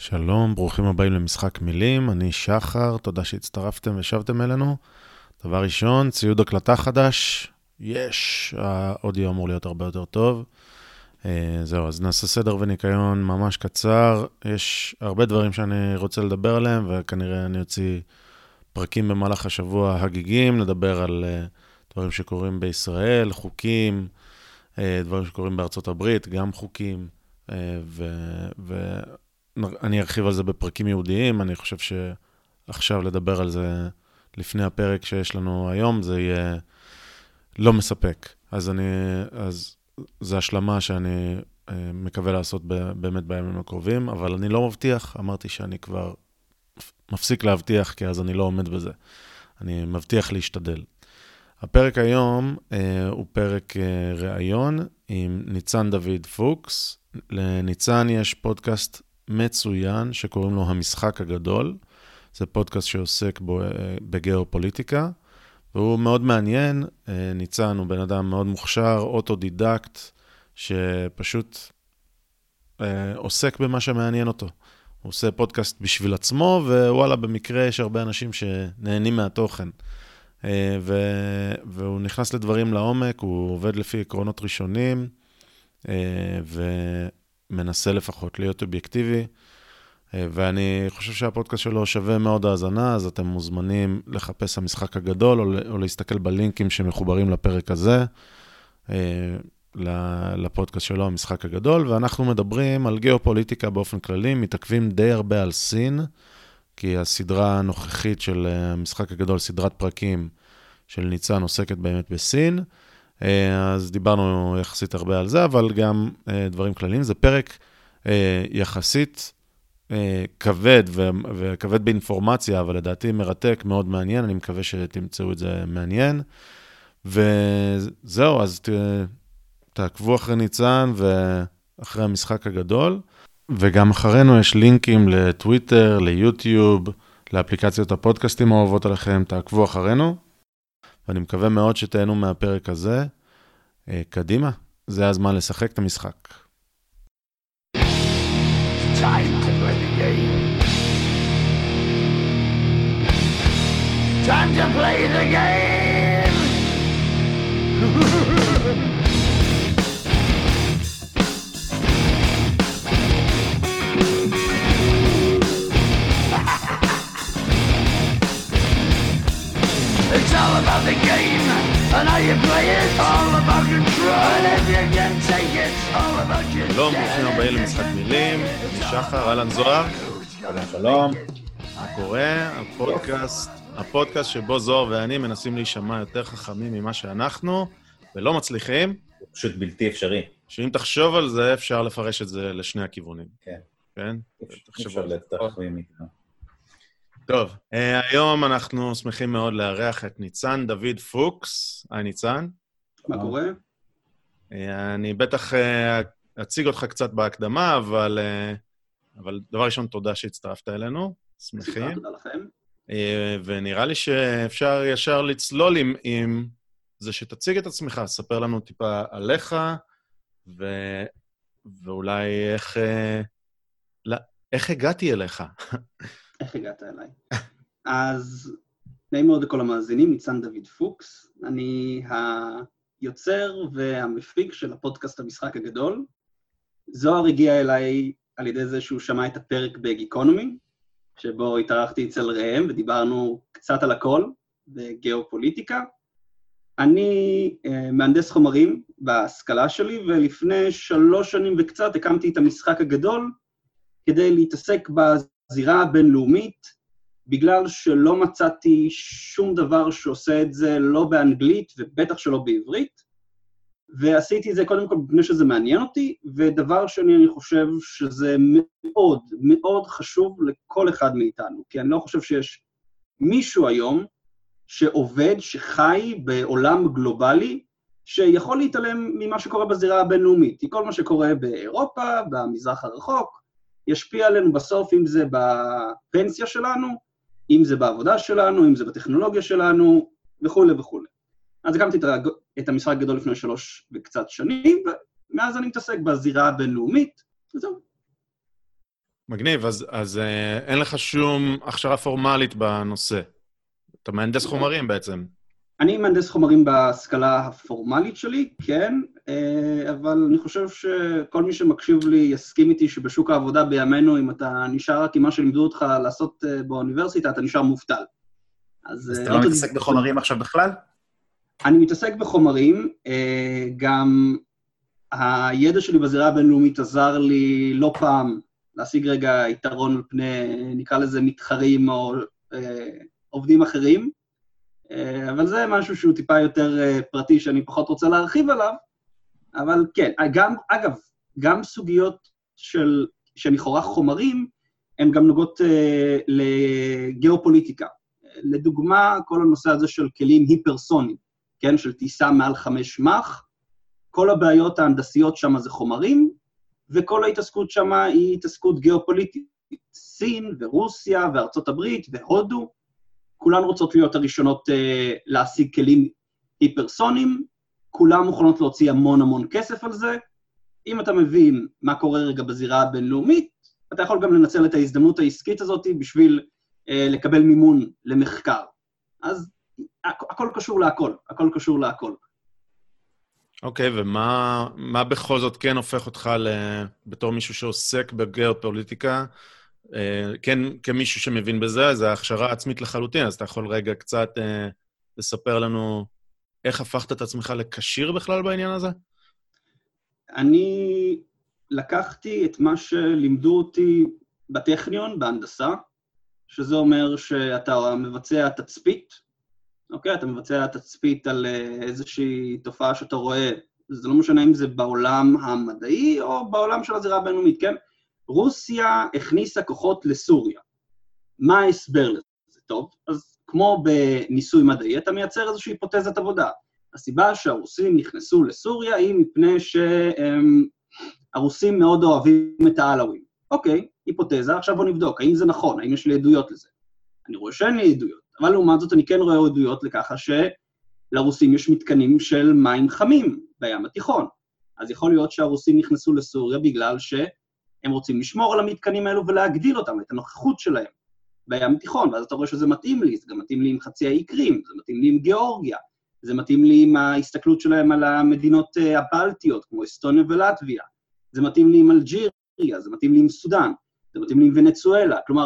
שלום, ברוכים הבאים למשחק מילים, אני שחר, תודה שהצטרפתם ושבתם אלינו. דבר ראשון, ציוד הקלטה חדש, האודיו אמור להיות הרבה יותר טוב. זהו, אז נעשה סדר וניקיון ממש קצר, יש הרבה דברים שאני רוצה לדבר עליהם, וכנראה אני אוציא פרקים במהלך השבוע הגיגים, לדבר על דברים שקורים בישראל, חוקים, דברים שקורים בארצות הברית, גם חוקים, אני ארחיב על זה בפרקים יהודיים, אני חושב שעכשיו לדבר על זה לפני הפרק שיש לנו היום, זה יהיה לא מספק. אז זו השלמה שאני מקווה לעשות באמת בימים הקרובים, אבל אני לא מבטיח, אמרתי שאני כבר מפסיק להבטיח, כי אז אני לא עומד בזה. אני מבטיח להשתדל. הפרק היום הוא פרק ראיון עם ניצן דוד פוקס. לניצן יש פודקאסט מצוין שקוראים לו המשחק הגדול. זה פודקאסט שעוסק בגיאופוליטיקה, והוא מאוד מעניין. ניצן הוא בן אדם מאוד מוכשר, אוטודידקט, שפשוט עוסק במה שמעניין אותו. הוא עושה פודקאסט בשביל עצמו, ווואלה, במקרה יש הרבה אנשים שנהנים מהתוכן. והוא נכנס לדברים לעומק, הוא עובד לפי עקרונות ראשונים, ומנסה לפחות להיות אובייקטיבי, ואני חושב שהפודקאסט שלו שווה מאוד האזנה, אז אתם מוזמנים לחפש המשחק הגדול, או להסתכל בלינקים שמחוברים לפרק הזה, לפודקאסט שלו, המשחק הגדול, ואנחנו מדברים על גיאופוליטיקה באופן כללי, מתעכבים די הרבה על סין, כי הסדרה הנוכחית של המשחק הגדול, סדרת פרקים של ניצן, עוסקת באמת בסין, אז דיברנו יחסית הרבה על זה, אבל גם דברים כלליים. זה פרק יחסית כבד, וכבד באינפורמציה, אבל לדעתי מרתק, מאוד מעניין, אני מקווה שתמצאו את זה מעניין. וזהו, אז תעקבו אחרי ניצן ואחרי המשחק הגדול, וגם אחרינו יש לינקים לטוויטר, ליוטיוב, לאפליקציות הפודקאסטים האוהבות עליכם, תעקבו אחרינו, ואני מקווה מאוד שתהנו מהפרק הזה. קדימה, זה הזמן לשחק את המשחק. Time to play the game. Time to play the game. It's all about the game and how you play it. All about control and if you can take it. All about your שלום, ברוכים הבאים למשחק מילים, אני שחר, אהלן זוהר. שלום. מה קורה? הפודקאסט שבו זוהר ואני מנסים להישמע יותר חכמים ממה שאנחנו, ולא מצליחים. פשוט בלתי אפשרי. שאם תחשוב על זה, אפשר לפרש את זה לשני הכיוונים. כן. כן? אפשר לתחבים איתנו. טוב, היום אנחנו שמחים מאוד לארח את ניצן דוד פוקס. היי ניצן. מה קורה? אני בטח אציג אותך קצת בהקדמה, אבל דבר ראשון, תודה שהצטרפת אלינו. שמחים. תודה לכם. ונראה לי שאפשר ישר לצלול עם זה שתציג את עצמך, ספר לנו טיפה עליך, ואולי איך הגעתי אליך. איך הגעת אליי? אז נעים מאוד לכל המאזינים, ניצן דוד פוקס. אני היוצר והמפיק של הפודקאסט המשחק הגדול. זוהר הגיע אליי על ידי זה שהוא שמע את הפרק בגיקונומי, שבו התארחתי אצל ראם ודיברנו קצת על הכל בגיאופוליטיקה. אני מהנדס חומרים בהשכלה שלי, ולפני 3 שנים וקצת הקמתי את המשחק הגדול כדי להתעסק בזירה הבינלאומית, בגלל שלא מצאתי שום דבר שעושה את זה לא באנגלית ובטח שלא בעברית, ועשיתי את זה קודם כל בפני שזה מעניין אותי, ודבר שני אני חושב שזה מאוד מאוד חשוב לכל אחד מאיתנו, כי אני לא חושב שיש מישהו היום שעובד, שחי בעולם גלובלי, שיכול להתעלם ממה שקורה בזירה הבינלאומית. כי כל מה שקורה באירופה, במזרח הרחוק, ישפיע עלינו בסוף, אם זה בפנסיה שלנו, אם זה בעבודה שלנו, אם זה בטכנולוגיה שלנו, וכו' וכו'. אז הקמתי את המשחק הגדול לפני 3 וקצת שנים, ומאז אני מתעסק בזירה הבינלאומית, וזהו. מגניב, אז אין לך שום הכשרה פורמלית בנושא. אתה מהנדס חומרים בעצם. אני מהנדס חומרים בהשכלה הפורמלית שלי, כן, אבל אני חושב שכל מי שמקשיב לי יסכים איתי שבשוק העבודה בימינו, אם אתה נשאר רק עם מה שלימדו אותך לעשות באוניברסיטה, אתה נשאר מובטל. אז אתה לא מתעסק בחומרים עכשיו בכלל? אני מתעסק בחומרים, גם הידע שלי בזירה הבינלאומית עזר לי לא פעם להשיג רגע יתרון על פני, נקרא לזה מתחרים או עובדים אחרים, אבל זה משהו שהוא טיפה יותר פרטי שאני פחות רוצה להרחיב עליו, אבל כן, אגב, גם סוגיות של לכאורה חומרים, הן גם נוגעות לגיאופוליטיקה. לדוגמה, כל הנושא הזה של כלים היפרסוניים, כן, של טיסה מעל 5 מח, כל הבעיות ההנדסיות שם זה חומרים, וכל ההתעסקות שם היא התעסקות גיאופוליטית. סין ורוסיה וארצות הברית והודו, כולן רוצות להיות הראשונות להשיג כלים היפרסוניים, כולן מוכנות להוציא המון כסף על זה. אם אתה מבין מה קורה רגע בזירה הבינלאומית, אתה יכול גם לנצל את ההזדמנות העסקית הזאת בשביל לקבל מימון למחקר. אז הכל קשור להכל, הכל קשור להכל. אוקיי, ומה בכל זאת כן הופך אותך בתור מישהו שעוסק בגיאופוליטיקה, כן, כמישהו שמבין בזה, זה ההכשרה עצמית לחלוטין, אז אתה יכול רגע קצת לספר לנו איך הפכת את עצמך לקשיר בכלל בעניין הזה? אני לקחתי את מה שלימדו אותי בטכניון, בהנדסה, שזה אומר שאתה מבצע תצפית, אוקיי? אתה מבצע תצפית על איזושהי תופעה שאתה רואה, זה לא משנה אם זה בעולם המדעי או בעולם של הזירה הבינלאומית, כן? רוסיה הכניסה כוחות לסוריה. מה ההסבר לזה? טוב, אז כמו בניסוי מדעי, אתה מייצר איזושהי היפותזת עבודה. הסיבה שהרוסים נכנסו לסוריה היא מפני שהרוסים מאוד אוהבים את העלווים. אוקיי, היפותזה, עכשיו בוא נבדוק, האם זה נכון, האם יש לי עדויות לזה? אני רואה שאין לי עדויות, אבל לעומת זאת אני כן רואה עדויות לככה שלרוסים יש מתקנים של מים חמים בים התיכון. אז יכול להיות שהרוסים נכנסו לסוריה בגלל שהם רוצים לשמור על המתקנים האלו ולהגדיל אותם, את הנוכחות שלהם בים התיכון, ואז אתה רואה שזה מתאים לי, זה גם מתאים לי עם חצי האי קרים, זה מתאים לי עם גיאורגיה, זה מתאים לי עם ההסתכלות שלהם על המדינות הבלטיות, כמו אסטוניה ולטביה, זה מתאים לי עם אלג'יריה, זה מתאים לי עם סודן, זה מתאים לי עם ונצואלה, כלומר,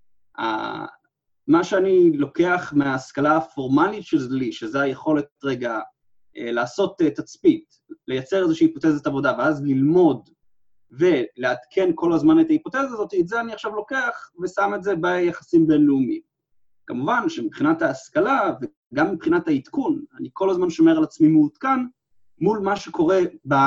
מה שאני לוקח מההשכלה הפורמלית שלי, שזה היכולת רגע לעשות תצפית, לייצר איזושהי היפותזת עבודה, ואז ללמוד ולעדכן כל הזמן את ההיפותזה הזאת, את זה אני עכשיו לוקח ושם את זה ביחסים בינלאומיים. כמובן שמבחינת ההשכלה וגם מבחינת העדכון, אני כל הזמן שומר על עצמי מעודכן מול מה שקורה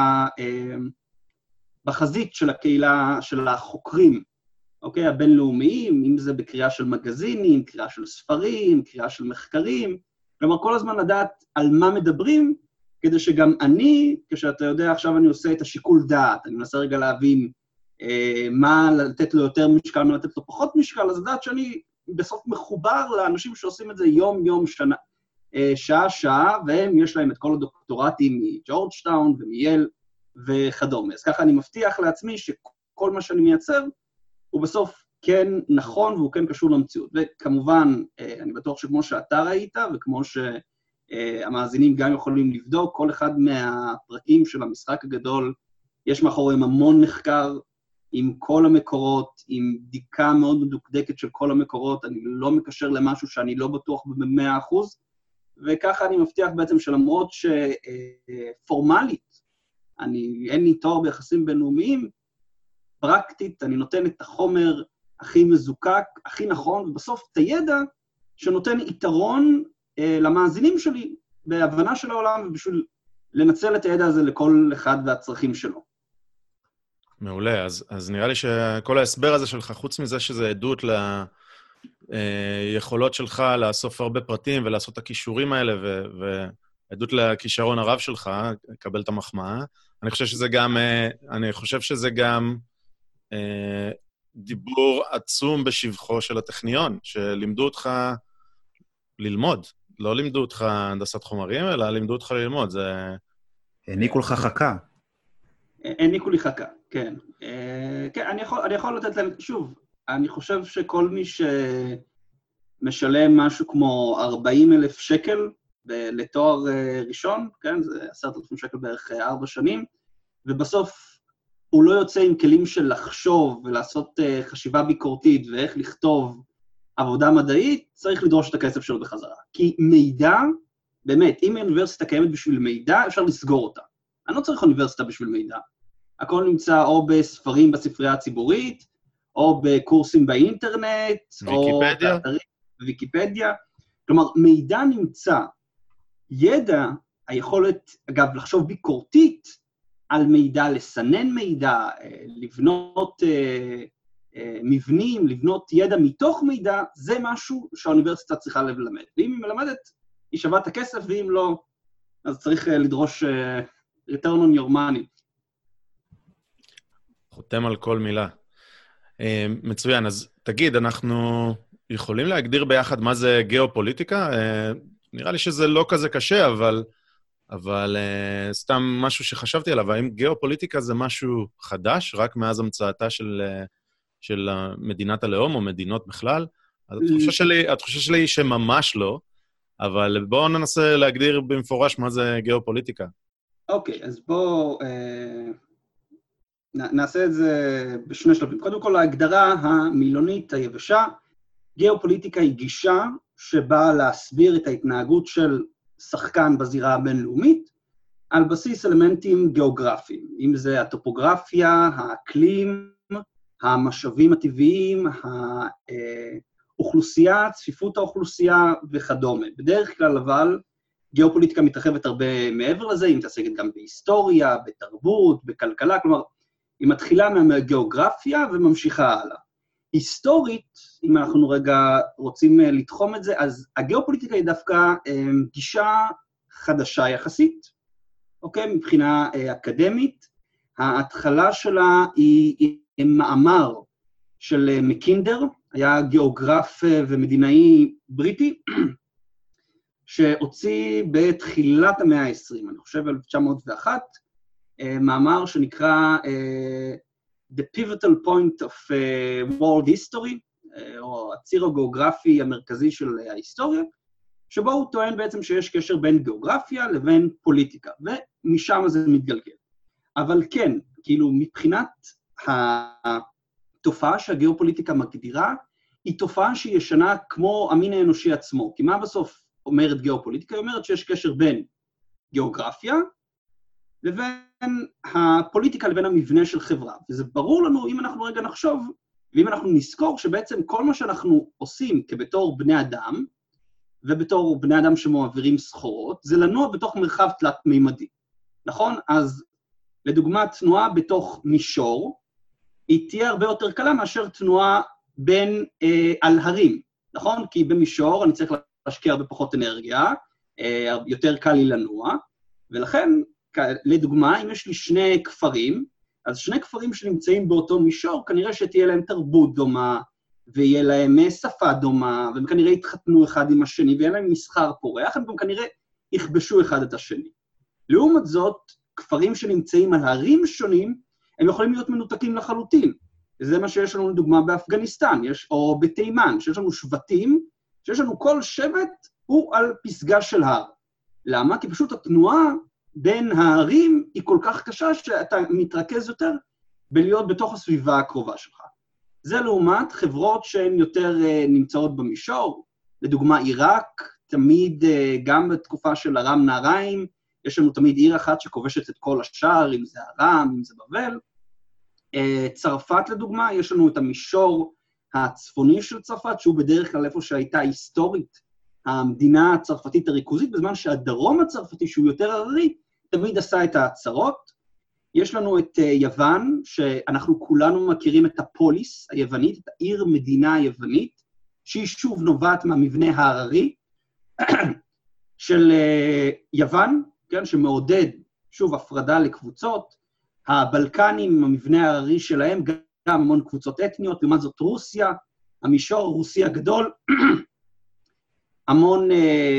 בחזית של הקהילה, של החוקרים, אוקיי, הבינלאומיים, אם זה בקריאה של מגזינים, קריאה של ספרים, קריאה של מחקרים, כלומר כל הזמן לדעת על מה מדברים, כדי שגם אני, כשאתה יודע, עכשיו אני עושה את השיקול דעת, אני מנסה רגע להבין מה לתת לו יותר משקל, מה לתת לו פחות משקל, אז לדעת שאני בסוף מחובר לאנשים שעושים את זה יום, שעה, והם יש להם את כל הדוקטורטים מג'ורג'טאון ומייל וכדומה. אז ככה אני מבטיח לעצמי שכל מה שאני מייצר, הוא בסוף כן נכון והוא כן קשור למציאות. וכמובן, אני בטוח שכמו שאתה ראית, וכמו שהמאזינים גם יכולים לבדוק, כל אחד מהפרקים של המשחק הגדול, יש מאחוריהם המון מחקר עם כל המקורות, עם בדיקה מאוד מדוקדקת של כל המקורות, אני לא מקשר למשהו שאני לא בטוח ב100%, וככה אני מבטיח בעצם שלמרות שפורמלית, אין לי תואר ביחסים בינלאומיים, פרקטית, אני נותן את החומר הכי מזוקק, הכי נכון, ובסוף את הידע שנותן יתרון למאזינים שלי, בהבנה של העולם, ובשביל לנצל את הידע הזה לכל אחד והצרכים שלו. מעולה, אז נראה לי שכל ההסבר הזה שלך, חוץ מזה שזה עדות ליכולות שלך לאסוף הרבה פרטים ולעשות את הכישורים האלה, ועדות לכישרון הרב שלך, לקבל את המחמאה, אני חושב שזה גם דיבור עצום בשבחו של הטכניון, שלימדו אותך ללמוד. לא לימדו אותך הנדסת חומרים, אלא לימדו אותך ללמוד. העניקו לך חכה. העניקו לי חכה, כן. כן, אני יכול לתת להם, שוב, אני חושב שכל מי שמשלם משהו כמו 40,000 שקל לתואר ראשון, כן, זה 10,000 שקל בערך 4 שנים, ובסוף הוא לא יוצא עם כלים של לחשוב ולעשות חשיבה ביקורתית ואיך לכתוב עבודה מדעית, צריך לדרוש את הכסף שלו בחזרה. כי מידע, באמת, אם האוניברסיטה קיימת בשביל מידע, אפשר לסגור אותה. אני לא צריך אוניברסיטה בשביל מידע. הכל נמצא או בספרים בספרייה הציבורית, או בקורסים באינטרנט, ויקיפדיה. או בוויקיפדיה. כלומר, מידע נמצא. ידע, היכולת, אגב, לחשוב ביקורתית על מידע, לסנן מידע, לבנות מבנים, לבנות ידע מתוך מידע, זה משהו שהאוניברסיטה צריכה ללמד. ואם היא מלמדת, היא שווה את הכסף, ואם לא, אז צריך לדרוש return on your money. חותם על כל מילה. מצוין, אז תגיד, אנחנו יכולים להגדיר ביחד מה זה גיאופוליטיקה? נראה לי שזה לא כזה קשה, אבל סתם משהו שחשבתי עליו, האם גיאופוליטיקה זה משהו חדש, רק מאז המצאתה של מדינת הלאום או מדינות בכלל? התחושה שלי היא שממש לא, אבל בואו ננסה להגדיר במפורש מה זה גיאופוליטיקה. אוקיי, אז בואו נעשה את זה בשני שלבים. קודם כל, ההגדרה המילונית היבשה, גיאופוליטיקה היא גישה שבאה להסביר את ההתנהגות של שחקן בזירה הבינלאומית, על בסיס אלמנטים גיאוגרפיים, אם זה הטופוגרפיה, האקלים, המשאבים הטבעיים, האוכלוסייה, צפיפות האוכלוסייה וכדומה. בדרך כלל אבל גיאופוליטיקה מתרחבת הרבה מעבר לזה, היא מתעסקת גם בהיסטוריה, בתרבות, בכלכלה, כלומר, היא מתחילה מהגיאוגרפיה וממשיכה הלאה. היסטורית, אם אנחנו רגע רוצים לתחום את זה, אז הגיאופוליטיקה היא דווקא גישה חדשה יחסית, אוקיי? מבחינה אקדמית, ההתחלה שלה היא מאמר של מקינדר, היה גיאוגרף ומדינאי בריטי, שהוציא בתחילת המאה ה-20, אני חושב 1901, מאמר שנקרא The Pivotal Point of World History, או הציר הגיאוגרפי המרכזי של ההיסטוריה, שבו הוא טוען בעצם שיש קשר בין גיאוגרפיה לבין פוליטיקה, ומשם זה מתגלגל. אבל כן, כאילו מבחינת התופעה שהגיאופוליטיקה מגדירה, היא תופעה שהיא ישנה כמו המין האנושי עצמו, כי מה בסוף אומרת גיאופוליטיקה? היא אומרת שיש קשר בין גיאוגרפיה, לבין הפוליטיקה לבין המבנה של חברה. וזה ברור לנו, אם אנחנו רגע נחשוב, ואם אנחנו נזכור שבעצם כל מה שאנחנו עושים כבתור בני אדם, ובתור בני אדם שמעבירים סחורות, זה לנוע בתוך מרחב תלת-מימדי. נכון? אז לדוגמה, תנועה בתוך מישור, היא תהיה הרבה יותר קלה מאשר תנועה על הרים. נכון? כי במישור אני צריך להשקיע הרבה פחות אנרגיה, יותר קל לי לנוע, ולכן, לדוגמה, אם יש לי שני כפרים, אז שני כפרים שנמצאים באותו מישור, כנראה שתהיה להם תרבות דומה, ויהיה להם שפה דומה, והם כנראה יתחתנו אחד עם השני, ויהיה להם מסחר פורח, הם גם כנראה יכבשו אחד את השני. לעומת זאת, כפרים שנמצאים על הרים שונים, הם יכולים להיות מנותקים לחלוטין. וזה מה שיש לנו לדוגמה באפגניסטן, או בתימן, שיש לנו שבטים, שיש לנו כל שבט הוא על פסגה של הר. למה? כי פשוט התנועה בין הערים היא כל כך קשה שאתה מתרכז יותר בלהיות בתוך הסביבה הקרובה שלך. זה לעומת חברות שהן יותר נמצאות במישור, לדוגמה עיראק, תמיד גם בתקופה של ארם נהריים, יש לנו תמיד עיר אחת שכובשת את כל השאר, אם זה ארם, אם זה בבל. צרפת לדוגמה, יש לנו את המישור הצפוני של צרפת, שהוא בדרך כלל איפה שהייתה היסטורית, המדינה הצרפתית הריכוזית, בזמן שהדרום הצרפתי, שהוא יותר הררי, תמיד עשה את ההצהרות. יש לנו את יוון, שאנחנו כולנו מכירים את הפוליס היוונית, את העיר מדינה היוונית, שהיא שוב נובעת מהמבנה ההררי של יוון, כן, שמעודד שוב הפרדה לקבוצות, הבלקנים, המבנה ההררי שלהם, גם המון קבוצות אתניות, לעומת זאת רוסיה, המישור הרוסי הגדול, המון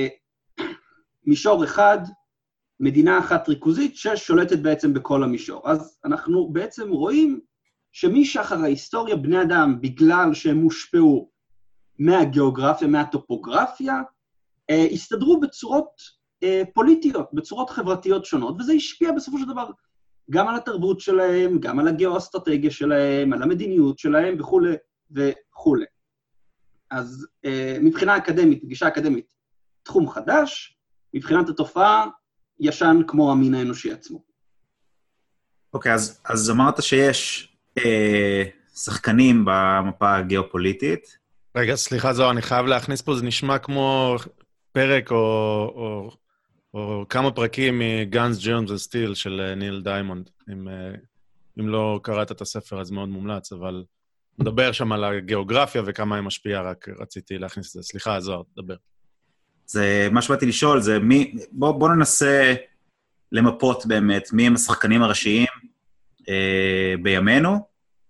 מישור אחד, מדינה אחת ריכוזית ששולטת בעצם בכל המישור. אז אנחנו בעצם רואים שמשחר ההיסטוריה בני אדם, בגלל שהם מושפעו מהגיאוגרפיה, מהטופוגרפיה, הסתדרו בצורות פוליטיות, בצורות חברתיות שונות, וזה השפיע בסופו של דבר גם על התרבות שלהם, גם על הגיאו-אסטרטגיה שלהם, על המדיניות שלהם וכו' וכו'. אז מבחינה אקדמית, גישה אקדמית, תחום חדש, מבחינת התופעה, ישן כמו המין האנושי עצמו. אוקיי, אז אמרת שיש שחקנים במפה הגיאופוליטית. רגע, סליחה זוהר, אני חייב להכניס פה, זה נשמע כמו פרק או כמה פרקים מ-Guns, Germs and Steel של ניל דיימונד. אם לא קראת את הספר, אז מאוד מומלץ, אבל מדבר שם על הגיאוגרפיה וכמה היא משפיעה, רק רציתי להכניס את זה. סליחה, זוהר, דבר. זה מה שבאתי לשאול, זה בוא ננסה למפות באמת מי הם השחקנים הראשיים בימינו,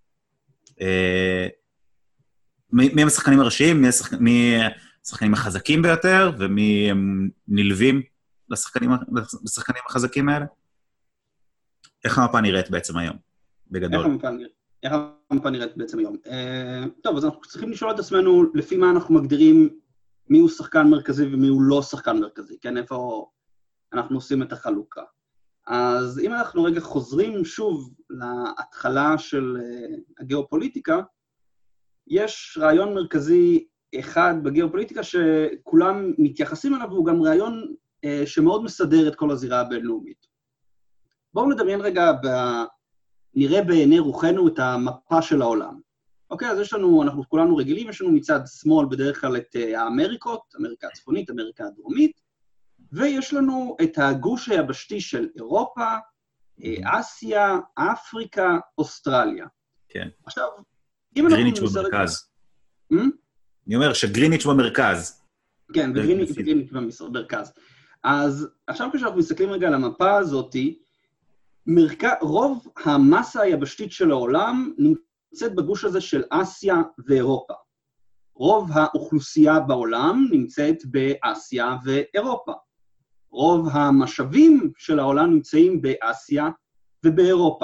מי הם השחקנים הראשיים, מי השחקנים החזקים ביותר, ומי הם נלווים לשחקנים החזקים האלה? איך המפה נראית בעצם היום, בגדול? איך המפה נראית בעצם היום? טוב, אז אנחנו צריכים לשאול את עצמנו לפי מה אנחנו מגדירים מי הוא שחקן מרכזי ומי הוא לא שחקן מרכזי, כן? איפה אנחנו עושים את החלוקה. אז אם אנחנו רגע חוזרים שוב להתחלה של הגיאופוליטיקה, יש רעיון מרכזי אחד בגיאופוליטיקה שכולם מתייחסים אליו, והוא גם רעיון שמאוד מסדר את כל הזירה הבינלאומית. בואו נדמיין רגע, נראה בעיני רוחנו את המפה של העולם. אוקיי, אז אנחנו כולנו רגילים, יש לנו מצד שמאל בדרך כלל את האמריקות, אמריקה הצפונית, אמריקה הדרומית, ויש לנו את הגוש היבשתי של אירופה, אסיה, אפריקה, אוסטרליה. כן. עכשיו, גריניץ' במרכז. אני אומר שגריניץ' במרכז. כן, וגריניץ' במרכז. אז עכשיו כשאנחנו מסתכלים רגע על המפה הזאת, רוב המסה היבשתית של העולם נמצאת בגוש הזה של אסיה ואירופה. רוב האוכלוסייה בעולם נמצאת באסיה ואירופה. רוב המשאבים של העולם נמצאים באסיה ובאירופה.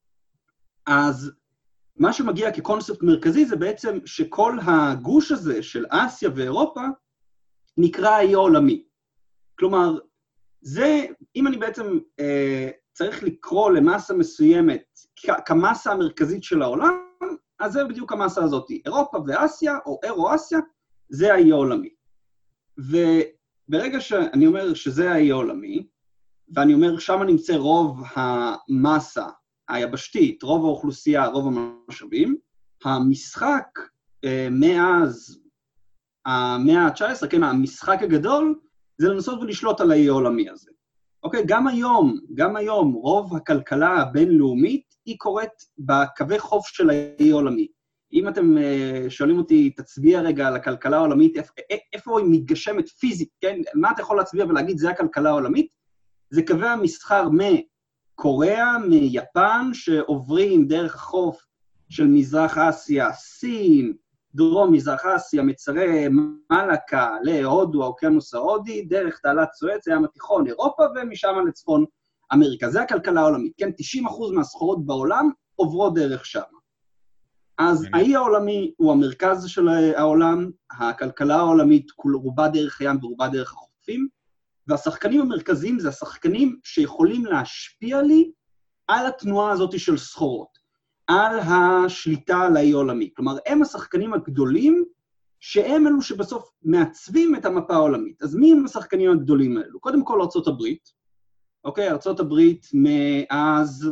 אז מה שמגיע כקונספט מרכזי זה בעצם שכל הגוש הזה של אסיה ואירופה נקרא האי העולמי. כלומר, זה, אם אני בעצם צריך לקרוא למסה מסוימת כמסה המרכזית של העולם, אז זה בדיוק המסה הזאת. אירופה ואסיה, או אירו-אסיה, זה האי העולמי. וברגע שאני אומר שזה האי העולמי, ואני אומר שם נמצא רוב המסה היבשתית, רוב האוכלוסייה, רוב המשאבים, המשחק מאז המאה ה-19, כן, המשחק הגדול, זה לנסות ולשלוט על האי העולמי הזה. אוקיי, גם היום, רוב הכלכלה הבינלאומית היא קורית בקווי חוף של האי העולמי. אם אתם שואלים אותי, תצביע רגע על הכלכלה העולמית, איפה היא מתגשמת פיזית, כן? מה אתה יכול להצביע ולהגיד, זה הכלכלה העולמית? זה קווי המסחר מקוריאה, מיפן, שעוברים דרך החוף של מזרח אסיה, סין, דרום מזרח אסיה, מצרי מלאקה, להודו, האוקיינוס ההודי, דרך תעלת סואץ, הים התיכון, אירופה, ומשם לצפון אמריקה. זה הכלכלה העולמית, כן? 90% מהסחורות בעולם עוברות דרך שם. אז האי העולמי הוא המרכז של העולם, הכלכלה העולמית רובה דרך הים ורובה דרך החופים, והשחקנים המרכזיים זה השחקנים שיכולים להשפיע לי על התנועה הזאת של סחורות. על השליטה על האי העולמי. כלומר, הם השחקנים הגדולים, שהם אלו שבסוף מעצבים את המפה העולמית. אז מי הם השחקנים הגדולים האלו? קודם כל, ארצות הברית. אוקיי, ארצות הברית מאז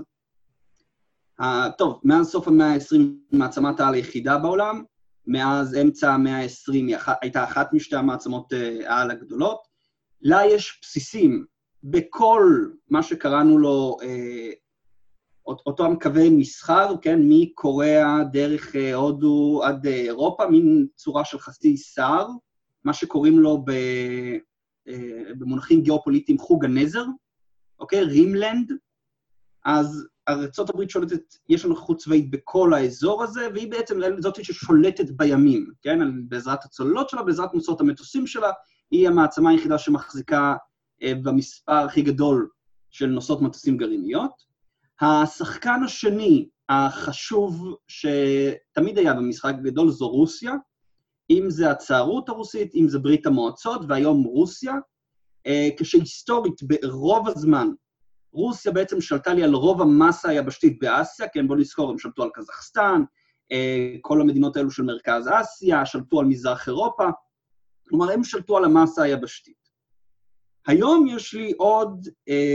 סוף המאה ה-20, מעצמת העל היחידה בעולם, מאז אמצע המאה ה-20, היא הייתה אחת משתי המעצמות העל הגדולות. לה יש בסיסים בכל מה שקראנו לו אותם קווי מסחר, כן, מקוריאה דרך הודו עד אירופה, מין צורה של חצי שר, מה שקוראים לו במונחים גיאופוליטיים חוג הנזר, אוקיי, רימלנד. אז ארצות הברית שולטת, יש לנו נוכחות צבאית בכל האזור הזה, והיא בעצם זאת ששולטת בימים, כן, בעזרת הצוללות שלה, בעזרת נושאות המטוסים שלה, היא המעצמה היחידה שמחזיקה במספר הכי גדול של נושאות מטוסים גרעיניות. השחקן השני החשוב שתמיד היה במשחק הגדול זו רוסיה, אם זה הצערות הרוסית, אם זה ברית המועצות, והיום רוסיה, כשהיסטורית ברוב הזמן, רוסיה בעצם שלטה לי על רוב המסה היבשתית באסיה, כן, בואו נזכור, הם שלטו על קזחסטן, כל המדינות האלו של מרכז אסיה, שלטו על מזרח אירופה, כלומר, הם שלטו על המסה היבשתית. היום יש לי עוד,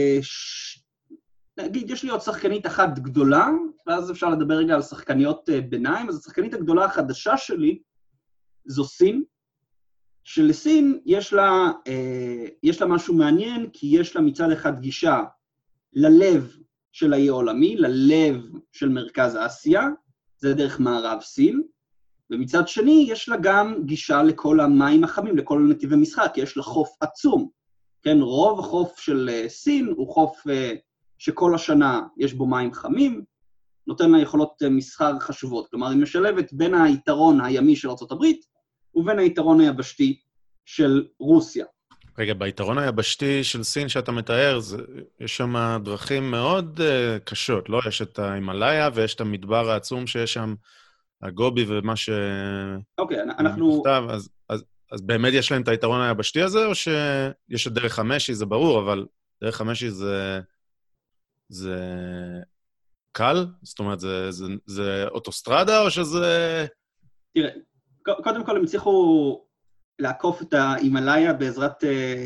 נגיד, יש לי עוד שחקנית אחת גדולה, ואז אפשר לדבר רגע על שחקניות ביניים, אז השחקנית הגדולה החדשה שלי, זו סין, שלסין יש לה משהו מעניין, כי יש לה מצד אחד גישה ללב של האי העולמי, ללב של מרכז אסיה, זה דרך מערב סין, ומצד שני יש לה גם גישה לכל המים החמים, לכל נתיבי משחק, יש לה חוף עצום, כן, רוב החוף של סין הוא חוף שכל השנה יש בו מים חמים, נותן לה יכולות מסחר חשובות, כלומר היא משלבת בין היתרון הימי של ארצות הברית, ובין היתרון היבשתי של רוסיה. רגע, ביתרון היבשתי של סין שאתה מתאר, יש שם דרכים מאוד קשות, לא? יש את ההימאליה ויש את המדבר העצום שיש שם, הגובי ומה ש... אוקיי, אנחנו... אז באמת יש להם את היתרון היבשתי הזה, או שיש את דרך המשי, זה ברור, אבל דרך המשי זה קל? זאת אומרת, זה אוטוסטרדה, או שזה... תראה, קודם כל הם הצליחו לעקוף את ההימאליה בעזרת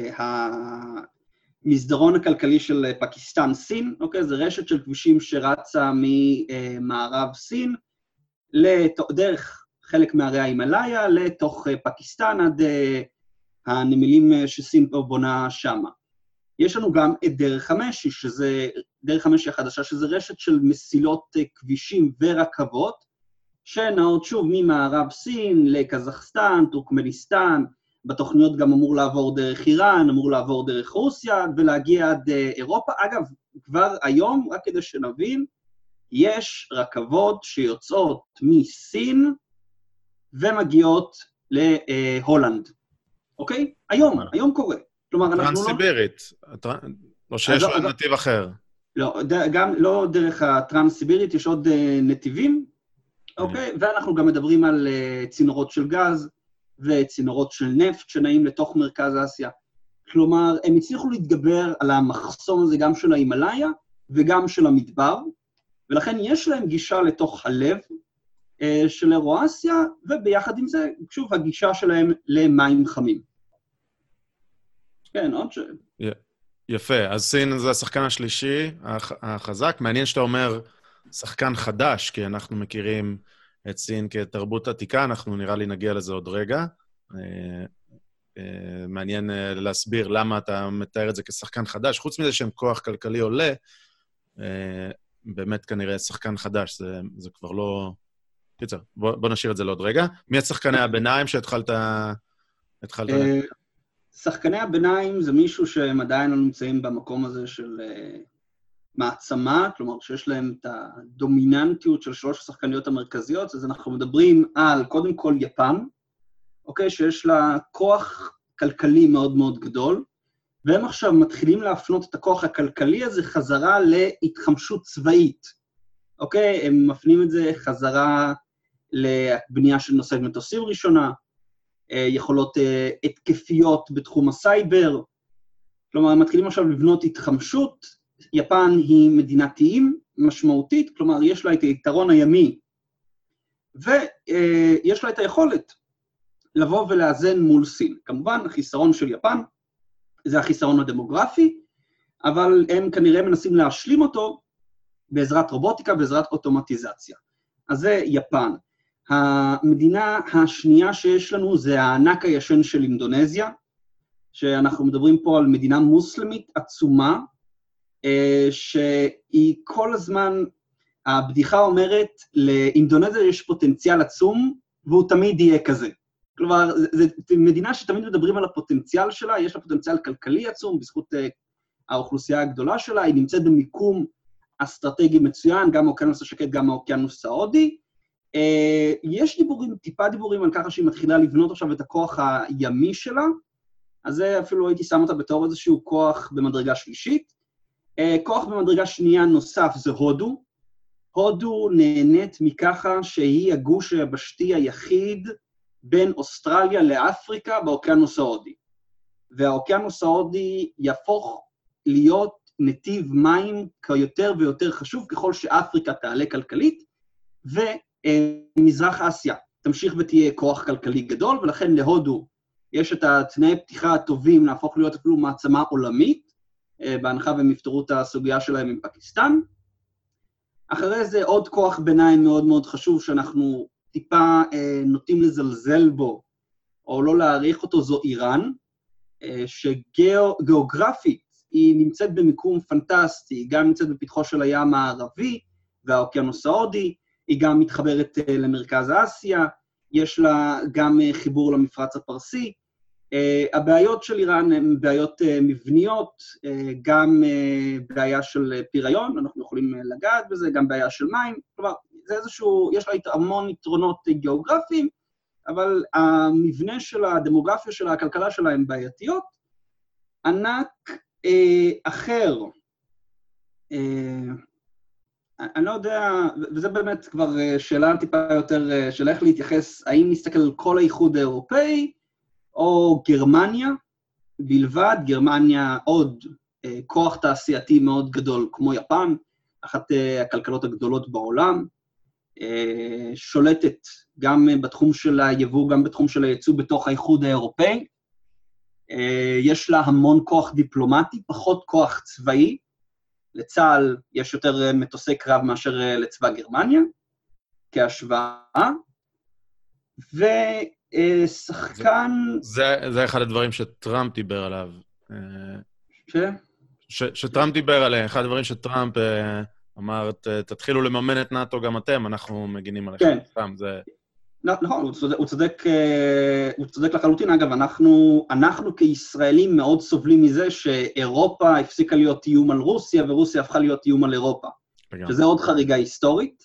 המסדרון הכלכלי של פקיסטן-סין, אוקיי? זה רשת של כבישים שרצה ממערב סין, דרך חלק מערי ההימאליה, לתוך פקיסטן, עד הנמלים שסין פה בונה שמה. יש לנו גם את דרך המשי, דרך המשי החדשה, שזה רשת של מסילות כבישים ורכבות, שנעות שוב ממערב סין לקזחסטן, טורקמניסטן, בתוכניות גם אמור לעבור דרך איראן, אמור לעבור דרך רוסיה, ולהגיע עד אירופה. אגב, כבר היום, רק כדי שנבין, יש רכבות שיוצאות מסין ומגיעות להולנד. אוקיי? היום קורה. כלומר, אנחנו לא... טרנס-סיבירית, או שיש עוד נתיב אחר. לא, גם לא דרך הטרנס-סיבירית, יש עוד נתיבים, אוקיי? ואנחנו גם מדברים על צינורות של גז וצינורות של נפט שנעים לתוך מרכז אסיה. כלומר, הם הצליחו להתגבר על המחסום הזה גם של ההימאליה וגם של המדבר, ולכן יש להם גישה לתוך הלב של אירואסיה, וביחד עם זה, שוב, הגישה שלהם למים חמים. כן, עוד ש... יפה, אז סין זה השחקן השלישי, החזק. מעניין שאתה אומר שחקן חדש, כי אנחנו מכירים את סין כתרבות עתיקה, אנחנו נראה לי נגיע לזה עוד רגע. מעניין להסביר למה אתה מתאר את זה כשחקן חדש. חוץ מזה שהם כוח כלכלי עולה, באמת כנראה שחקן חדש, זה כבר לא... קיצר, בוא נשאיר את זה לעוד רגע. מי השחקני הביניים שהתחלת... שחקני הביניים זה מישהו שהם עדיין לא נמצאים במקום הזה של מעצמה, כלומר שיש להם את הדומיננטיות של שלוש השחקניות המרכזיות, אז אנחנו מדברים על קודם כל יפן, אוקיי, שיש לה כוח כלכלי מאוד מאוד גדול, והם עכשיו מתחילים להפנות את הכוח הכלכלי הזה חזרה להתחמשות צבאית, אוקיי, הם מפנים את זה חזרה לבנייה של נושא מטוסים ראשונה, יכולות התקפיות בתחום הסייבר, כלומר, הם מתחילים עכשיו לבנות התחמשות, יפן היא מדינת איים משמעותית, כלומר, יש לה את היתרון הימי, ויש לה את היכולת לבוא ולאזן מול סין. כמובן, החיסרון של יפן זה החיסרון הדמוגרפי, אבל הם כנראה מנסים להשלים אותו בעזרת רובוטיקה, בעזרת אוטומטיזציה. אז זה יפן. המדינה השנייה שיש לנו זה הענק הישן של אינדונזיה, שאנחנו מדברים פה על מדינה מוסלמית עצומה, שהיא כל הזמן, הבדיחה אומרת, לאינדונזיה יש פוטנציאל עצום, והוא תמיד יהיה כזה. כלומר, זו מדינה שתמיד מדברים על הפוטנציאל שלה, יש לה פוטנציאל כלכלי עצום, בזכות האוכלוסייה הגדולה שלה, היא נמצאת במיקום אסטרטגי מצוין, גם האוקיינוס השקט, גם האוקיינוס ההודי. יש דיבורים, טיפה דיבורים על ככה שהיא מתחילה לבנות עכשיו את הכוח הימי שלה, אז זה אפילו הייתי שם אותה בתור איזשהו כוח במדרגה שלישית. כוח במדרגה שנייה נוסף זה הודו, הודו נהנית מככה שהיא הגוש היבשתי היחיד בין אוסטרליה לאפריקה באוקיינוס ההודי. והאוקיינוס ההודי יהפוך להיות נתיב מים כיותר ויותר חשוב ככל שאפריקה תעלה כלכלית, ומזרח אסיה תמשיך ותהיה כוח כלכלי גדול, ולכן להודו יש את התנאי פתיחה הטובים להפוך להיות אפילו מעצמה עולמית, בהנחה והם יפתרו את הסוגיה שלהם עם פקיסטן. אחרי זה עוד כוח ביניים מאוד מאוד חשוב שאנחנו טיפה נוטים לזלזל בו, או לא להעריך אותו, זו איראן, שגיאוגרפית היא נמצאת במיקום פנטסטי, היא גם נמצאת בפתחו של הים הערבי והאוקיינוס ההודי, היא גם מתחברת למרכז אסיה, יש לה גם חיבור למפרץ הפרסי. הבעיות של איראן הן בעיות מבניות, גם בעיה של פיריון, אנחנו יכולים לגעת בזה, גם בעיה של מים, כלומר, זה איזשהו, יש לה המון יתרונות גיאוגרפיים, אבל המבנה של הדמוגרפיה של הכלכלה שלה הן בעייתיות. ענק אחר, אני לא יודע, וזה באמת כבר שאלה טיפה יותר של איך להתייחס, האם נסתכל על כל האיחוד האירופאי, או גרמניה בלבד, גרמניה עוד כוח תעשייתי מאוד גדול כמו יפן, אחת הכלכלות הגדולות בעולם, שולטת גם בתחום של היבוא, גם בתחום של הייצוא בתוך האיחוד האירופאי, יש לה המון כוח דיפלומטי, פחות כוח צבאי, לצה"ל יש יותר מטוסי קרב מאשר לצבא גרמניה, כהשוואה, ושחקן... זה אחד הדברים שטראמפ דיבר עליו. שטראמפ דיבר עליהם, אחד הדברים שטראמפ אמר, תתחילו לממן את נאטו גם אתם, אנחנו מגינים עליכם. כן. נכון, הוא צודק לחלוטין. אגב, אנחנו כישראלים מאוד סובלים מזה שאירופה הפסיקה להיות איום על רוסיה, ורוסיה הפכה להיות איום על אירופה. שזה עוד חריגה היסטורית.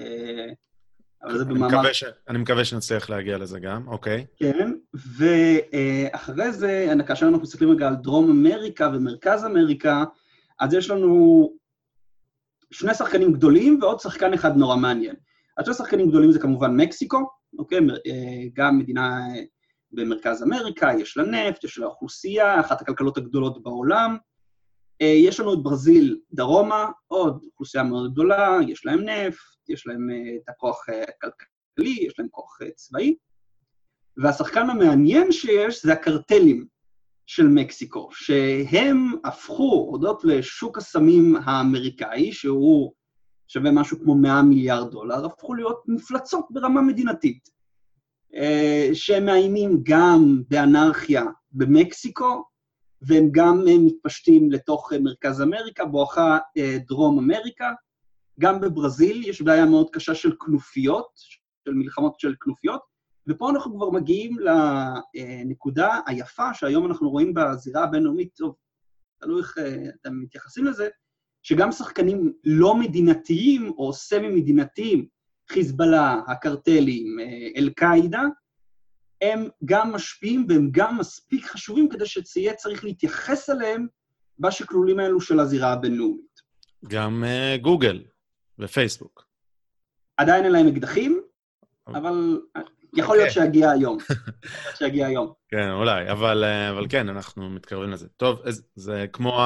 אני מקווה שנצליח להגיע לזה גם, אוקיי. כן, ואחרי זה, כאשר אנחנו מסתכלים רגע על דרום אמריקה ומרכז אמריקה, אז יש לנו שני שחקנים גדולים ועוד שחקן אחד נורא מעניין. השני שחקנים גדולים זה כמובן מקסיקו, אוקיי? גם מדינה במרכז אמריקה, יש לה נפט, יש לה אוכלוסייה, אחת הכלכלות הגדולות בעולם. יש לנו את ברזיל דרומה, עוד אוכלוסייה מאוד גדולה, יש להם נפט, יש להם את הכוח הכלכלי, יש להם כוח צבאי. והשחקן המעניין שיש זה הקרטלים של מקסיקו, שהם הפכו, הודות לשוק הסמים האמריקאי, שהוא שווה משהו כמו $100 מיליארד, הפכו להיות מפלצות ברמה מדינתית, שהם מאיימים גם באנרכיה במקסיקו, והם גם מתפשטים לתוך מרכז אמריקה, בואכה דרום אמריקה. גם בברזיל יש בעיה מאוד קשה של כנופיות, של מלחמות של כנופיות, ופה אנחנו כבר מגיעים לנקודה היפה שהיום אנחנו רואים בזירה הבינלאומית, טוב, תלוי איך אתם מתייחסים לזה, שגם שחקנים לא מדינתיים או סמי-מדינתיים, חיזבאללה, הקרטלים, אל-קאעידה, הם גם משפיעים והם גם מספיק חשובים כדי שיהיה צריך להתייחס אליהם בשקלולים האלו של הזירה הבינלאומית. גם גוגל ופייסבוק. עדיין אין להם אקדחים, אבל יכול להיות שיגיע היום. כן, אולי, אבל כן, אנחנו מתקרבים לזה. טוב, זה כמו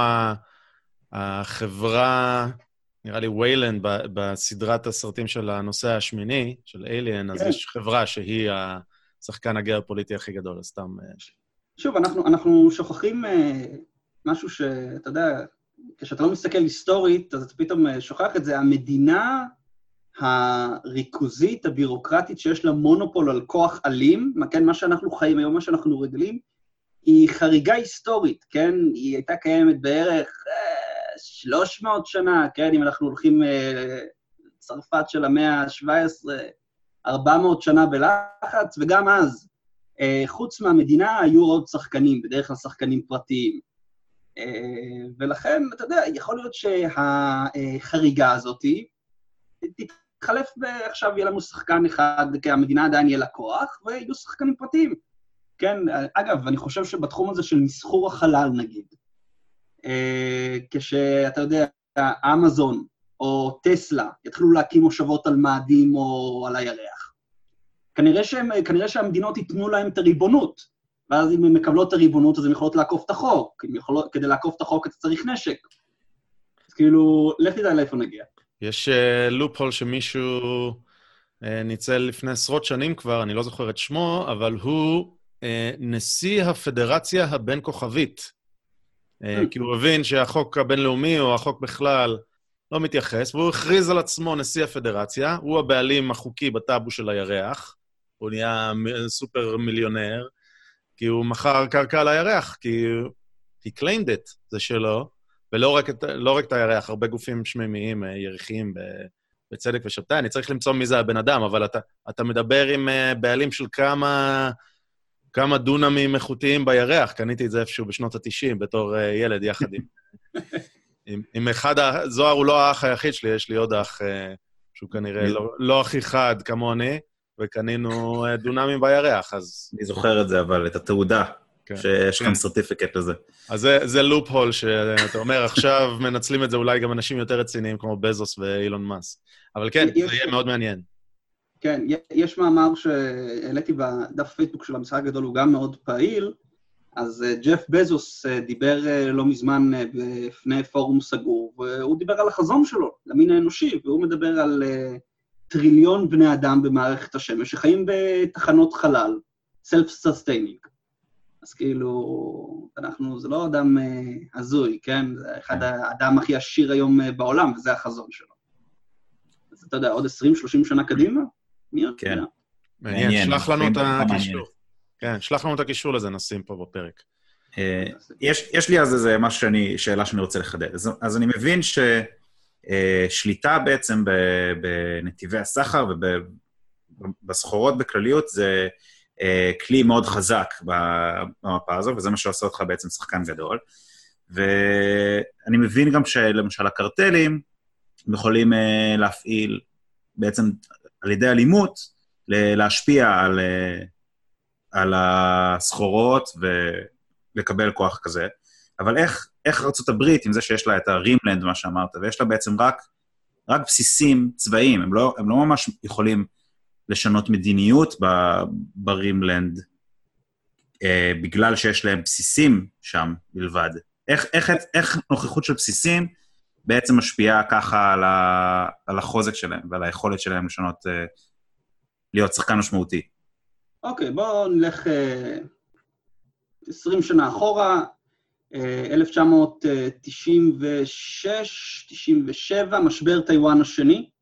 החברה, נראה לי ויילנד, בסדרת הסרטים של הנושא השמיני, של אליאן, אז יש חברה שהיא השחקן הגיאופוליטי הכי גדול, אז סתם... שוב, אנחנו שוכחים משהו שאתה יודע, כשאתה לא מסתכל היסטורית, אז אתה פתאום שוכח את זה, המדינה הריכוזית, הבירוקרטית, שיש לה מונופול על כוח אלים, כן, מה שאנחנו חיים היום, מה שאנחנו רגילים, היא חריגה היסטורית, כן? היא הייתה קיימת בערך 300 שנה, כן? אם אנחנו הולכים לצרפת של המאה ה-17, 400 שנה בלחץ, וגם אז, חוץ מהמדינה, היו עוד שחקנים, בדרך כלל שחקנים פרטיים. ולכן, אתה יודע, יכול להיות שהחריגה הזאת תתחלף עכשיו, יהיה לנו שחקן אחד, כי המדינה עדיין יהיה לה כוח, ויהיו שחקנים פרטיים. כן, אגב, אני חושב שבתחום הזה של מסחור החלל, נגיד, כשאתה יודע, אמזון או טסלה יתחילו להקים מושבות על מאדים או על הירח. כנראה שהמדינות ייתנו להם את הריבונות, ואז אם הן מקבלות את הריבונות, אז הן יכולות לעקוף את החוק. כדי לעקוף את החוק אתה צריך נשק. אז כאילו, לך תדע לאיפה נגיע. יש לופ-הול שמישהו ניצל לפני עשרות שנים כבר, אני לא זוכר את שמו, אבל הוא נשיא הפדרציה הבין כוכבית. כי הוא הבין שהחוק הבינלאומי או החוק בכלל לא מתייחס, והוא הכריז על עצמו נשיא הפדרציה, הוא הבעלים החוקי בטאבו של הירח, הוא נהיה סופר מיליונר, כי הוא מכר קרקע על הירח, כי he claimed it, זה שלו, ולא רק את הירח, הרבה גופים שמימיים, ירחיים בצדק ושבתאי, אני צריך למצוא מי זה הבן אדם, אבל אתה מדבר עם בעלים של כמה דונמים איכותיים בירח, קניתי את זה איפשהו בשנות ה-90, בתור ילד יחד עם אחד, זוהר הוא לא האח היחיד שלי, יש לי עוד אח שהוא כנראה לא הכי חד כמוני, וקנינו דונמים בירח, אז... אני זוכר את זה, אבל את התעודה, שיש לכם סרטיפיקט לזה. אז זה לופ-הול שאתה אומר, עכשיו מנצלים את זה אולי גם אנשים יותר רציניים, כמו בזוס ואילון מאסק. אבל כן, זה יהיה מאוד מעניין. כן, יש מאמר שהעליתי בדף פייסבוק של המשחק הגדול, הוא גם מאוד פעיל, אז ג'ף בזוס דיבר לא מזמן בפני פורום סגור, והוא דיבר על החזון שלו, למין האנושי, והוא מדבר על טריליון בני אדם במערכת השמש, שחיים בתחנות חלל, self-sustaining. אז כאילו, זה לא אדם הזוי, כן? זה אחד האדם הכי עשיר היום בעולם, וזה החזון שלו. אז אתה יודע, עוד 20-30 שנה קדימה? מי יודע? כן. מעניין, שלח לנו את הקישור. כן, שלח לנו את הקישור לזה, נשים פה בפרק. יש לי אז איזה שאלה שאני רוצה לחדד. אז אני מבין ששליטה בעצם בנתיבי הסחר ובסחורות בכלליות זה כלי מאוד חזק במפה הזו, וזה מה שעושה אותך בעצם שחקן גדול. ואני מבין גם שלמשל הקרטלים יכולים להפעיל בעצם על ידי אלימות, להשפיע על הסחורות ולקבל כוח כזה. אבל איך ארצות הברית, עם זה שיש לה את הרימלנד, מה שאמרת, ויש לה בעצם רק בסיסים צבאיים, הם לא ממש יכולים לשנות מדיניות ברימלנד, בגלל שיש להם בסיסים שם בלבד. איך נוכחות של בסיסים בעצם משפיעה ככה על החוזק שלהם, ועל היכולת שלהם לשנות, להיות שחקן משמעותי? אוקיי, בואו נלך 20 שנה אחורה, 1996, 97, משבר טיואן השני.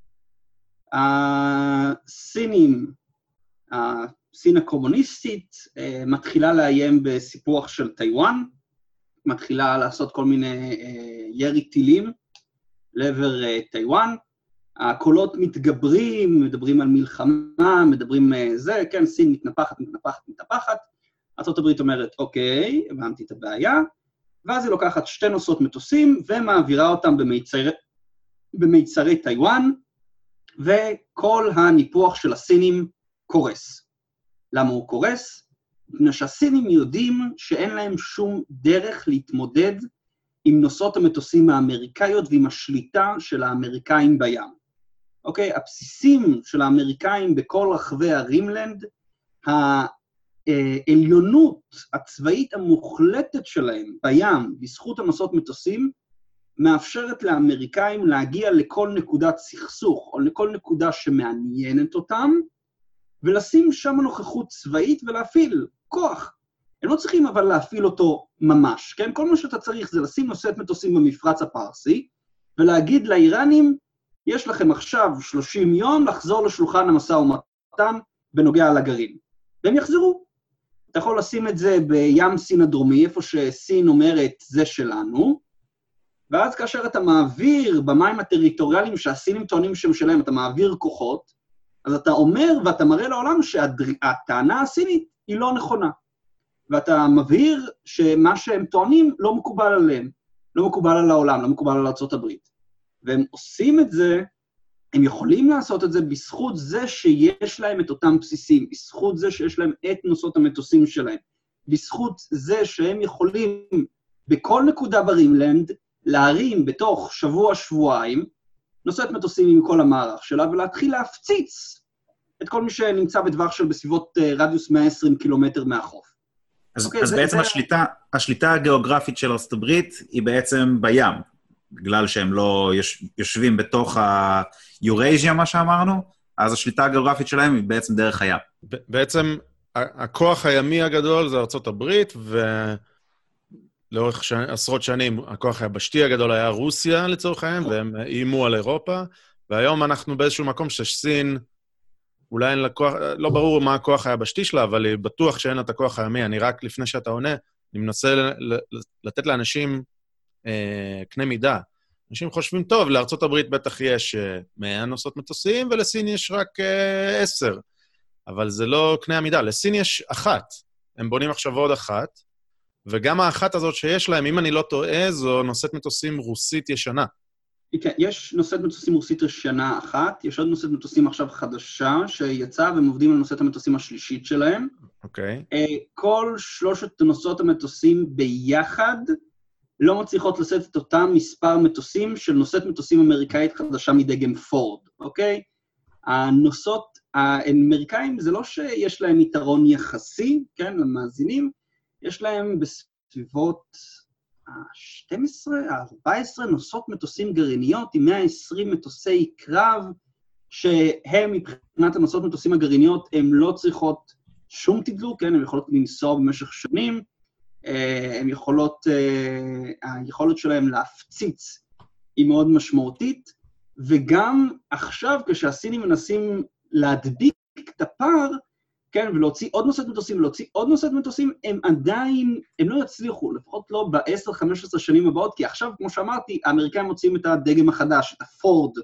הסין הקומוניסטית מתחילה לאיים בסיפוח של טיואן, מתחילה לעשות כל מיני ירי טילים לעבר טיואן, הקולות מתגברים, מדברים על מלחמה, מדברים זה, כן, סין מתנפחת, ארצות הברית אומרת, אוקיי, הבנתי את הבעיה, ואז היא לוקחת 2 נוסעות מטוסים, ומעבירה אותם במיצרי טיואן, וכל הניפוח של הסינים קורס. למה הוא קורס? מפני שהסינים יודעים שאין להם שום דרך להתמודד עם נוסעות המטוסים האמריקאיות ועם השליטה של האמריקאים בים. אוקיי? הבסיסים של האמריקאים בכל רחבי הרימלנד, העליונות הצבאית המוחלטת שלהם בים, בזכות הנוסעות מטוסים, מאפשרת לאמריקאים להגיע לכל נקודת סכסוך, או לכל נקודה שמעניינת אותם, ולשים שם נוכחות צבאית ולהפעיל כוח. הם לא צריכים אבל להפעיל אותו ממש, כן? כל מה שאתה צריך זה לשים נושאת מטוסים במפרץ הפרסי, ולהגיד לאיראנים, יש לכם עכשיו 30 יום לחזור לשולחן המשא ומתן בנוגע לגרעין. והם יחזרו. אתה יכול לשים את זה בים סין הדרומי, איפה שסין אומרת זה שלנו, ואז כאשר אתה מעביר במים הטריטוריאליים שהסינים טוענים שהם שלהם, אתה מעביר כוחות, אז אתה אומר ואתה מראה לעולם שהטענה הסינית היא לא נכונה. ואתה מבהיר שמה שהם טוענים לא מקובל עליהם, לא מקובל על העולם, לא מקובל על ארצות הברית. והם עושים את זה, הם יכולים לעשות את זה בזכות זה שיש להם את אותם בסיסים, בזכות זה שיש להם את נוסעות המטוסים שלהם, בזכות זה שהם יכולים בכל נקודה ברימלנד להרים בתוך שבוע-שבועיים נושאת מטוסים עם כל המערך שלה, ולהתחיל להפציץ את כל מי שנמצא בטווח של בסביבות רדיוס 120 קילומטר מהחוף. אז בעצם השליטה הגיאוגרפית של ארצות הברית היא בעצם בים, בגלל שהם לא יושבים בתוך היורייזיה, מה שאמרנו, אז השליטה הגיאוגרפית שלהם היא בעצם דרך הים. בעצם הכוח הימי הגדול זה ארצות הברית, ולאורך עשרות שנים הכוח היבשתי הגדול היה רוסיה לצורך העניין, והם איימו על אירופה, והיום אנחנו באיזשהו מקום שסין, אולי אין לה כוח, לא ברור מה הכוח היבשתי שלה, אבל היא בטוח שאין לה את הכוח הימי. אני רק לפני שאתה עונה, אני מנסה לתת לאנשים קנה מידה. אנשים חושבים, טוב, לארצות הברית בטח יש 100 נוסעות מטוסים, ולסין יש רק 10. אבל זה לא קנה המידה. לסין יש 1. הם בונים עכשיו עוד 1, וגם האחת הזאת שיש להם, אם אני לא טועה, זו נוסעת מטוסים רוסית ישנה. כן, יש נושאת מטוסים רוסית ישנה אחת, יש עוד נושאת מטוסים עכשיו חדשה שיצאה, והם עובדים על נושאת המטוסים השלישית שלהם. אוקיי. כל שלושת נושאות המטוסים ביחד לא מצליחות לשאת את אותם מספר מטוסים של נושאת מטוסים אמריקאית חדשה מדגם פורד, אוקיי? הנושאות האמריקאים זה לא שיש להם יתרון יחסי, כן, למאזינים, יש להם בסביבות ה-12, ה-14 נושאות מטוסים גרעיניות עם 120 מטוסי קרב, שהם מבחינת הנושאות מטוסים הגרעיניות, הן לא צריכות שום תדלוק, כן, הן יכולות לנסוע במשך שנים, הן יכולות, היכולת שלהן להפציץ היא מאוד משמעותית, וגם עכשיו כשהסינים מנסים להדביק את הפער, כן, ולהוציא עוד נושאת מטוסים, ולהוציא עוד נושאת מטוסים, הם עדיין, הם לא יצליחו, לפחות לא ב-10-15 שנים הבאות, כי עכשיו, כמו שאמרתי, האמריקאים מוצאים את הדגם החדש, את הפורד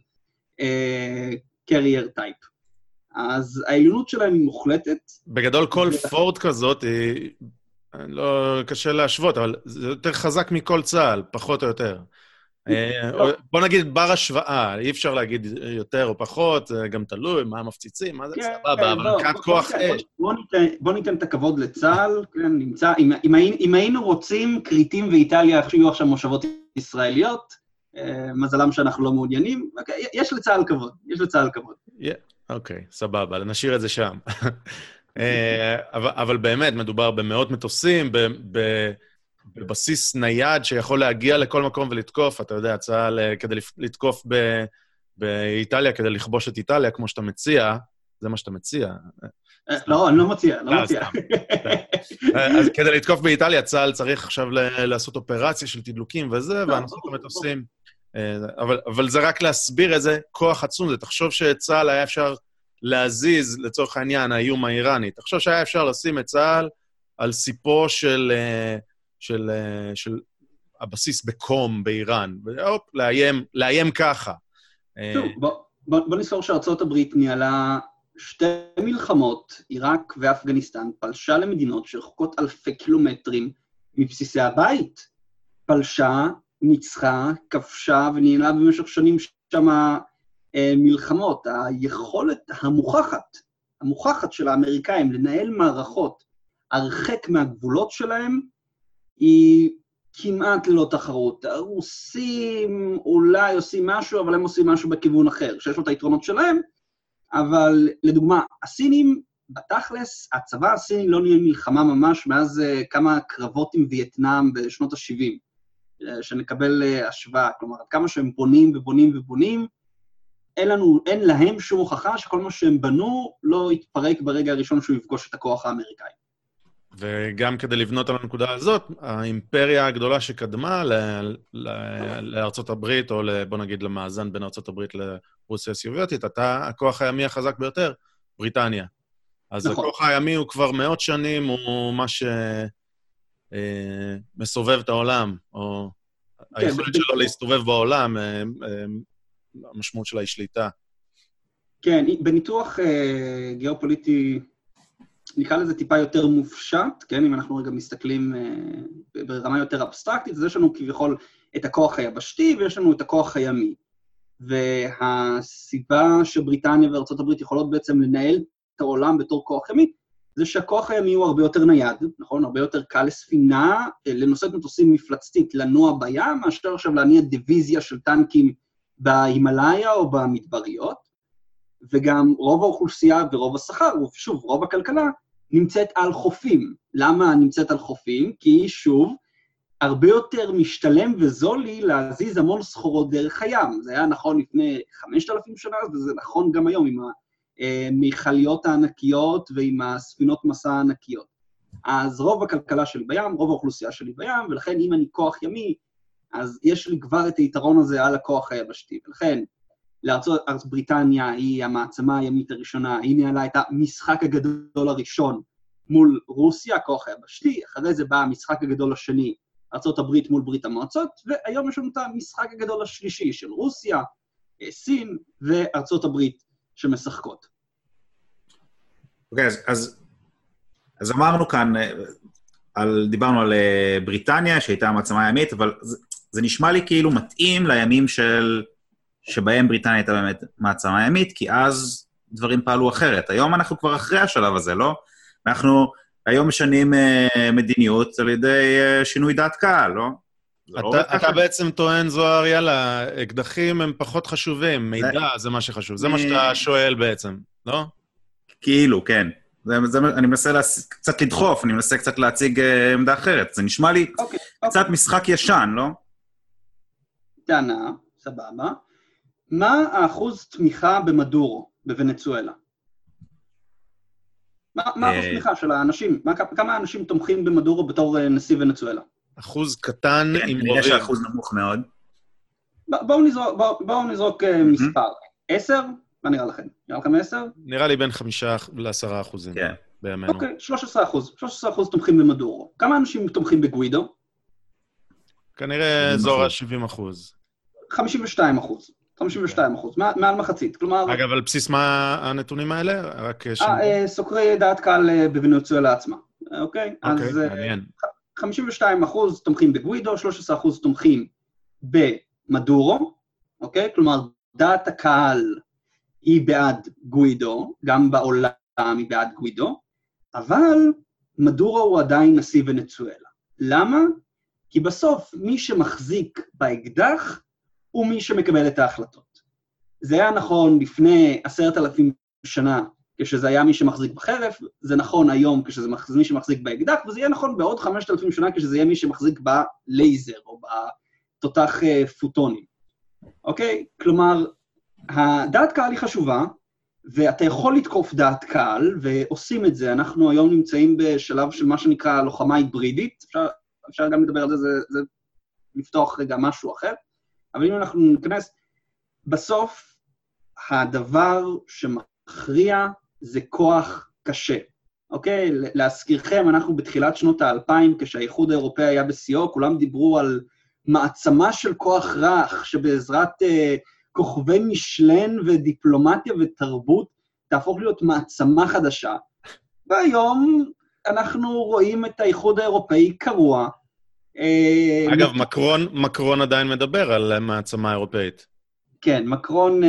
קרייר טייפ. אז העליונות שלהם היא מוחלטת. בגדול כל פורד כזאת היא, לא קשה להשוות, אבל זה יותר חזק מכל צהל, פחות או יותר. בוא נגיד בר השוואה, אי אפשר להגיד יותר או פחות, זה גם תלוי, מה מפציצים, מה זה סבבה, אבל מבחינת כוח אש. בוא ניתן את הכבוד לצה"ל, נמצא, אם היינו רוצים קריטים ואיטליה, יהיו עכשיו מושבות ישראליות, מזלם שאנחנו לא מעוניינים, יש לצה"ל כבוד, יש לצה"ל כבוד. אוקיי, סבבה, נשאיר את זה שם. אבל באמת, מדובר במאות מטוסים, בבסיס נייד שיכול להגיע לכל מקום ולתקוף, אתה יודע, צה"ל כדי לתקוף באיטליה, כדי לכבוש את איטליה, כמו שאתה מציע, זה מה שאתה מציע. לא, אני לא מציע, לא מציע. אז כדי לתקוף באיטליה, צה"ל צריך עכשיו לעשות אופרציה של תדלוקים וזה, והנוסעות המטוסים. אבל זה רק להסביר איזה כוח עצום, זה תחשוב שצה"ל היה אפשר להזיז, לצורך העניין, האיום האיראני. תחשוב שהיה אפשר לשים את צה"ל על סיפו של הבסיס בקום באיראן, והופ, לאיים ככה. בוא נספור שארצות הברית ניהלה 2 מלחמות, עיראק ואפגניסטן, פלשה למדינות שרחוקות אלפי קילומטרים מבסיסי הבית. פלשה, ניצחה, כבשה וניהלה במשך שנים שמה מלחמות. היכולת המוכחת של האמריקאים לנהל מערכות הרחק מהגבולות שלהם, היא כמעט ללא תחרות. הרוסים אולי עושים משהו, אבל הם עושים משהו בכיוון אחר, שיש לו את היתרונות שלהם, אבל לדוגמה, הסינים, בתכלס, הצבא הסיני לא ניהל מלחמה ממש מאז כמה קרבות עם וייטנאם בשנות ה-70, שנקבל השוואה, כלומר, עד כמה שהם בונים ובונים ובונים, אין להם שום הוכחה שכל מה שהם בנו לא יתפרק ברגע הראשון שהוא יפגוש את הכוח האמריקאי. וגם כדי לבנות על הנקודה הזאת, האימפריה הגדולה שקדמה לארצות הברית, או בוא נגיד למאזן בין ארצות הברית לרוסיה הסובייטית, אתה הכוח הימי החזק ביותר, בריטניה. אז נכון. הכוח הימי הוא כבר מאות שנים, הוא מה שמסובב את העולם, או כן, היכולת שלו להסתובב בעולם, המשמעות שלה היא שליטה. כן, בניתוח גיאופוליטי, נקרא לזה טיפה יותר מופשט, כן, אם אנחנו רגע מסתכלים ברמה יותר אבסטרקטית, אז יש לנו כביכול את הכוח היבשתי, ויש לנו את הכוח הימי. והסיבה שבריטניה וארצות הברית יכולות בעצם לנהל את העולם בתור כוח ימי, זה שהכוח הימי הוא הרבה יותר נייד, נכון? הרבה יותר קל לספינה, לנושאת מטוסים מפלצתית, לנוע בים, מאשר עכשיו להניע דיוויזיה של טנקים בהימלאיה או במדבריות, וגם רוב האוכלוסייה ורוב השכר, ושוב, רוב הכלכלה, נמצאת על חופים. למה נמצאת על חופים? כי שוב, הרבה יותר משתלם וזול לי להזיז המון סחורות דרך הים. זה היה נכון לפני 5,000 שנה, וזה נכון גם היום עם המכליות הענקיות ועם הספינות מסע הענקיות. אז רוב הכלכלה שלי בים, רוב האוכלוסייה שלי בים, ולכן אם אני כוח ימי, אז יש לי כבר את היתרון הזה על הכוח היבשתי. ולכן, לארצות בריטניה היא המעצמה הימית הראשונה, היא ניהלה את המשחק הגדול הראשון מול רוסיה, הכוח היבשתי, אחרי זה בא המשחק הגדול השני, ארצות הברית מול ברית המועצות, והיום יש לנו את המשחק הגדול השלישי של רוסיה, סין וארצות הברית שמשחקות. אוקיי, אז אמרנו כאן, דיברנו על בריטניה, שהייתה המעצמה הימית, אבל זה נשמע לי כאילו מתאים לימים שבהם בריטניה הייתה באמת מעצמה ימית, כי אז דברים פעלו אחרת. היום אנחנו כבר אחרי השלב הזה, לא? אנחנו היום משנים מדיניות על ידי שינוי דעת קהל, לא? אתה בעצם טוען, זוהר, יאללה, אקדחים הם פחות חשובים, מידע זה מה שחשוב. זה מה שאתה שואל בעצם, לא? כאילו, כן. אני מנסה קצת לדחוף, אני מנסה קצת להציג עמדה אחרת. זה נשמע לי קצת משחק ישן, לא? טענה, סבבה. מה האחוז תמיכה במדורו, בוונצואלה? מה אחוז תמיכה של האנשים? כמה אנשים תומכים במדורו בתור נשיא ונצואלה? אחוז קטן עם רובים. יש אחוז נמוך מאוד. בואו נזרוק מספר. 10? מה נראה לכם? נראה לכם 10? נראה לי בין 5 ל10%. כן. בימינו. אוקיי, 13%. 13% תומכים במדורו. כמה אנשים תומכים בגווידו? כנראה זורה 70%. 52%. 52%, מעל מחצית. כלומר... אגב, על בסיס מה הנתונים האלה? רק סוקרי דעת קהל בוונצואלה עצמה. אוקיי? אוקיי, מעניין. 52% תומכים בגווידו, 13% תומכים במדורו, אוקיי? כלומר, דעת הקהל היא בעד גווידו, גם בעולם היא בעד גווידו, אבל מדורו הוא עדיין נשיא ונצואלה. למה? כי בסוף מי שמחזיק באקדח הוא מי שמקבל את ההחלטות. זה היה נכון לפני 10,000 שנה, כשזה היה מי שמחזיק בחרב, זה נכון היום כשזה מי שמחזיק באקדח, וזה יהיה נכון בעוד 5,000 שנה כשזה יהיה מי שמחזיק בלייזר או בתותח פוטונים. אוקיי? כלומר, הדעת קהל היא חשובה, ואתה יכול לתקוף דעת קהל, ועושים את זה. אנחנו היום נמצאים בשלב של מה שנקרא לוחמה היברידית, אפשר גם לדבר על זה, זה לפתוח רגע משהו אחר, אבל אם אנחנו ניכנס, בסוף הדבר שמכריע זה כוח קשה. אוקיי? להזכירכם, אנחנו בתחילת שנות ה-2000, כשהאיחוד האירופאי היה בשיאו, כולם דיברו על מעצמה של כוח רך, שבעזרת כוכבי משלן ודיפלומטיה ותרבות, תהפוך להיות מעצמה חדשה. והיום אנחנו רואים את האיחוד האירופאי קרוע. אגב, מקרון עדיין מדבר על מעצמה אירופאית. כן, מקרון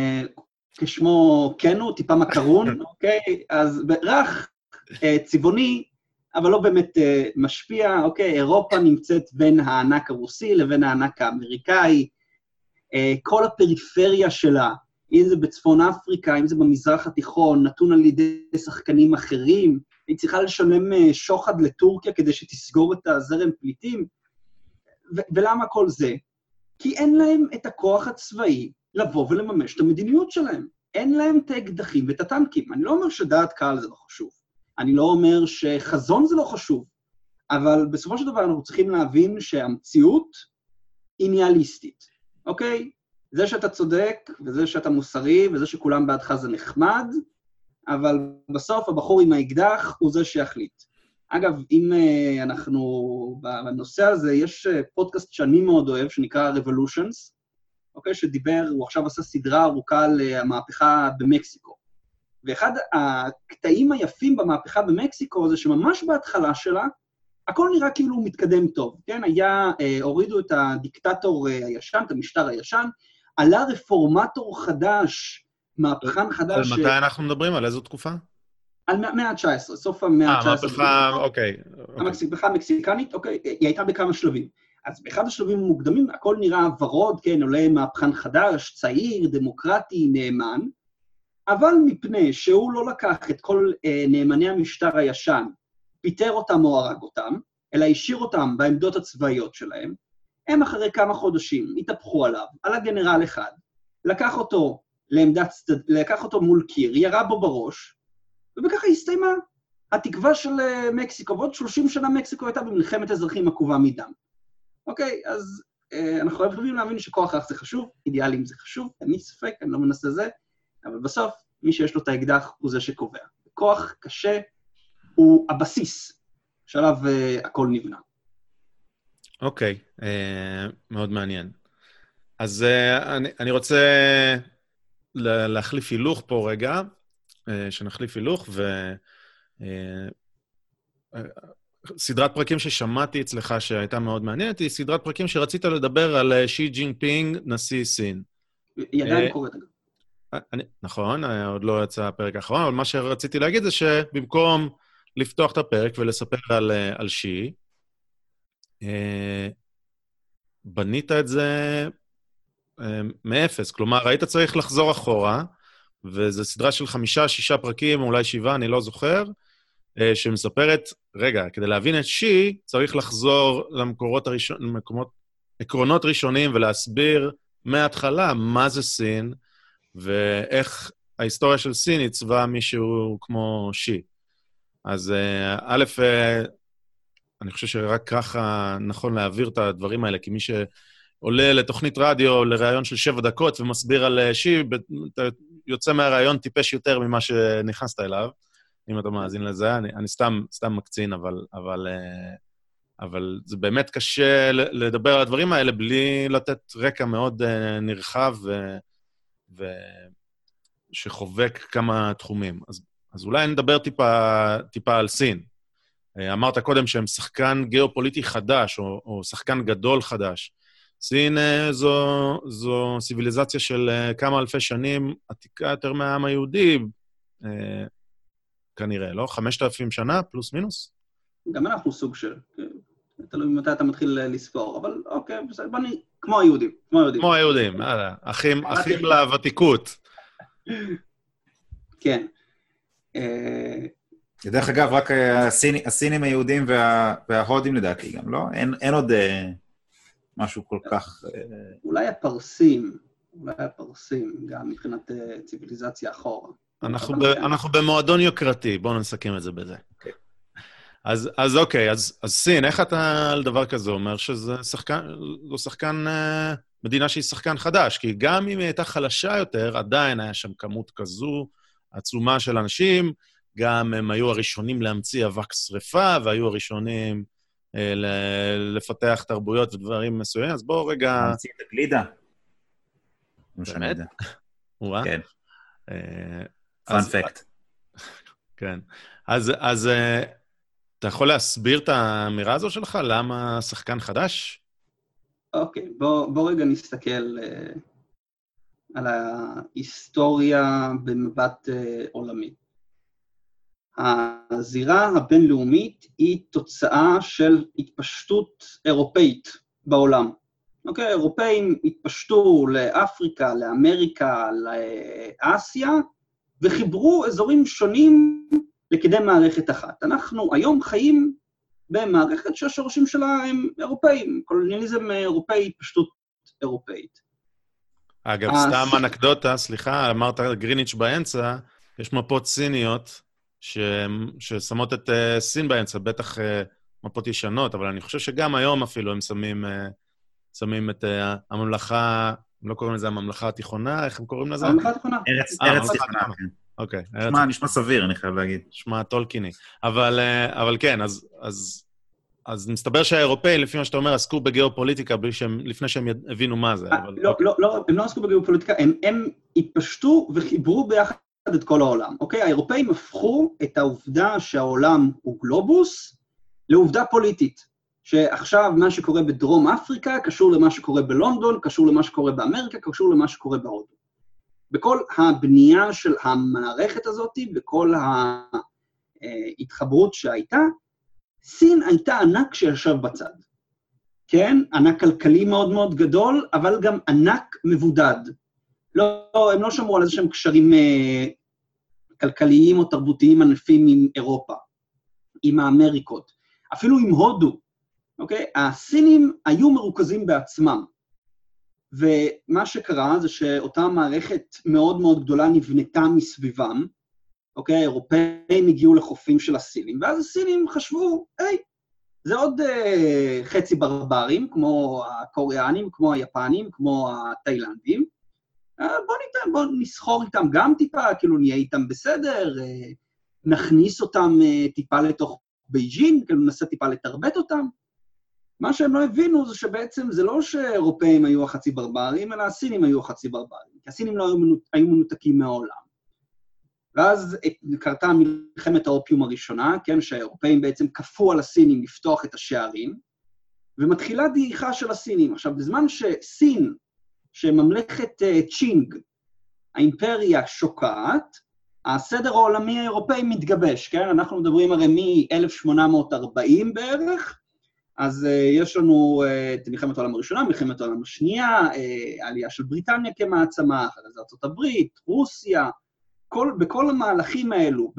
כשמו כן הוא, טיפה מקרון, אוקיי? אז רך, צבעוני, אבל לא באמת משפיע, אוקיי? אירופה נמצאת בין הענק הרוסי לבין הענק האמריקאי, כל הפריפריה שלה, אם זה בצפון אפריקה, אם זה במזרח התיכון, נתון על ידי שחקנים אחרים, היא צריכה לשלם שוחד לטורקיה כדי שתסגור את הזרם פליטים, ולמה כל זה? כי אין להם את הכוח הצבאי לבוא ולממש את המדיניות שלהם. אין להם את האקדחים ואת הטנקים. אני לא אומר שדעת קהל זה לא חשוב. אני לא אומר שחזון זה לא חשוב. אבל בסופו של דבר אנחנו צריכים להבין שהמציאות היא ניאליסטית. אוקיי? זה שאתה צודק, וזה שאתה מוסרי, וזה שכולם בעדך זה נחמד, אבל בסוף הבחור עם האקדח הוא זה שיחליט. אגב, אם אנחנו, בנושא הזה, יש פודקאסט שאני מאוד אוהב, שנקרא Revolutions, אוקיי? שדיבר, הוא עכשיו עשה סדרה ארוכה על המהפכה במקסיקו. ואחד הקטעים היפים במהפכה במקסיקו זה שממש בהתחלה שלה, הכל נראה כאילו הוא מתקדם טוב, כן? הורידו את הדיקטטור הישן, את המשטר הישן, עלה רפורמטור חדש, מהפכן חדש... על מתי אנחנו מדברים? על איזו תקופה? על המאה ה-19, סוף המאה ה-19. מהפכה, אוקיי. המהפכה המקסיקנית, אוקיי, היא הייתה בכמה שלבים. אז באחד השלבים המוקדמים, הכל נראה ורוד, כן, עולה מהפכן חדש, צעיר, דמוקרטי, נאמן, אבל מפני שהוא לא לקח את כל נאמני המשטר הישן, פיטר אותם או הרג אותם, אלא השאיר אותם בעמדות הצבאיות שלהם, הם אחרי כמה חודשים התהפכו עליו, על הגנרל אחד, לקח אותו מול קיר, ירה בו בראש, ובככה הסתיימה התקווה של מקסיקו, ועוד 30 שנה מקסיקו הייתה במלחמת אזרחים עקובה מדם. אוקיי, אז אנחנו חייבים להבין שכוח רך זה חשוב, אידיאלים זה חשוב, אין לי ספק, אני לא מנסה זה, אבל בסוף מי שיש לו את האקדח הוא זה שקובע. כוח קשה הוא הבסיס שעליו הכל נבנה. אוקיי, מאוד מעניין. אז אני רוצה להחליף הילוך פה רגע, שנחליף הילוך, סדרת פרקים ששמעתי אצלך שהייתה מאוד מעניינת, היא סדרת פרקים שרצית לדבר על שי ג'ינפינג, נשיא סין. ידיים קוראת אגב. נכון, עוד לא יצא הפרק האחרון, אבל מה שרציתי להגיד זה שבמקום לפתוח את הפרק ולספר על שי, בנית את זה מאפס. כלומר, היית צריך לחזור אחורה, וזו סדרה של 5-6 פרקים, אולי 7, אני לא זוכר, שמספרת, רגע, כדי להבין את שי, צריך לחזור עקרונות ראשונים ולהסביר מההתחלה מה זה סין, ואיך ההיסטוריה של סין עיצבה מישהו כמו שי. אז א', אני חושב שרק ככה נכון להעביר את הדברים האלה, כי מי שעולה לתוכנית רדיו, לראיון של 7 דקות, ומסביר על שי, יוצא מהראיון טיפש יותר ממה שנכנסת אליו, אם אתה מאזין לזה. אני סתם מקצין, אבל זה באמת קשה לדבר על הדברים האלה, בלי לתת רקע מאוד נרחב, שחובק כמה תחומים. אז אולי נדבר טיפה על סין. אמרת קודם שהם שחקן גיאופוליטי חדש, או שחקן גדול חדש. סין זו סיביליזציה של כמה אלפי שנים, עתיקה יותר מהעם היהודי, כנראה, לא? 5,000 שנה, פלוס מינוס? גם אנחנו סוג של, תלוי מתי אתה מתחיל לספור, אבל אוקיי, בסדר, כמו היהודים. כמו היהודים, אחים לוותיקות. כן. דרך אגב, רק הסינים היהודים וההודים לדעתי גם, לא? אין עוד משהו כל כך... אולי הפרסים, גם מבחינת ציוויליזציה אחורה. אנחנו במועדון יוקרתי, בואו נסכם את זה בזה. אז אוקיי, אז סין, איך אתה על דבר כזה אומר שזה שחקן, מדינה שהיא שחקן חדש, כי גם אם היא הייתה חלשה יותר, עדיין היה שם כמות כזו עצומה של אנשים, גם הם היו הראשונים להמציא אבק שריפה, והיו הראשונים לפתח תרבויות ודברים מסוימים, אז בואו רגע... להמציא את הגלידה. באמת? כן. פאנ פקט. כן. אז אתה יכול להסביר את האמירה הזו שלך? למה שחקן חדש? אוקיי, בוא רגע נסתכל על ההיסטוריה במבט עולמי. הזירה הבינלאומית היא תוצאה של התפשטות אירופאית בעולם. אוקיי, אירופאים התפשטו לאפריקה, לאמריקה, לאסיה, וחיברו אזורים שונים לכדי מערכת אחת. אנחנו היום חיים במערכת שהשורשים שלה הם אירופאים, קולוניאליזם אירופאי, התפשטות אירופאית. אגב, סתם אנקדוטה, סליחה, אמרת גריניץ' באמצע, יש מפות סיניות ששמות את סין באמצע, בטח מפות ישנות, אבל אני חושב שגם היום אפילו הם שמים את הממלכה, לא קוראים לזה הממלכה התיכונה, איך הם קוראים לזה? הממלכה התיכונה. ארץ תיכונה, כן. אוקיי. נשמע סביר, אני חייב להגיד. נשמע טולקיני. אבל כן, אז מסתבר שהאירופאים, לפי מה שאתה אומר, עסקו בגיאופוליטיקה לפני שהם הבינו מה זה. לא, הם לא עסקו בגיאופוליטיקה, הם התפשטו וחיברו ביחד את כל העולם. אוקיי? האירופאים הפכו את העובדה שהעולם הוא גלובוס לעובדה פוליטית. שעכשיו מה שקורה בדרום אפריקה קשור למה שקורה בלונדון, קשור למה שקורה באמריקה, קשור למה שקורה בהודו. בכל הבנייה של המערכת הזאת, בכל ההתחברות שהייתה, סין הייתה ענק שישב בצד. כן, ענק כלכלי מאוד מאוד גדול, אבל גם ענק מבודד. לא, הם לא שמרו על איזה שהם קשרים כלכליים או תרבותיים ענפים עם אירופה, עם האמריקות, אפילו עם הודו, אוקיי? הסינים היו מרוכזים בעצמם, ומה שקרה זה שאותה מערכת מאוד מאוד גדולה נבנתה מסביבם, אוקיי? האירופאים הגיעו לחופים של הסינים, ואז הסינים חשבו, היי, זה עוד חצי ברברים, כמו הקוריאנים, כמו היפנים, כמו התאילנדים, בוא נסחור איתם גם טיפה, כאילו נהיה איתם בסדר, נכניס אותם טיפה לתוך בייג'ין, כאילו ננסה טיפה לתרבט אותם. מה שהם לא הבינו זה שבעצם זה לא שאירופאים היו החצי ברברים, אלא הסינים היו החצי ברברים, כי הסינים לא היו מנותקים מהעולם. ואז קרתה מלחמת האופיום הראשונה, כן, שהאירופאים בעצם כפו על הסינים לפתוח את השערים, ומתחילה דעיכה של הסינים. עכשיו, בזמן שסין, שממלכת צ'ינג, האימפריה שוקעת, הסדר העולמי האירופאי מתגבש, כן? אנחנו מדברים הרי מ-1840 בערך, אז יש לנו את מלחמת העולם הראשונה, מלחמת העולם השנייה, העלייה של בריטניה כמעצמה, אחרי זה ארצות הברית, רוסיה, בכל המהלכים האלו,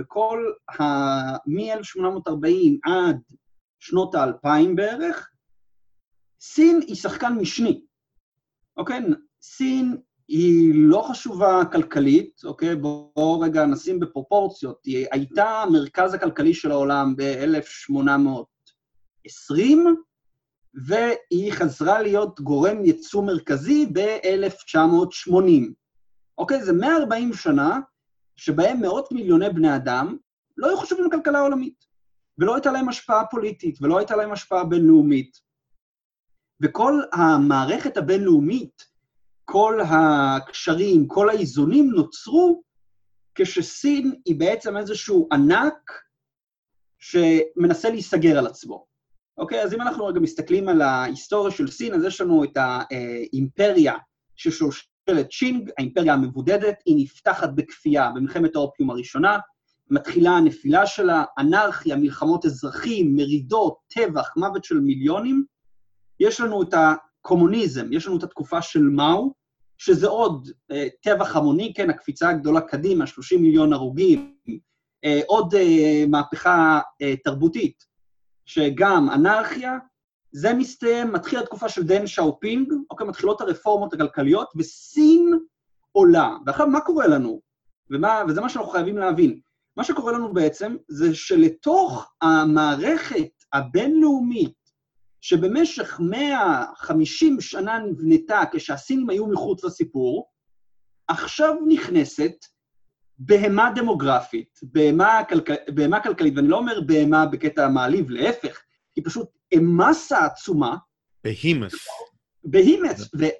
מ-1840 עד שנות ה-2000 בערך, סין היא שחקן משני. אוקיי? סין היא לא חשובה כלכלית, אוקיי? בואו רגע נשים בפרופורציות. היא הייתה המרכז הכלכלי של העולם ב-1820, והיא חזרה להיות גורם ייצוא מרכזי ב-1980. אוקיי? זה 140 שנה שבהם מאות מיליוני בני אדם לא היו חשובים לכלכלה העולמית, ולא הייתה להם השפעה פוליטית, ולא הייתה להם השפעה בינלאומית. וכל המערכת הבינלאומית, כל הקשרים, כל האיזונים נוצרו כשסין היא בעצם איזשהו ענק שמנסה להיסגר על עצמו. אוקיי, אז אם אנחנו רגע מסתכלים על ההיסטוריה של סין, אז יש לנו את האימפריה של שושלת צ'ינג, האימפריה המבודדת, היא נפתחת בכפייה במלחמת האופיום הראשונה, מתחילה הנפילה שלה, אנרכיה, מלחמות אזרחים, מרידות, טבח, מוות של מיליונים, יש לנו את הקומוניזם, יש לנו את התקופה של מאו, שזה עוד טבח המוני, כן, הקפיצה הגדולה קדימה, 30 מיליון הרוגים, עוד מהפכה תרבותית, שגם אנרכיה, זה מסתיים, מתחיל התקופה של דן שאופינג, אוקיי, מתחילות הרפורמות הכלכליות, וסין עולה. ואחר מה קורה לנו? וזה מה שאנחנו חייבים להבין. מה שקורה לנו בעצם, זה שלתוך המערכת הבינלאומית, שבמשך 150 שנה נבנתה כשהסינים היו מחוץ לסיפור, עכשיו נכנסת בהמה דמוגרפית, בהמה כלכלית, ואני לא אומר בהמה בקטע מעליב, להפך, היא פשוט מסה עצומה. בהימת,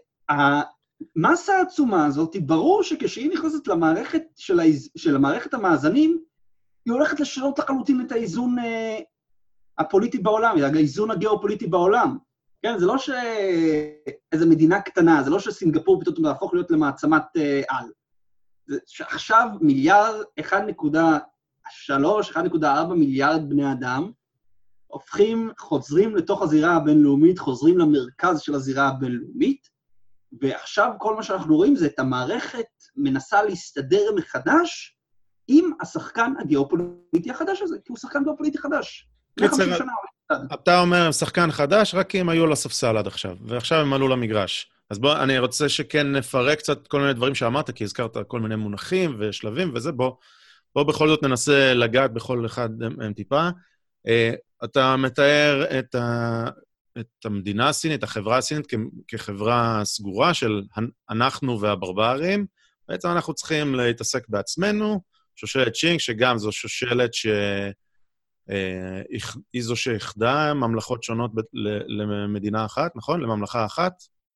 והמסה העצומה הזאת, ברור שכשהיא נכנסת למערכת של המערכת המאזנים, היא הולכת לשנות לחלוטין את האיזון הפוליטי בעולם, האיזון הגיאופוליטי בעולם. כן, זה לא שאיזו מדינה קטנה, זה לא שסינגפור פתאום תהפוך להיות למעצמת על. זה שעכשיו מיליארד, 1.3, 1.4 מיליארד בני אדם, חוזרים לתוך הזירה הבינלאומית, חוזרים למרכז של הזירה הבינלאומית, ועכשיו כל מה שאנחנו רואים זה את המערכת מנסה להסתדר מחדש עם השחקן הגיאופוליטי החדש הזה, כי הוא שחקן גיאופוליטי חדש. אתה אומר שחקן חדש, רק כי הם היו לספסל עד עכשיו, ועכשיו הם עלו למגרש. אז בוא, אני רוצה שכן נפרק קצת כל מיני דברים שאמרת, כי הזכרת כל מיני מונחים ושלבים, וזה בוא בכל זאת ננסה לגעת בכל אחד הם טיפה. אתה מתאר את המדינה הסינית, החברה הסינית, כחברה סגורה של אנחנו והברברים. בעצם אנחנו צריכים להתעסק בעצמנו, שושלת צ'ינג, שגם זו שושלת היא זו שהחדה ממלכות שונות למדינה אחת, נכון? לממלכה אחת?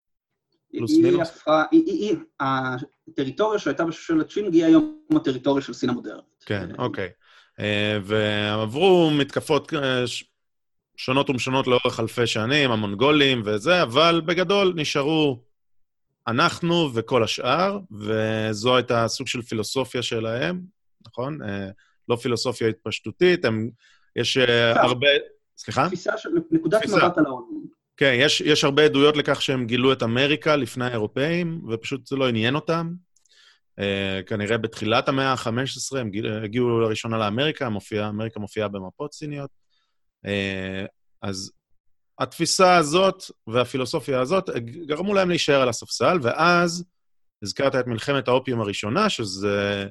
הטריטוריה שהייתה בשושלת צ'ינג היא היום הטריטוריה של סין המודרנית. כן, אוקיי. ועברו מתקפות שונות ומשונות לאורך אלפי שנים, המונגולים וזה, אבל בגדול נשארו אנחנו וכל השאר, וזו הייתה סוג של פילוסופיה שלהם, נכון? לא פילוסופיה התפשטותית, יש הרבה... סליחה? תפיסה של נקודת מבט על העולם. כן, יש הרבה עדויות לכך שהם גילו את אמריקה לפני האירופאים, ופשוט זה לא עניין אותם. כנראה בתחילת המאה ה-15 הם הגיעו לראשונה לאמריקה, אמריקה מופיעה במפות סיניות. אז התפיסה הזאת והפילוסופיה הזאת גרמו להם להישאר על הספסל, ואז הזכרת את מלחמת האופיום הראשונה, שזה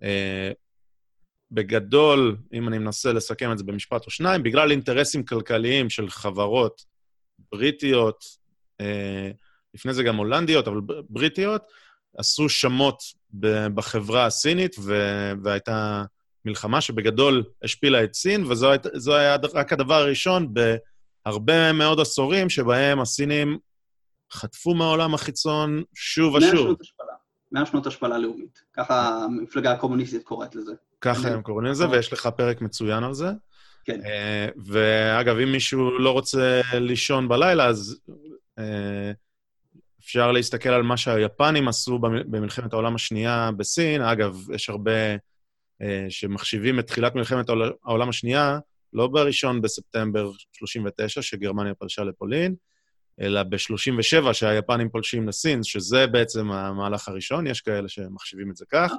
בגדול, אם אני מנסה לסכם את זה במשפט או שניים, בגלל אינטרסים כלכליים של חברות בריטיות, לפני זה גם הולנדיות, אבל בריטיות, עשו שמות בחברה הסינית, והייתה מלחמה שבגדול השפילה את סין, וזו היה רק הדבר הראשון בהרבה מאוד עשורים, שבהם הסינים חטפו מהעולם החיצון שוב ושוב. 100 שנות השפלה לאומית. ככה המפלגה הקומוניסטית קוראת לזה. ככה הם קוראים לזה, ויש לך פרק מצוין על זה. כן. ואגב, אם מישהו לא רוצה לישון בלילה, אז אפשר להסתכל על מה שהיפנים עשו במלחמת העולם השנייה בסין. אגב, יש הרבה שמחשיבים את תחילת מלחמת העולם השנייה, לא בראשון בספטמבר 39, שגרמניה פלשה לפולין, אלא ב-37 שהיפנים פולשים לסין, שזה בעצם המהלך הראשון, יש כאלה שמחשיבים את זה כך.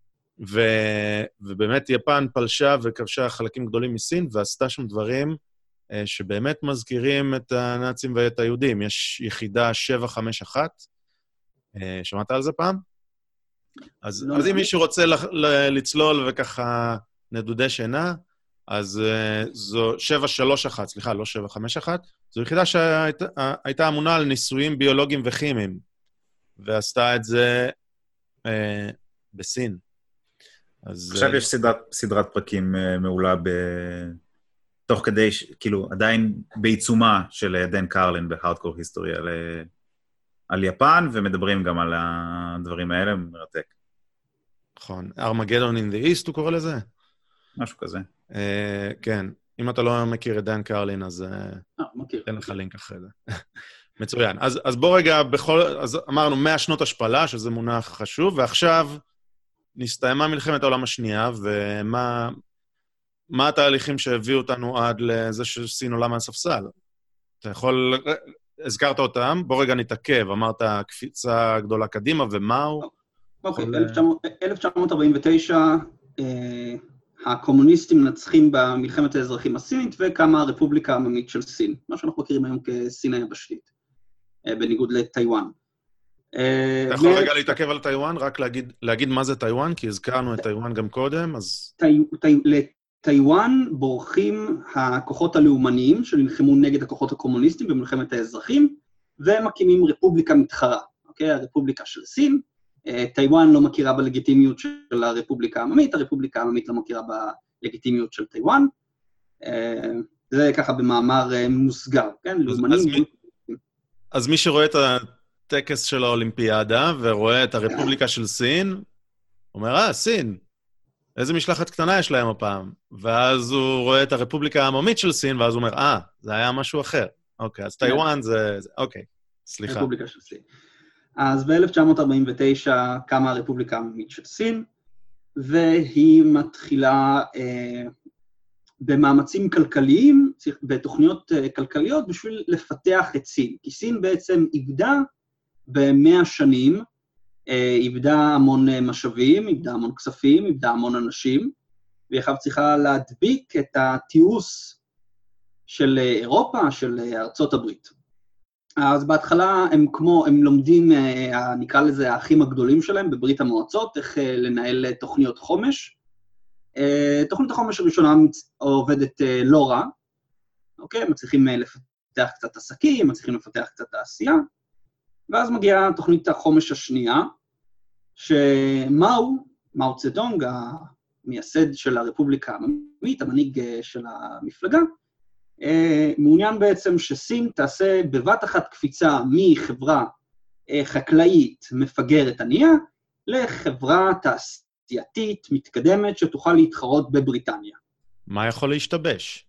ובאמת יפן פלשה וכבשה חלקים גדולים מסין, ועשתה שם דברים שבאמת מזכירים את הנאצים ואת היהודים. יש יחידה 751, שמעת על זה פעם? אז אם מישהו רוצה לצלול וככה נדודי שינה, אז זו 731, סליחה, לא 751, זו יחידה שהייתה אמונה על ניסויים ביולוגיים וכימיים, ועשתה את זה בסין. עכשיו יש סדרת פרקים מעולה תוך כדי, כאילו, עדיין בעיצומה של דן קרלין בהארדקור היסטורי על יפן, ומדברים גם על הדברים האלה, מרתק. נכון. ארמגדון in the East, הוא קורא לזה? משהו כזה. כן. אם אתה לא מכיר את דן קרלין, אז תן לך לינק אחרי זה. מצוין. אז בוא רגע, אז אמרנו 100 שנות השפלה, שזה מונח חשוב, ועכשיו נסתיימה מלחמת העולם השנייה, ומה התהליכים שהביאו אותנו עד לזה שסין עולה מהספסל? אתה יכול, הזכרת אותם, בוא רגע נתעכב, אמרת קפיצה גדולה קדימה, ומהו? אוקיי, 1949, הקומוניסטים מנצחים במלחמת האזרחים הסינית, וקמה הרפובליקה העממית של סין, מה שאנחנו מכירים היום כסין היבשתית, בניגוד לטיואן. אתה יכול רגע להתעכב על טיואן, רק להגיד מה זה טיואן, כי הזכרנו את טיואן גם קודם, אז... לטיואן בורחים הכוחות הלאומניים, שנלחמו נגד הכוחות הקומוניסטים במלחמת האזרחים, ומקימים רפובליקה מתחרה, אוקיי? הרפובליקה של סין, טיואן לא מכירה בלגיטימיות של הרפובליקה העממית, הרפובליקה העממית לא מכירה בלגיטימיות של טיואן, זה ככה במאמר מוסגר, כן? לאומנים... אז מי שרואה את הטקס של האולימפיאדה, ורואה את הרפובליקה של סין, אומר, סין, איזה משלחת קטנה יש להם הפעם? ואז הוא רואה את הרפובליקה העממית של סין, ואז הוא אומר, זה היה משהו אחר. אוקיי, אז טיואן זה... אוקיי, סליחה. רפובליקה של סין. אז ב-1949 קמה הרפובליקה העממית של סין, והיא מתחילה במאמצים כלכליים, בתוכניות כלכליות, בשביל לפתח את סין. כי סין בעצם איבדה ב100 שנים, איבדה המון משאבים, איבדה המון כספים, איבדה המון אנשים, והיא צריכה להדביק את התיעוש של אירופה, של ארצות הברית. אז בהתחלה הם לומדים, נקרא לזה האחים הגדולים שלהם, בברית המועצות, איך לנהל תוכניות חומש. תוכנית החומש הראשונה עובדת לא רע, אוקיי? מצליחים לפתח קצת עסקים, מצליחים לפתח קצת תעשייה, ואז מגיעה תוכנית החומש השנייה, מאו צדונג, המייסד של הרפובליקה העממית, המנהיג של המפלגה, מעוניין בעצם שסין תעשה בבת אחת קפיצה מחברה חקלאית מפגרת ענייה, לחברה תעשייתית מתקדמת שתוכל להתחרות בבריטניה. מה יכול להשתבש?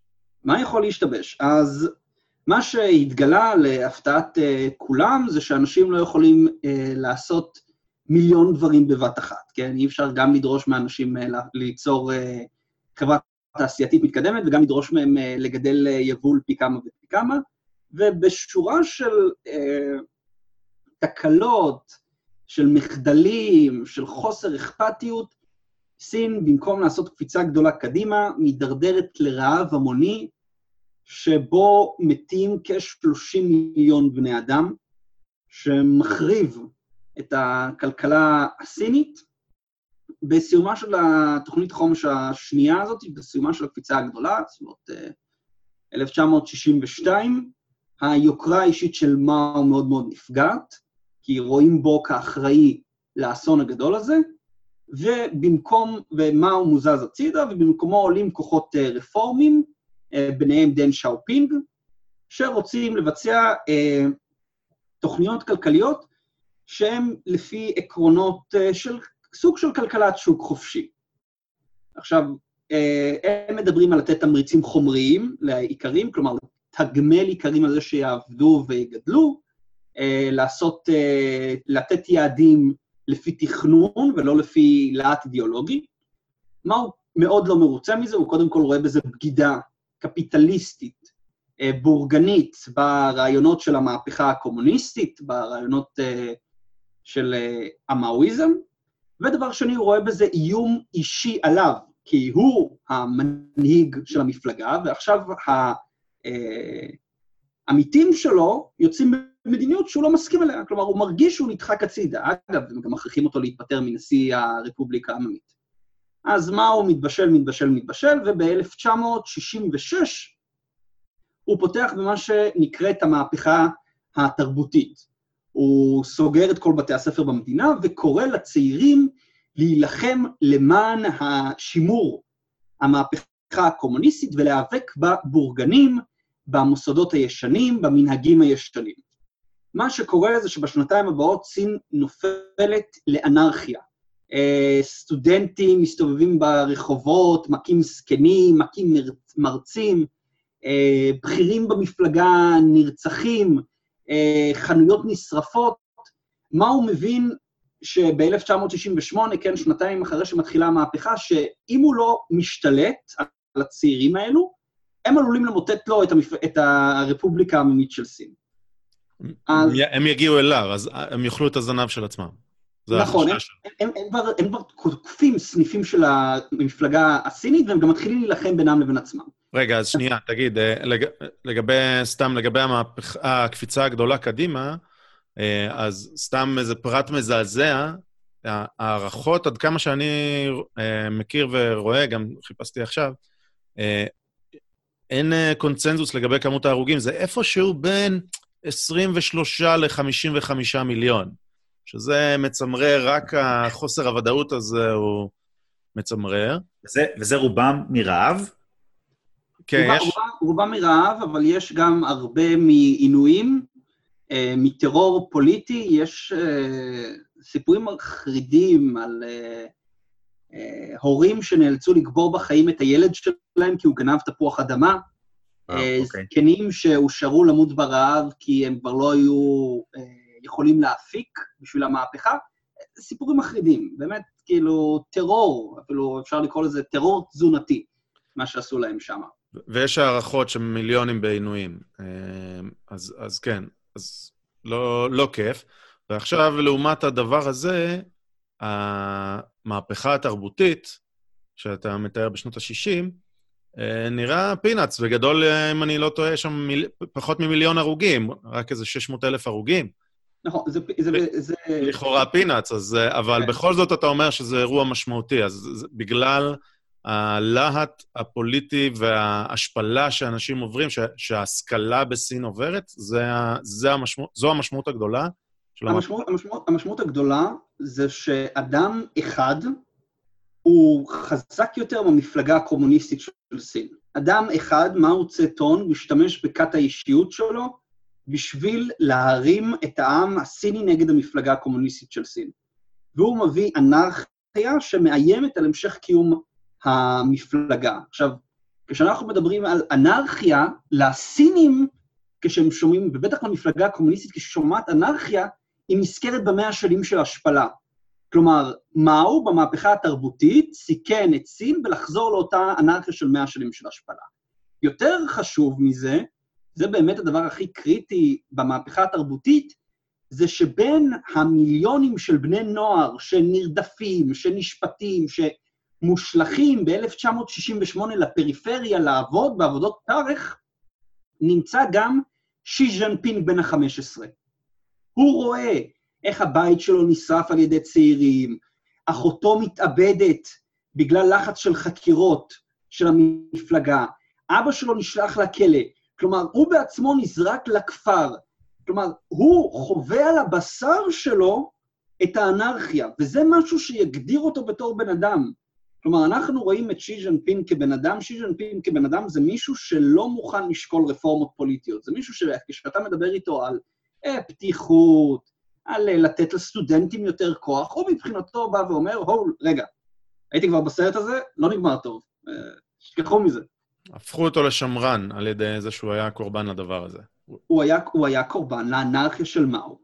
אז מה שהתגלה להפתעת כולם זה שאנשים לא יכולים לעשות מיליון דברים בבת אחת, כן? אי אפשר גם לדרוש מאנשים ליצור חברה תעשייתית מתקדמת, וגם לדרוש מהם לגדל יבול פי כמה ופי כמה, ובשורה של תקלות, של מחדלים, של חוסר אכפתיות, סין, במקום לעשות קפיצה גדולה קדימה, מדרדרת לרעב המוני, שבו מתים כ-30 מיליון בני אדם, שמחריב את הכלכלה הסינית. בסיומה של התוכנית חומש השנייה הזאת, בסיומה של הקפיצה הגדולה, זאת אומרת, 1962, היוקרה האישית של מאו מאוד מאוד נפגעת, כי רואים בו כאחראי לאסון הגדול הזה, ומאו מוזז הצידה, ובמקומו עולים כוחות רפורמים, ביניהם דן שאופינג, שרוצים לבצע תוכניות כלכליות, שהן לפי עקרונות של סוג של כלכלת שוק חופשי. עכשיו, הם מדברים על לתת תמריצים חומריים לעיקרים, כלומר, תגמל עיקרים על זה שיעבדו ויגדלו, לתת יעדים לפי תכנון ולא לפי לעט אידיאולוגי. מה הוא מאוד לא מרוצה מזה? הוא קודם כל רואה בזה בגידה קפיטליסטית, בורגנית, ברעיונות של המהפכה הקומוניסטית, ברעיונות של המאואיזם, ודבר שני, הוא רואה בזה איום אישי עליו, כי הוא המנהיג של המפלגה, ועכשיו העמיתים שלו יוצאים במדיניות שהוא לא מסכים עליה, כלומר, הוא מרגיש שהוא נדחק הצידה. אגב, הם גם מכריחים אותו להתפטר מנשיא הרפובליקה העממית. אז מה הוא מתבשל, וב-1966 הוא פותח במה שנקראת המהפכה התרבותית. הוא סוגר את כל בתי הספר במדינה, וקורא לצעירים להילחם למען השימור המהפכה הקומוניסטית, ולהיאבק בבורגנים, במוסדות הישנים, במנהגים הישנים. מה שקורה זה שבשנתיים הבאות סין נופלת לאנרכיה. סטודנטים מסתובבים ברחובות, מכים זקנים, מכים מרצים, בכירים במפלגה נרצחים, חנויות נשרפות. מה הוא מבין שב-1968, כן, שנתיים אחרי שמתחילה המהפכה, שאם הוא לא משתלט על הצעירים האלו, הם עלולים למוטט לו את הרפובליקה העממית של סין. הם יגיעו אליו, אז הם יאכלו את הזנב של עצמם. נכון, הם כבר קופים סניפים של המפלגה הסינית, והם גם מתחילים להילחם בינם לבין עצמם. רגע, אז שנייה, תגיד, לגבי הקפיצה הגדולה קדימה, אז סתם איזה פרט מזעזע, הערכות, עד כמה שאני מכיר ורואה, גם חיפשתי עכשיו, אין קונצנזוס לגבי כמות ההרוגים, זה איפשהו בין 23 ל-55 מיליון, שזה מצמרר, רק החוסר הוודאות הזה הוא מצמרר. וזה רובם מרעב? כן, רובם מרעב, אבל יש גם הרבה מעינויים, מטרור פוליטי, יש סיפורים מחרידים על הורים שנאלצו לקבור בחיים את הילד שלהם כי הוא גנב תפוח אדמה, זקנים שהושארו למות ברעב כי הם כבר לא היו יכולים להפיק בשביל המהפכה, סיפורים מחרידים, באמת כאילו טרור, אפילו אפשר לקרוא לזה טרור תזונתי, מה שעשו להם שם. ויש הערכות שמיליונים בעינויים, אז כן, אז לא כיף. ועכשיו, לעומת הדבר הזה, המהפכה התרבותית, שאתה מתאר בשנות ה-60, נראה פינאץ, וגדול, אם אני לא טועה, שם פחות ממיליון הרוגים, רק איזה 600,000 הרוגים. נכון, זה... לכאורה פינאץ, אבל בכל זאת אתה אומר שזה אירוע משמעותי, אז בגלל הלהט הפוליטי וההשפלה שאנשים עוברים, שההשכלה בסין עוברת, זו המשמעות הגדולה. המשמעות הגדולה זה שאדם אחד הוא חזק יותר במפלגה הקומוניסטית של סין. אדם אחד, מאו צטון, משתמש בכת האישיות שלו בשביל להרים את העם הסיני נגד המפלגה הקומוניסטית של סין. והוא מביא אנרכיה שמאיימת על המשך קיום המפלגה. עכשיו, כשאנחנו מדברים על אנרכיה, לסינים, כשהם שומעים, ובטח למפלגה הקומוניסטית, כששומעת אנרכיה, היא נזכרת במאה השנים של השפלה. כלומר, מאו במהפכה התרבותית סיכן את סין ולחזור לאותה אנרכיה של 100 שנים של השפלה. יותר חשוב מזה, זה באמת הדבר הכי קריטי במהפכה התרבותית, זה שבין המיליונים של בני נוער שנרדפים, שנשפטים, שמושלכים ב-1968 לפריפריה לעבוד בעבודות פרך, נמצא גם שי ז'ינפינג בן ה-15. הוא רואה איך הבית שלו נשרף על ידי צעירים, אחותו מתאבדת בגלל לחץ של חקירות של המפלגה, אבא שלו נשלח לכלא, כלומר, הוא בעצמו נזרק לכפר, כלומר, הוא חווה על הבשר שלו את האנרכיה, וזה משהו שיגדיר אותו בתור בן אדם. כלומר, אנחנו רואים את שי ז'ינפינג כבן אדם, שי ז'ינפינג כבן אדם זה מישהו שלא מוכן לשקול רפורמות פוליטיות, זה מישהו שכשאתה מדבר איתו על פתיחות, על לתת לסטודנטים יותר כוח, הוא מבחינתו בא ואומר, רגע, הייתי כבר בסרט הזה, לא נגמר טוב, שכחו מזה. הפכו אותו לשמרן על ידי זה שהוא היה קורבן לדבר הזה. הוא היה קורבן לאנרכיה של מאו.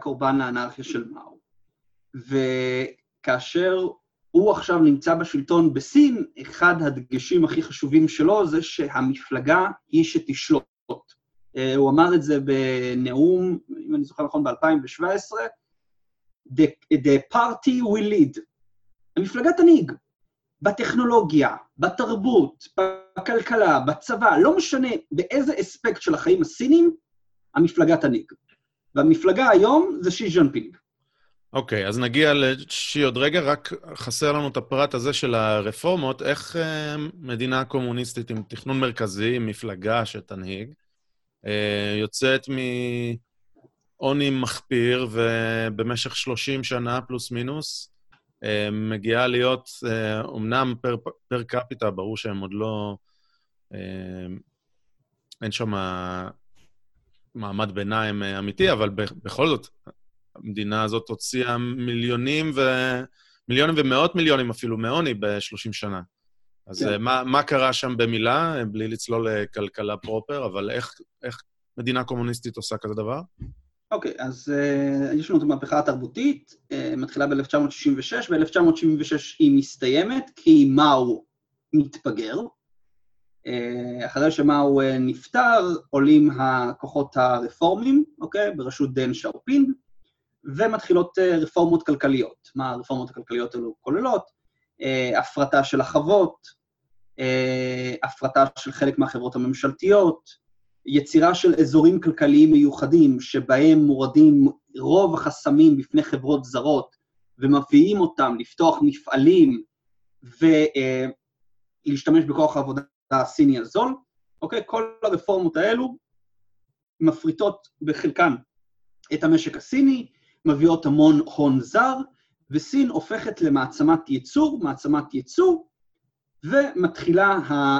וכאשר הוא עכשיו נמצא בשלטון בסין, אחד הדגשים הכי חשובים שלו זה שהמפלגה היא שתשלוט. הוא אמר את זה בנאום, אם אני זוכר נכון, ב-2017, The party will lead. המפלגה תנהיג. בטכנולוגיה, בתרבות, בכלכלה, בצבא, לא משנה באיזה אספקט של החיים הסינים, המפלגה תנהיג. והמפלגה היום זה שי ז'ינפינג. אוקיי, אז נגיע לשי עוד רגע, רק חסר לנו את הפרט הזה של הרפורמות, איך מדינה קומוניסטית עם תכנון מרכזי, עם מפלגה שתנהיג, יוצאת מעוני מחפיר, ובמשך 30 שנה פלוס מינוס, מגיעה להיות, אומנם פר קפיטה, ברור שהם עוד לא, אין שם מעמד ביניים אמיתי, אבל בכל זאת, המדינה הזאת הוציאה מיליונים ומאות מיליונים אפילו מעוני ב-30 שנה. אז כן. מה קרה שם במילה, בלי לצלול לכלכלה פרופר, אבל איך מדינה קומוניסטית עושה כזה דבר? אוקיי, אז יש לנו את המהפכה התרבותית, מתחילה ב-1966, ב-1976 היא מסתיימת, כי מאו מתפגר. אחרי שמאו נפטר, עולים הכוחות הרפורמים, אוקיי, בראשות דן שאופינג, ומתחילות רפורמות כלכליות. מה הרפורמות הכלכליות האלו כוללות? הפרטה של החוות, הפרטה של חלק מהחברות הממשלתיות, יצירה של אזורים כלכליים מיוחדים, שבהם מורדים רוב החסמים בפני חברות זרות, ומביאים אותם לפתוח מפעלים, ולהשתמש בכוח העבודה הסיני הזול. אוקיי? כל הרפורמות האלו מפריטות בחלקן את המשק הסיני, מביאות המון הון זר, וסין הופכת למעצמת ייצוא, ומתחילה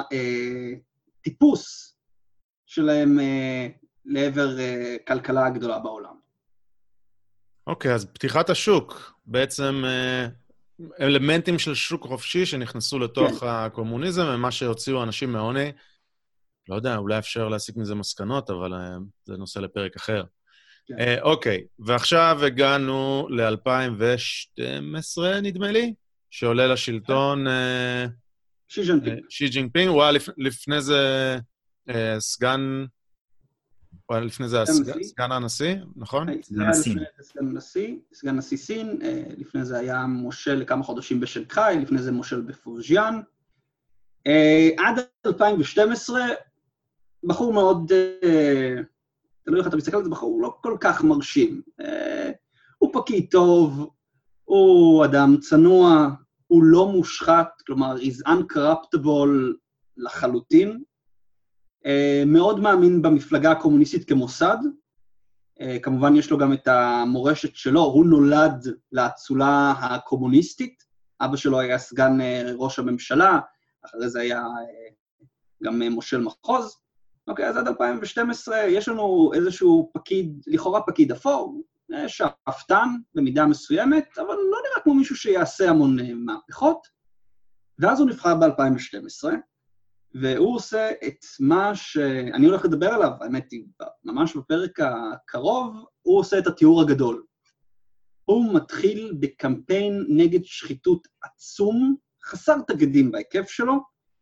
הטיפוס שלהם לעבר כלכלה הגדולה בעולם. אוקיי, אז פתיחת השוק, בעצם אלמנטים של שוק חופשי שנכנסו לתוך הקומוניזם, ומה שהוציאו אנשים מעוני, לא יודע, אולי אפשר להסיק מזה מסקנות, אבל זה נושא לפרק אחר. אוקיי, ועכשיו הגענו ל-2012, נדמה לי, שעולה לשלטון שי ז'ינפינג, הוא היה לפני זה סגן הנשיא, נכון? סגן נשיא סין, לפני זה היה מושל לכמה חודשים בשנגחאי, לפני זה מושל בפוז'יאן. עד 2012, בחור מאוד, תלוי איך אתה מסתכל על זה, בחור לא כל כך מרשים. הוא פקיד טוב, הוא אדם צנוע, הוא לא מושחת, כלומר, is uncorruptible לחלוטין. מאוד מאמין במפלגה הקומוניסטית כמוסד, כמובן יש לו גם את המורשת שלו, הוא נולד לאצולה הקומוניסטית, אבא שלו היה סגן ראש הממשלה, אחרי זה היה גם מושל מחוז. אוקיי, אז עד 2012 יש לנו איזשהו פקיד, לכאורה פקיד אפור, שאפתן במידה מסוימת, אבל לא נראה כמו מישהו שיעשה המון מהפכות, ואז הוא נבחר ב-2012, והוא עושה את מה שאני הולך לדבר עליו, האמת היא, ממש בפרק הקרוב, הוא עושה את התיאור הגדול. הוא מתחיל בקמפיין נגד שחיתות עצום, חסר תקדים בהיקף שלו,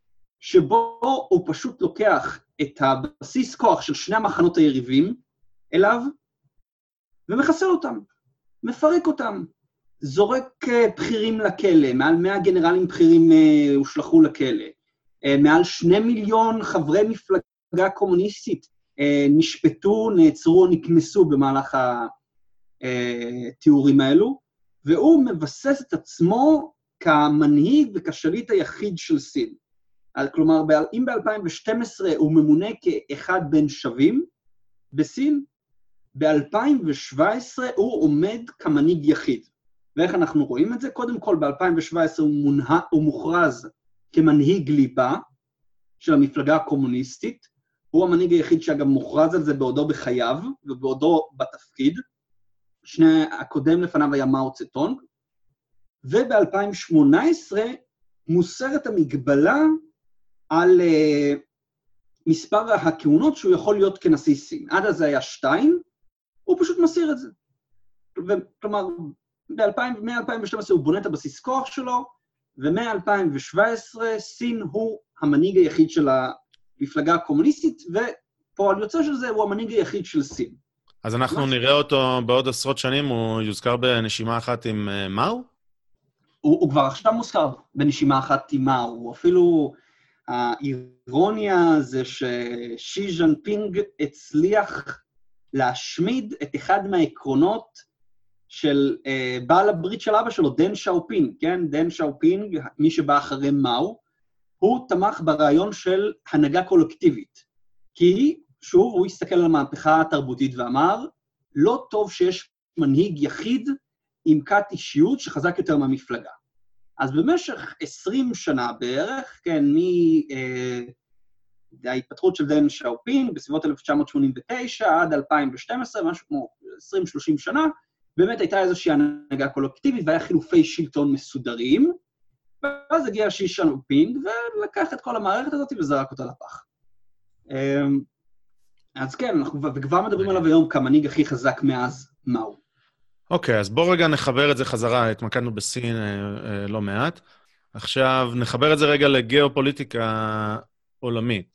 שבו הוא פשוט לוקח את הבסיס כוח של שני המחנות היריבים אליו, ומחסל אותם, מפרק אותם, זורק בכירים לכלא, מעל 100 גנרלים בכירים הושלחו לכלא, מעל 2 מיליון חברי מפלגה קומוניסטית נשפטו, נעצרו, נקנסו במהלך התיאורים האלו, והוא מבסס את עצמו כמנהיג וכשליט היחיד של סין. כלומר, אם ב-2012 הוא ממונה כאחד בין שווים בסין, ב-2017 הוא עומד כמנהיג יחיד. ואיך אנחנו רואים את זה? קודם כל, ב-2017 הוא מוכרז כמנהיג ליבה של המפלגה הקומוניסטית, הוא המנהיג היחיד שאגם מוכרז על זה בעודו בחייו ובעודו בתפקיד, הקודם לפניו היה מאו צטונג, וב-2018 מוסרת המגבלה על מספר הכהונות שהוא יכול להיות כנשיא סין. עד אז היה 2, הוא פשוט מסיר את זה. כלומר, מ-2012 הוא בונה את הבסיס כוח שלו, ומ-2017 סין הוא המנהיג היחיד של המפלגה הקומוניסטית, ופועל יוצא של זה הוא המנהיג היחיד של סין. אז אנחנו נראה אותו בעוד עשרות שנים, הוא יוזכר בנשימה אחת עם מאו? הוא כבר עכשיו מוזכר בנשימה אחת עם מאו, הוא אפילו, האירוניה זה ששי ז'נפינג הצליח להשמיד את אחד מהעקרונות של בעל הברית של אבא שלו, דן שאופינג, כן? דן שאופינג, מי שבא אחרי מאו, הוא תמך ברעיון של הנהגה קולקטיבית. כי, שוב, הוא הסתכל על המהפכה התרבותית ואמר, לא טוב שיש מנהיג יחיד עם כת אישיות שחזק יותר מהמפלגה. אז במשך 20 שנה בערך, כן, ההתפתחות של דן שאופינג, בסביבות 1989 עד 2012, משהו כמו 20-30 שנה, באמת הייתה איזושהי הנהגה קולקטיבית, והיה חילופי שלטון מסודרים, ואז הגיע שי ז'נפינג, ולקח את כל המערכת הזאת וזרק אותה לפח. אז כן, אנחנו כבר מדברים עליו היום כמנהיג הכי חזק מאז מאו. אוקיי, אז בואו רגע נחבר את זה חזרה, התמקדנו בסין לא מעט. עכשיו נחבר את זה רגע לגיאופוליטיקה עולמית.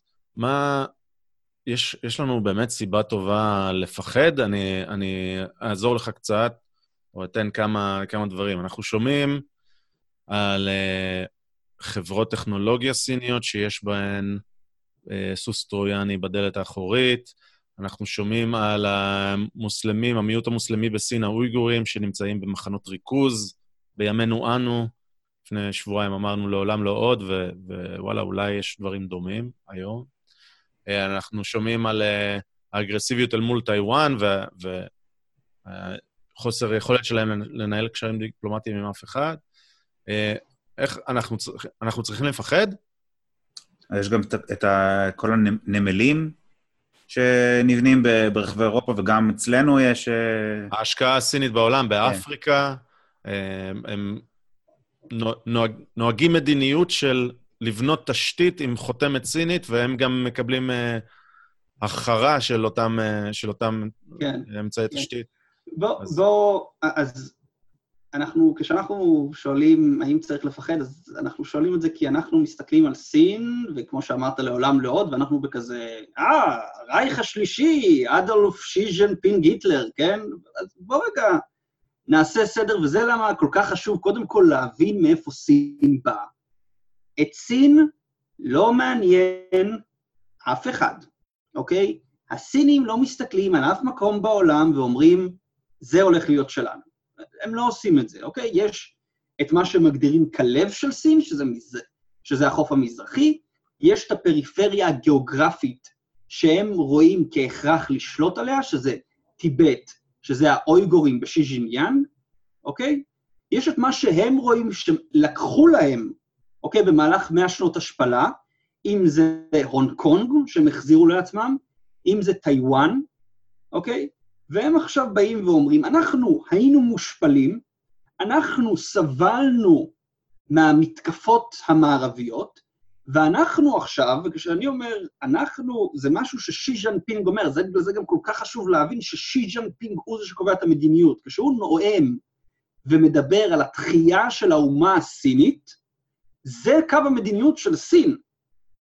יש לנו באמת סיבה טובה לפחד? אני אעזור לך קצת, או אתן כמה דברים. אנחנו שומעים על חברות טכנולוגיה סיניות שיש בהן סוס טרויאני בדלת האחורית, אנחנו שומעים על המוסלמים, המיעוט המוסלמי בסין, האויגורים, שנמצאים במחנות ריכוז, בימינו אנו, לפני שבועיים אמרנו לעולם לא עוד, ווואלה, אולי יש דברים דומים היום. אנחנו שומעים על האגרסיביות אל מול טיואן, וחוסר יכולת שלהם לנהל קשרים דיפלומטיים עם אף אחד. איך אנחנו צריכים לפחד? יש גם את כל הנמלים שנבנים ברחבי אירופה, וגם אצלנו יש... ההשקעה הסינית בעולם, באפריקה, הם נוהגים מדיניות של לבנות תשתית עם חותמת סינית, והם גם מקבלים הכרה של אותם אמצעי תשתית. אז כשאנחנו שואלים האם צריך לפחד, אז אנחנו שואלים את זה כי אנחנו מסתכלים על סין, וכמו שאמרת לעולם לא עוד, ואנחנו בכזה, הרייך השלישי, אדולף שי ז'נפינג היטלר, כן? אז בוא רגע נעשה סדר, וזה למה כל כך חשוב קודם כל להבין מאיפה סין באה. את סין לא מעניין אף אחד, אוקיי? הסינים לא מסתכלים על אף מקום בעולם ואומרים, זה הולך להיות שלנו. הם לא עושים את זה, אוקיי? יש את מה שמגדירים כלב של סין, שזה החוף המזרחי, יש את הפריפריה הגיאוגרפית שהם רואים כהכרח לשלוט עליה, שזה טיבט, שזה האויגורים בשיז'יניאן, אוקיי? יש את מה שהם רואים שלקחו להם, אוקיי, במהלך 100 שנות השפלה, אם זה הונג קונג, שהם החזירו לעצמם, אם זה טיואן, אוקיי? והם עכשיו באים ואומרים, אנחנו היינו מושפלים, אנחנו סבלנו מהמתקפות המערביות, ואנחנו עכשיו, וכשאני אומר, אנחנו, זה משהו ששי ז'נפינג אומר, זה גם כל כך חשוב להבין ששי ז'נפינג הוא זה שקובע את המדיניות, כשהוא נואם ומדבר על התחייה של האומה הסינית, זה קו המדיניות של סין,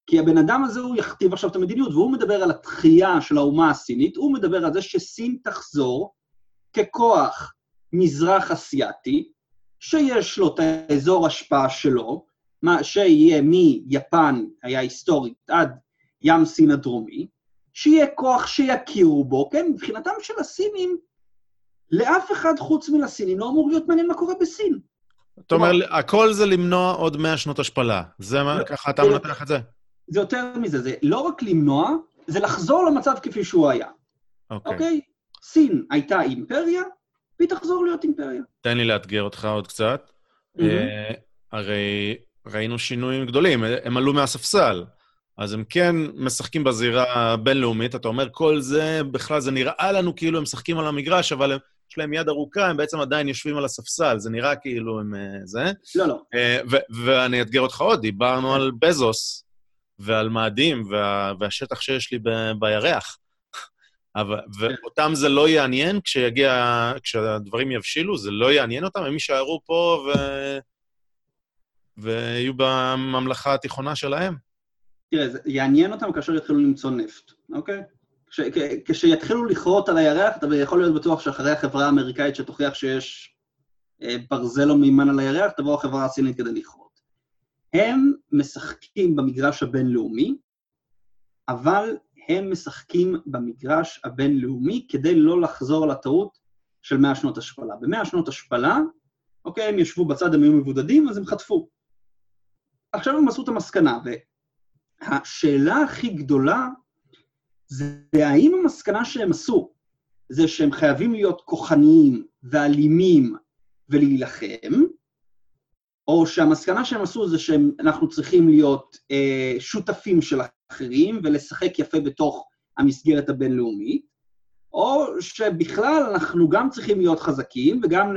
כי הבן אדם הזה הוא יכתיב עכשיו את המדיניות, והוא מדבר על התחייה של האומה הסינית, הוא מדבר על זה שסין תחזור ככוח מזרח אסיאטי, שיש לו את האזור השפעה שלו, שיהיה מיפן, היה היסטורית, עד ים סין הדרומי, שיהיה כוח שיכירו בו, כן, מבחינתם של הסינים, לאף אחד חוץ מלסינים לא אמור להיות מעניין מה קורה בסין. אתה אומר, הכל זה למנוע עוד 100 שנות השפלה. זה מה, ככה אתה מנתח את זה? זה יותר מזה, זה לא רק למנוע, זה לחזור למצב כפי שהוא היה. אוקיי? סין הייתה אימפריה, והיא תחזור להיות אימפריה. תן לי לאתגר אותך עוד קצת. הרי ראינו שינויים גדולים, הם עלו מהספסל, אז הם כן משחקים בזירה הבינלאומית, אתה אומר, כל זה, בכלל זה נראה לנו כאילו הם משחקים על המגרש, אבל יש להם יד ארוכה, הם בעצם עדיין יושבים על הספסל, זה נראה כאילו הם זה. לא, לא. ואני אתגר אותך עוד, דיברנו על בזוס, ועל מאדים, והשטח שיש לי בירח. ואותם זה לא יעניין, כשהדברים יבשילו, זה לא יעניין אותם, הם יישארו פה ויהיו בממלכה התיכונה שלהם. תראה, זה יעניין אותם כאשר יתחילו למצוא נפט, אוקיי? כשיתחילו לכרות על הירח, אתה יכול להיות בטוח שאחרי החברה האמריקאית שתוכיח שיש ברזל או מימן על הירח, תבוא החברה הסינית כדי לכרות. הם משחקים במגרש הבינלאומי, אבל הם משחקים במגרש הבינלאומי כדי לא לחזור לטעות של 100 שנות השפלה. ב-100 שנות השפלה, אוקיי, הם ישבו בצד, הם היו מבודדים, אז הם חטפו. עכשיו הם עשו את המסקנה, והשאלה הכי גדולה, זה האם המסקנה שהם עשו, זה שהם חייבים להיות כוחניים ואלימים ולהילחם, או שהמסקנה שהם עשו זה שאנחנו צריכים להיות שותפים של אחרים ולשחק יפה בתוך המסגרת הבינלאומית, או שבכלל אנחנו גם צריכים להיות חזקים וגם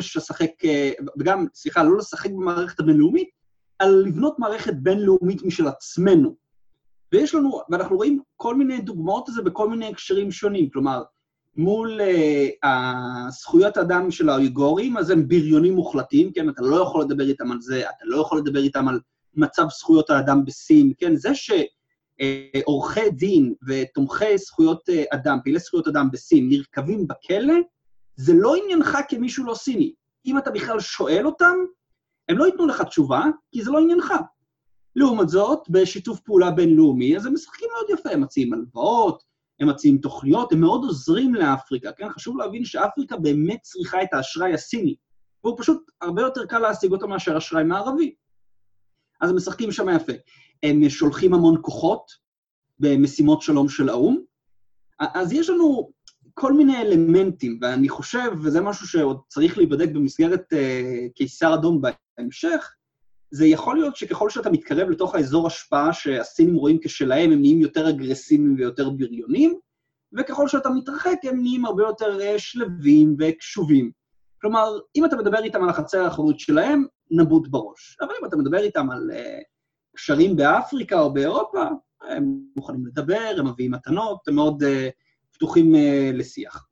לא לשחק במערכת הבינלאומית, על לבנות מערכת בינלאומית משל עצמנו. ואנחנו רואים כל מיני דוגמאות לזה בכל מיני הקשרים שונים, כלומר, מול הזכויות האדם של האויגורים, אז הם בריונים מוחלטים, כן, אתה לא יכול לדבר איתם על זה, אתה לא יכול לדבר איתם על מצב זכויות האדם בסין, כן, זה שעורכי דין ותומכי זכויות אדם, פעילי זכויות אדם בסין, נרכבים בכלא, זה לא עניינך כמישהו לא סיני. אם אתה בכלל שואל אותם, הם לא ייתנו לך תשובה, כי זה לא עניינך. לעומת זאת, בשיתוף פעולה בינלאומי, אז הם משחקים מאוד יפה, הם מציעים הלוואות, הם מציעים תוכניות, הם מאוד עוזרים לאפריקה, כן? חשוב להבין שאפריקה באמת צריכה את האשראי הסיני, והוא פשוט הרבה יותר קל להשיג אותו מאשר אשראי מערבי. אז הם משחקים שם יפה. הם שולחים המון כוחות במשימות שלום של האום, אז יש לנו כל מיני אלמנטים, ואני חושב, וזה משהו שעוד צריך להיבדק במסגרת קיסר אדום בהמשך, זה יכול להיות שככל שאתה מתקרב לתוך האזור השפעה שהסינים רואים כשלהם, הם נהיים יותר אגרסיביים ויותר בריונים, וככל שאתה מתרחק הם נהיים הרבה יותר שלבים וקשובים. כלומר, אם אתה מדבר איתם על החצר האחורית שלהם, נבוט בראש. אבל אם אתה מדבר איתם על קשרים באפריקה או באירופה, הם מוכנים לדבר, הם מביאים מתנות, הם מאוד פתוחים לשיח.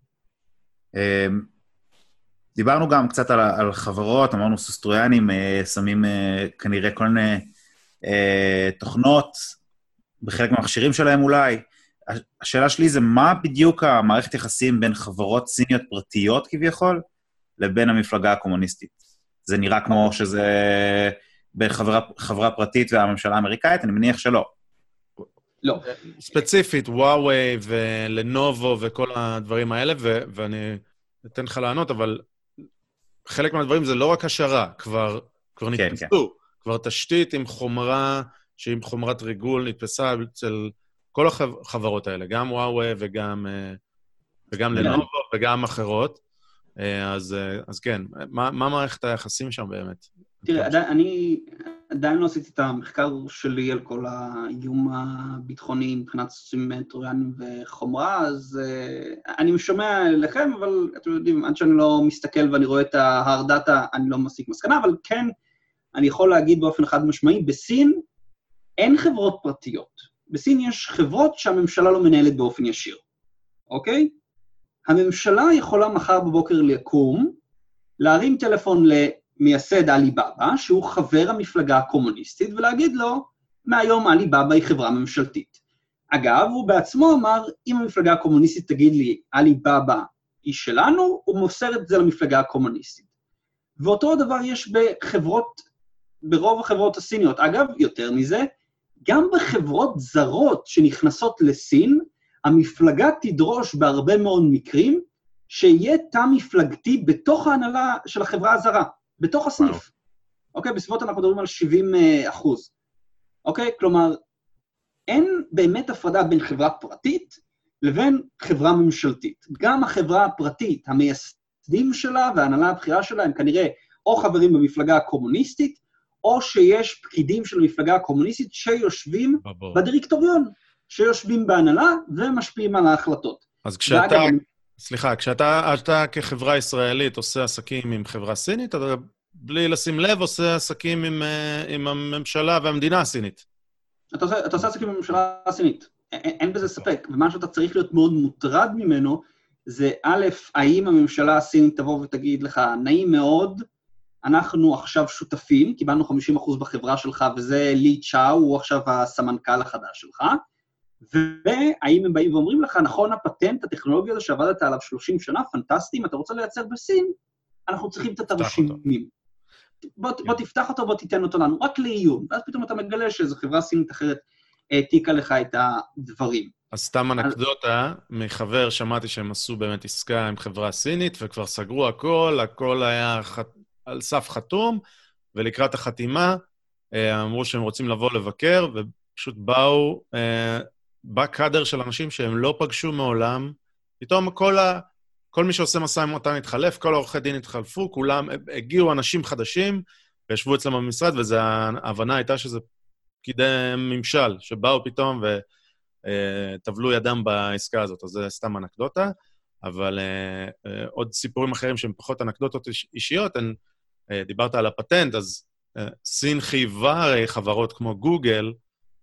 דיברנו גם קצת על חברות, אמרנו סוסטרויאנים, שמים כנראה כל מיני תוכנות, בחלק מהמכשירים שלהם אולי. השאלה שלי זה מה בדיוק המערכת יחסים בין חברות סיניות פרטיות כביכול, לבין המפלגה הקומוניסטית. זה נראה כמו שזה בין חברה פרטית והממשלה האמריקאית, אני מניח שלא. לא. ספציפית, וואווי ולנובו וכל הדברים האלה, ואני אתן לך לענות, אבל חלק מהדברים זה לא רק השערה, כבר נתפסו, כבר תשתית עם חומרה, שעם חומרת ריגול נתפסה אצל כל החברות האלה, גם וואווי וגם לנובו וגם אחרות, אז כן, מה מערכת היחסים שם באמת? תראה, אני עדיין לא עשיתי את המחקר שלי על כל האיום הביטחוני מבחינת סימטריאנים וחומרה, אז אני שומע לכם, אבל אתם יודעים, עד שאני לא מסתכל ואני רואה את ההארד דאטה, אני לא מסיק מסקנה, אבל כן, אני יכול להגיד באופן חד משמעי, בסין אין חברות פרטיות. בסין יש חברות שהממשלה לא מנהלת באופן ישיר, אוקיי? הממשלה יכולה מחר בבוקר לקום, להרים טלפון מייסד עלי בבא, שהוא חבר המפלגה הקומוניסטית, ולהגיד לו, מהיום עליבאבא היא חברה ממשלתית. אגב, הוא בעצמו אמר, אם המפלגה הקומוניסטית תגיד לי, עליבאבא היא שלנו, הוא מוסר את זה למפלגה הקומוניסטית. ואותו דבר יש ברוב החברות הסיניות. אגב, יותר מזה, גם בחברות זרות שנכנסות לסין, המפלגה תדרוש בהרבה מאוד מקרים, שיהיה תא מפלגתי בתוך ההנהלה של החברה הזרה, בתוך הסניף. אוקיי, בסביבות אנחנו מדברים על 70%. אוקיי, כלומר, אין באמת הפרדה בין חברה פרטית לבין חברה ממשלתית. גם החברה הפרטית, המייסדים שלה וההנהלה הבכירה שלה, הם כנראה או חברים במפלגה הקומוניסטית, או שיש פקידים של המפלגה הקומוניסטית שיושבים בדירקטוריון, שיושבים בהנהלה ומשפיעים על ההחלטות. אז כשאתה, סליחה, כשאתה כחברה ישראלית עושה עסקים עם חברה סינית, אתה בלי לשים לב עושה עסקים עם הממשלה והמדינה הסינית. אתה עושה עסקים עם הממשלה הסינית, אין בזה ספק, ומה שאתה צריך להיות מאוד מוטרד ממנו, זה א', האם הממשלה הסינית תבוא ותגיד לך, נעים מאוד, אנחנו עכשיו שותפים, קיבלנו 50% בחברה שלך, וזה לי צ'או, הוא עכשיו הסמנכ"ל החדש שלך, והאם הם באים ואומרים לך, נכון, הפטנט, הטכנולוגיה הזה שעבדת עליו 30 שנה, פנטסטי, אם אתה רוצה לייצר בסין, אנחנו צריכים את התרשימים. בוא תפתח אותו, בוא תיתן אותו לנו, רק לעיון, ואז פתאום אתה מגלה שזו חברה סינית אחרת העתיקה לך את הדברים. אז סתם אנקדוטה, מחבר שמעתי שהם עשו באמת עסקה עם חברה סינית, וכבר סגרו הכל היה על סף חתום, ולקראת החתימה, אמרו שהם רוצים לבוא לבקר, ופשוט בא קאדר של אנשים שהם לא פגשו מעולם, פתאום כל מי שעושה מסע עם אותם התחלף, כל עורכי דין התחלפו, כולם הגיעו אנשים חדשים, וישבו אצלם במשרד, וזו ההבנה הייתה שזה פקידי ממשל, שבאו פתאום וטבלו ידם בעסקה הזאת, אז זה סתם אנקדוטה, אבל עוד סיפורים אחרים שהם פחות אנקדוטות אישיות, דיברת על הפטנט, אז סין חייבה הרי חברות כמו גוגל,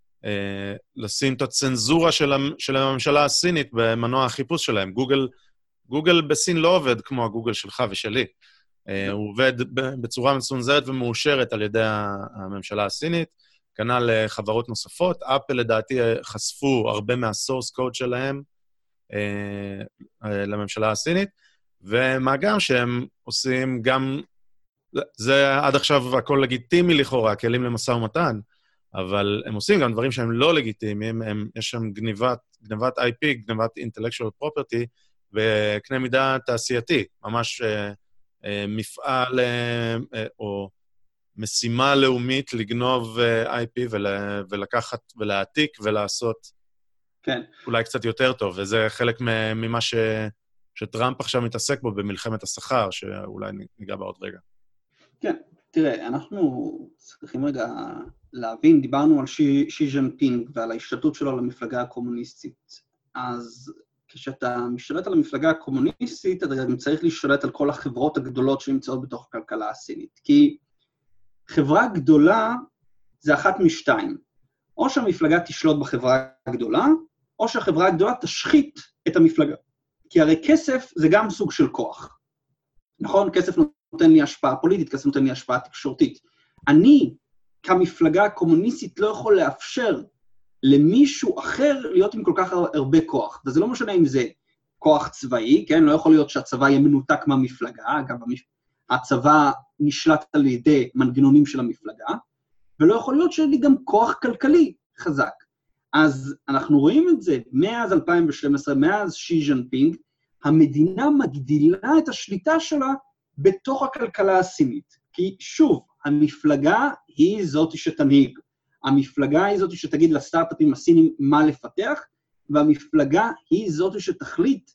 לשים את הצנזורה של הממשלה הסינית במנוע החיפוש שלהם. גוגל בסין לא עובד כמו הגוגל שלך ושלי. הוא עובד בצורה מצונזרת ומאושרת על ידי הממשלה הסינית, כנ"ל חברות נוספות. אפל לדעתי חשפו הרבה מהסורס קוד שלהם לממשלה הסינית, ומה גם שהם עושים גם, זה עד עכשיו הכל לגיטימי לכאורה, כלים למשא ומתן, אבל הם עושים גם דברים שהם לא לגיטימיים, יש שם גנבת IP, גנבת intellectual property, וקנה מידה תעשייתי, ממש מפעל או משימה לאומית לגנוב IP ולקחת ולהעתיק ולעשות כן. אולי קצת יותר טוב, וזה חלק ממה שטראמפ עכשיו מתעסק בו במלחמת השכר, שאולי ניגע בה עוד רגע. כן, תראה, אנחנו צריכים רגע להבין, דיברנו על שי ז'ינפינג ועל ההשתלטות שלו למפלגה הקומוניסטית, אז כשאתה משתלט על המפלגה הקומוניסטית, אתה גם צריך להשתלט על כל החברות הגדולות שנמצאות בתוך הכלכלה הסינית, כי חברה גדולה זה אחת משתיים, או שהמפלגה תשלוט בחברה הגדולה, או שהחברה הגדולה תשחית את המפלגה, כי הרי כסף זה גם סוג של כוח, נכון? כסף נותן לי השפעה פוליטית, כסף נותן לי השפעה תקשורתית. אני, כמפלגה הקומוניסטית, לא יכול לאפשר למישהו אחר להיות עם כל כך הרבה כוח. וזה לא משנה אם זה כוח צבאי, כן? לא יכול להיות שהצבא יהיה מנותק מהמפלגה, אגב, הצבא נשלט על ידי מנגנונים של המפלגה, ולא יכול להיות שיהיה לי גם כוח כלכלי חזק. אז אנחנו רואים את זה מאז 2012, מאז שי ז'ינפינג, המדינה מגדילה את השליטה שלה בתוך הכלכלה הסינית. כי שוב, המפלגה היא זאת שתנהיג. המפלגה היא זאת שתגיד לסטארט-אפים הסינים מה לפתח, והמפלגה היא זאת שתחליט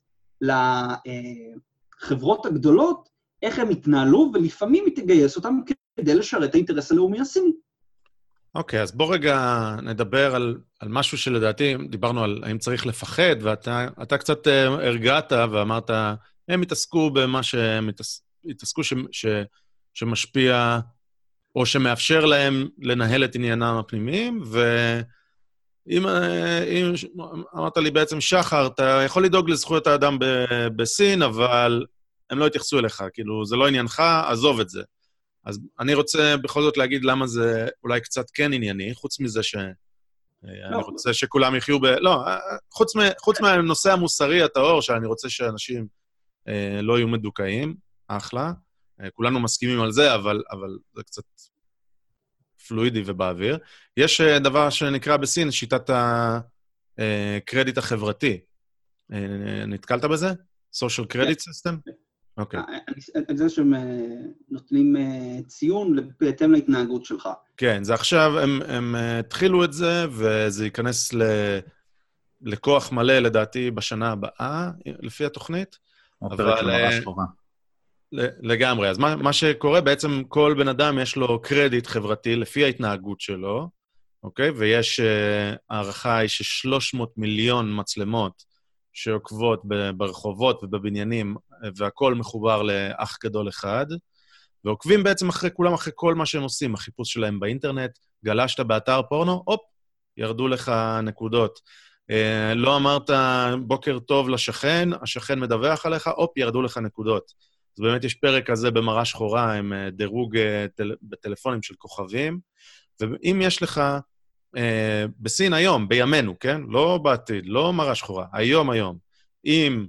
לחברות הגדולות איך הם יתנהלו, ולפעמים היא תגייס אותם כדי לשרת האינטרס הלאומי הסיני. אוקיי, אז בוא רגע נדבר על משהו שלדעתי, דיברנו על האם צריך לפחד, ואתה קצת הרגעת ואמרת, הם התעסקו במה שהם התעסקו שמשפיע, או שמאפשר להם לנהל את עניינם הפנימיים, ואם אמרת לי בעצם שחר, אתה יכול לדאוג לזכויות האדם בסין, אבל הם לא התייחסו אליך, כאילו, זה לא עניינך, עזוב את זה. אז אני רוצה בכל זאת להגיד למה זה אולי קצת כן ענייני, חוץ מזה אני רוצה שכולם יחיו לא, חוץ מהנושא המוסרי הטהור, שאני רוצה שאנשים לא יהיו מדוכאים, אחלה. כולנו מסכימים על זה, אבל זה קצת פלואידי ובאוויר. יש דבר שנקרא בסין, שיטת הקרדיט החברתי. נתקלת בזה? social credit system? אוקיי. זה שהם נותנים ציון בהתאם להתנהגות שלך. כן, זה עכשיו, הם התחילו את זה, וזה ייכנס לכוח מלא, לדעתי, בשנה הבאה, לפי התוכנית. הפרק של מראה שחורה. לגמרי. אז מה שקורה, בעצם כל בן אדם יש לו קרדיט חברתי לפי ההתנהגות שלו, אוקיי? ויש הערכה היא ש300 מיליון מצלמות שעוקבות ברחובות ובבניינים, והכל מחובר לאח גדול אחד, ועוקבים בעצם כולם אחרי כל מה שהם עושים, החיפוש שלהם באינטרנט, גלשת באתר פורנו, הופ, ירדו לך נקודות. לא אמרת בוקר טוב לשכן, השכן מדווח עליך, הופ, ירדו לך נקודות. אז באמת יש פרק כזה במראה שחורה עם דירוג בטלפונים של כוכבים, ואם יש לך בסין היום, בימינו, כן? לא בעתיד, לא מראה שחורה, היום, אם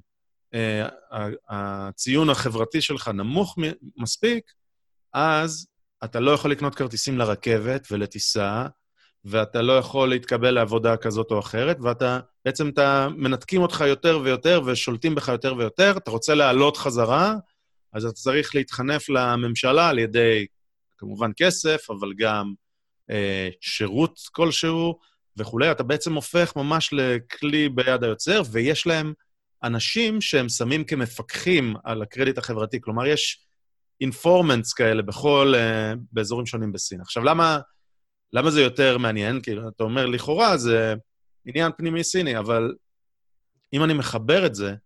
הציון החברתי שלך נמוך מספיק, אז אתה לא יכול לקנות כרטיסים לרכבת ולטיסה, ואתה לא יכול להתקבל לעבודה כזאת או אחרת, בעצם מנתקים אותך יותר ויותר, ושולטים בך יותר ויותר, אתה רוצה לעלות חזרה, אז אתה צריך להתחנף לממשלה על ידי, כמובן כסף, אבל גם שירות כלשהו וכו'. אתה בעצם הופך ממש לכלי ביד היוצר, ויש להם אנשים שהם שמים כמפקחים על הקרדיט החברתי. כלומר, יש אינפורמנטס כאלה באזורים שונים בסין. עכשיו, למה זה יותר מעניין? כי אתה אומר, לכאורה, זה עניין פנימי סיני, אבל אם אני מחבר את זה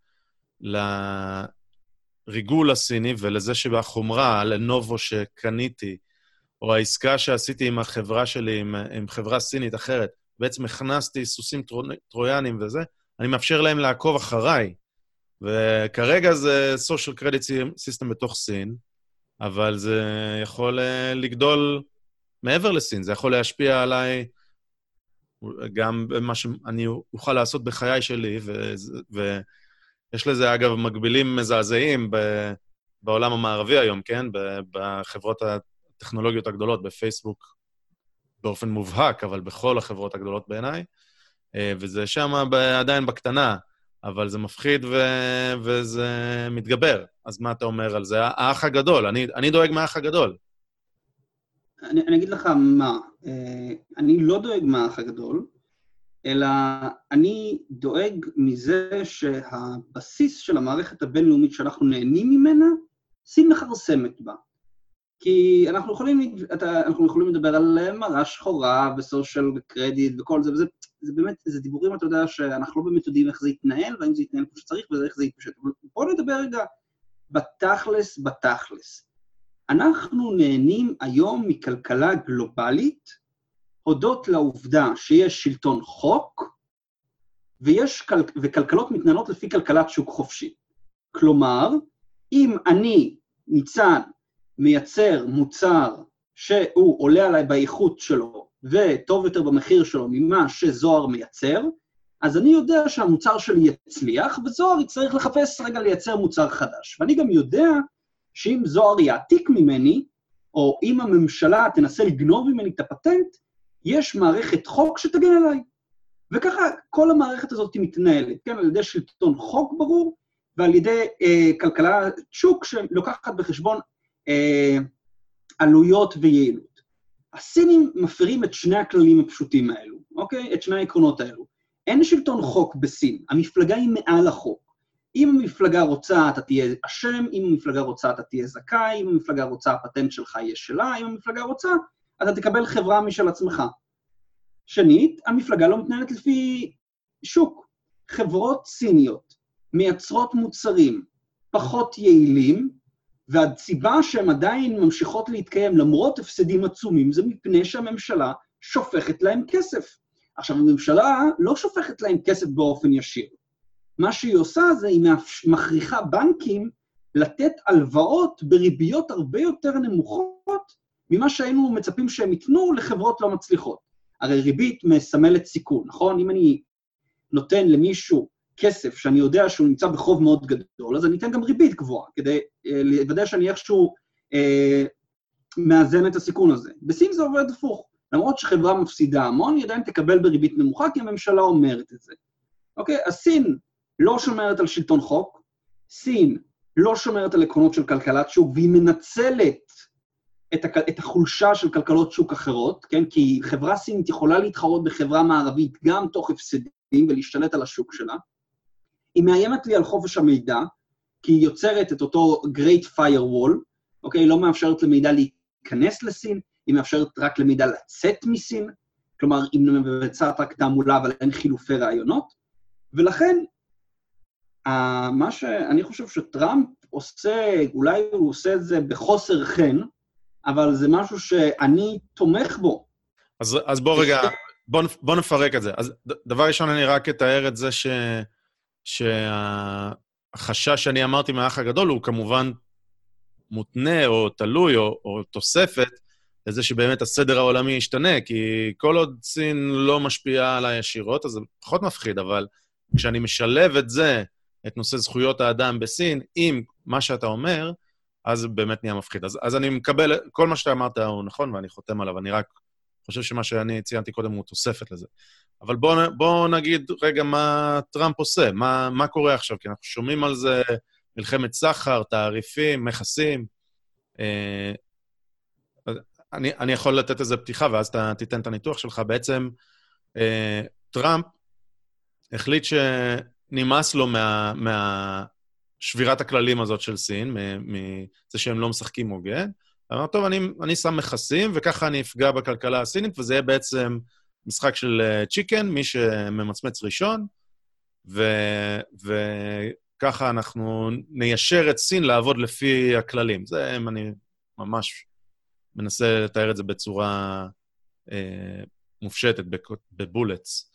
לריגול הסיני ולזה שבחומרה, לנובו שקניתי, או העסקה שעשיתי עם החברה שלי, עם חברה סינית אחרת, בעצם הכנסתי סוסים טרויאנים וזה, אני מאפשר להם לעקוב אחריי. וכרגע זה social credit system בתוך סין, אבל זה יכול לגדול מעבר לסין, זה יכול להשפיע עליי גם במה שאני אוכל לעשות בחיי שלי, ויש לזה, אגב, מקבילים מזעזעים בעולם המערבי היום, כן? בחברות הטכנולוגיות הגדולות, בפייסבוק באופן מובהק, אבל בכל החברות הגדולות בעיניי, וזה שם עדיין בקטנה, אבל זה מפחיד וזה מתגבר. אז מה אתה אומר על זה? האח הגדול, אני דואג מהאח הגדול. אני אגיד לך מה, אני לא דואג מהאח הגדול, אלא אני דואג מזה שהבסיס של המערכת הבינלאומית שאנחנו נהנים ממנה, סין מכרסמת בה. כי אנחנו יכולים לדבר על מראה שחורה וסושיאל קרדיט וכל זה, וזה באמת, זה דיבורים, אתה יודע, שאנחנו לא באמת יודעים איך זה יתנהל, והאם זה יתנהל כמו שצריך, ואיך זה יתפשט. אבל בואו נדבר רגע בתכלס. אנחנו נהנים היום מכלכלה גלובלית, הודות לעובדה שיש שלטון חוק, וכלכלות מתנהלות לפי כלכלת שוק חופשי. כלומר, אם אני, ניצן, מייצר מוצר שהוא עולה עליי באיכות שלו, וטוב יותר במחיר שלו ממה שזוהר מייצר, אז אני יודע שהמוצר שלי יצליח, וזוהר יצטרך לחפש רגע לייצר מוצר חדש. ואני גם יודע שאם זוהר יעתיק ממני, או אם הממשלה תנסה לגנוב ממני את הפטנט, יש מערכת חוק שתגן עליי. וככה כל המערכת הזאת מתנהלת, כן, על ידי שלטון חוק ברור, ועל ידי כלכלת שוק שלוקחת בחשבון עלויות ויעילות. הסינים מפרים את שני הכללים הפשוטים האלו, אוקיי? את שני העקרונות האלו. אין שלטון חוק בסין, המפלגה היא מעל החוק. אם המפלגה רוצה, אתה תהיה אשם, אם המפלגה רוצה, אתה תהיה זכאי, אם המפלגה רוצה, הפטנט שלך יהיה שלה, אם המפלגה רוצה, אתה תקבל חברה משל עצמך. שנית, המפלגה לא מתנהלת לפי שוק. חברות סיניות מייצרות מוצרים פחות יעילים, והסיבה שהן עדיין ממשיכות להתקיים למרות הפסדים עצומים, זה מפני שהממשלה שופכת להם כסף. עכשיו, הממשלה לא שופכת להם כסף באופן ישיר. מה שהיא עושה זה, היא מכריחה בנקים לתת הלוואות בריביות הרבה יותר נמוכות ממה שהיינו מצפים שהם ייתנו לחברות לא מצליחות. הרי ריבית מסמלת סיכון, נכון? אם אני נותן למישהו כסף שאני יודע שהוא נמצא בחוב מאוד גדול, אז אני אתן גם ריבית גבוהה, כדי לוודא שאני איכשהו מאזן את הסיכון הזה. בסין זה עובד הפוך. למרות שחברה מפסידה המון, היא עדיין תקבל בריבית נמוכה, כי הממשלה אומרת את זה. אוקיי? אז סין לא שומרת על שלטון חוק, סין לא שומרת על עקרונות של כלכלת שוק, והיא מנצלת את החולשה של כלכלות שוק אחרות, כן? כי חברה סינית יכולה להתחרות בחברה מערבית גם תוך הפסדים ולהשתלט על השוק שלה. היא מאיימת לי על חופש המידע, כי היא יוצרת את אותו Great Firewall, אוקיי? לא מאפשרת למידע להיכנס לסין, היא מאפשרת רק למידע לצאת מסין, כלומר, היא מבצעת רק תעמולה, אבל אין חילופי רעיונות, ולכן, מה שאני חושב שטראמפ עושה, אולי הוא עושה את זה בחוסר חן, אבל זה משהו שאני תומך בו. אז בוא רגע, בוא נפרק את זה. אז דבר ראשון, אני רק אתאר את זה שהחשש שאני אמרתי מהאח הגדול, הוא כמובן מותנה או תלוי או תוספת, לזה שבאמת הסדר העולמי ישתנה, כי כל עוד סין לא משפיעה עליי ישירות, אז זה פחות מפחיד, אבל כשאני משלב את זה, את נושא זכויות האדם בסין, עם מה שאתה אומר, אז באמת נהיה מפחיד. אז אני מקבל, כל מה שאתה אמרת הוא נכון, ואני חותם עליו, אני רק חושב שמה שאני ציינתי קודם הוא תוספת לזה. אבל בוא נגיד רגע מה טראמפ עושה, מה קורה עכשיו, כי אנחנו שומעים על זה מלחמת סחר, תעריפים, מכסים. אני יכול לתת איזה פתיחה, ואז אתה תיתן את הניתוח שלך. בעצם טראמפ החליט שנמאס לו מהשבירת הכללים הזאת של סין, מזה שהם לא משחקים הוגן. אמר, טוב, אני שם מכסים, וככה אני אפגע בכלכלה הסינית, וזה יהיה בעצם משחק של צ'יקן, מי שממצמץ ראשון, וככה אנחנו ניישר את סין לעבוד לפי הכללים. זה אני ממש מנסה לתאר את זה בצורה מופשטת, בבולטס.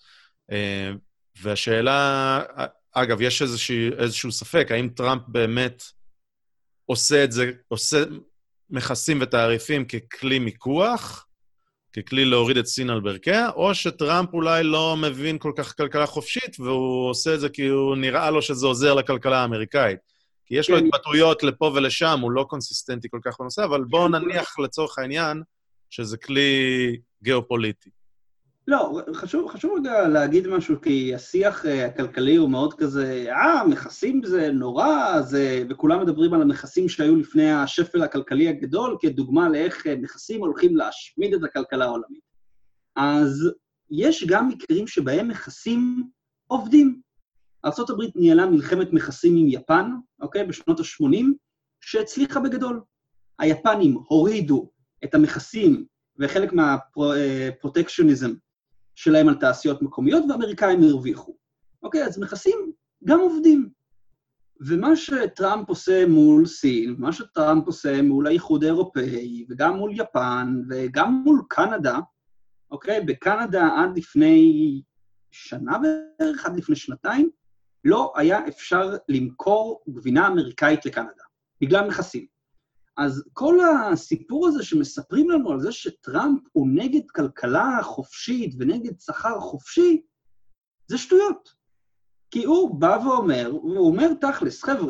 והשאלה, אגב, יש איזשהו ספק, האם טראמפ באמת עושה את זה, עושה מכסים ותעריפים ככלי מיקוח, ככלי להוריד את סין על ברכיה, או שטראמפ אולי לא מבין כל כך כלכלה חופשית, והוא עושה את זה כי הוא נראה לו שזה עוזר לכלכלה האמריקאית. כי יש לו התבטאויות לפה ולשם, הוא לא קונסיסטנטי כל כך בנושא, אבל בואו נניח לצורך העניין שזה כלי גיאופוליטי. לא, חשוב רגע להגיד משהו, כי השיח הכלכלי הוא מאוד כזה, מכסים זה נורא, וכולם מדברים על המכסים שהיו לפני השפל הכלכלי הגדול, כדוגמה לאיך מכסים הולכים להשמיד את הכלכלה העולמית. אז יש גם מקרים שבהם מכסים עובדים. ארצות הברית ניהלה מלחמת מכסים עם יפן, אוקיי, בשנות ה-80, שהצליחה בגדול. היפנים הורידו את המכסים וחלק מהפרוטקשניזם שלהם על תעשיות מקומיות, ואמריקאים הרוויחו. אוקיי, אז מכסים גם עובדים. ומה שטראמפ עושה מול סין, מה שטראמפ עושה מול האיחוד האירופאי, וגם מול יפן, וגם מול קנדה, אוקיי, בקנדה עד לפני שנה בערך, עד לפני שנתיים, לא היה אפשר למכור גבינה אמריקאית לקנדה, בגלל מכסים. אז כל הסיפור הזה שמספרים לנו על זה שטראמפ הוא נגד כלכלה חופשית ונגד שכר חופשי, זה שטויות. כי הוא בא ואומר, הוא אומר תכלס, חבר'ה,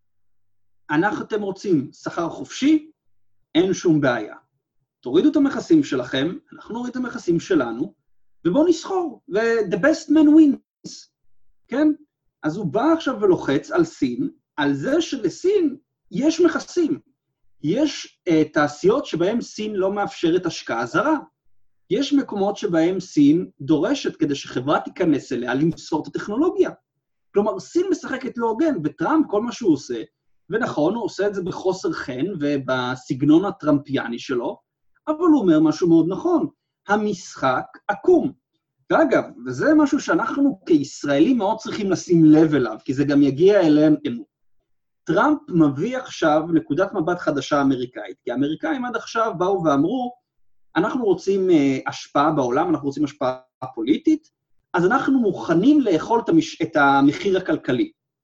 אתם רוצים שכר חופשי, אין שום בעיה. תורידו את המכסים שלכם, אנחנו נוריד את המכסים שלנו, ובואו נסחור, ו-the best man wins, כן? אז הוא בא עכשיו ולוחץ על סין, על זה שלסין יש מכסים. יש תעשיות שבהן סין לא מאפשרת השקעה זרה. יש מקומות שבהם סין דורשת כדי שחברה תיכנס אליה למסור את הטכנולוגיה. כלומר, סין משחקת לא הוגן, וטראמפ כל מה שהוא עושה, ונכון, הוא עושה את זה בחוסר חן ובסגנון הטראמפיאני שלו, אבל הוא אומר משהו מאוד נכון, המשחק עקום. ואגב, וזה משהו שאנחנו כישראלים מאוד צריכים לשים לב אליו, כי זה גם יגיע אלינו. טראמפ מביא עכשיו נקודת מבט חדשה אמריקאית, כי האמריקאים עד עכשיו באו ואמרו, אנחנו רוצים השפעה בעולם, אנחנו רוצים השפעה פוליטית, אז אנחנו מוכנים לאכול את המחיר הכלכלי.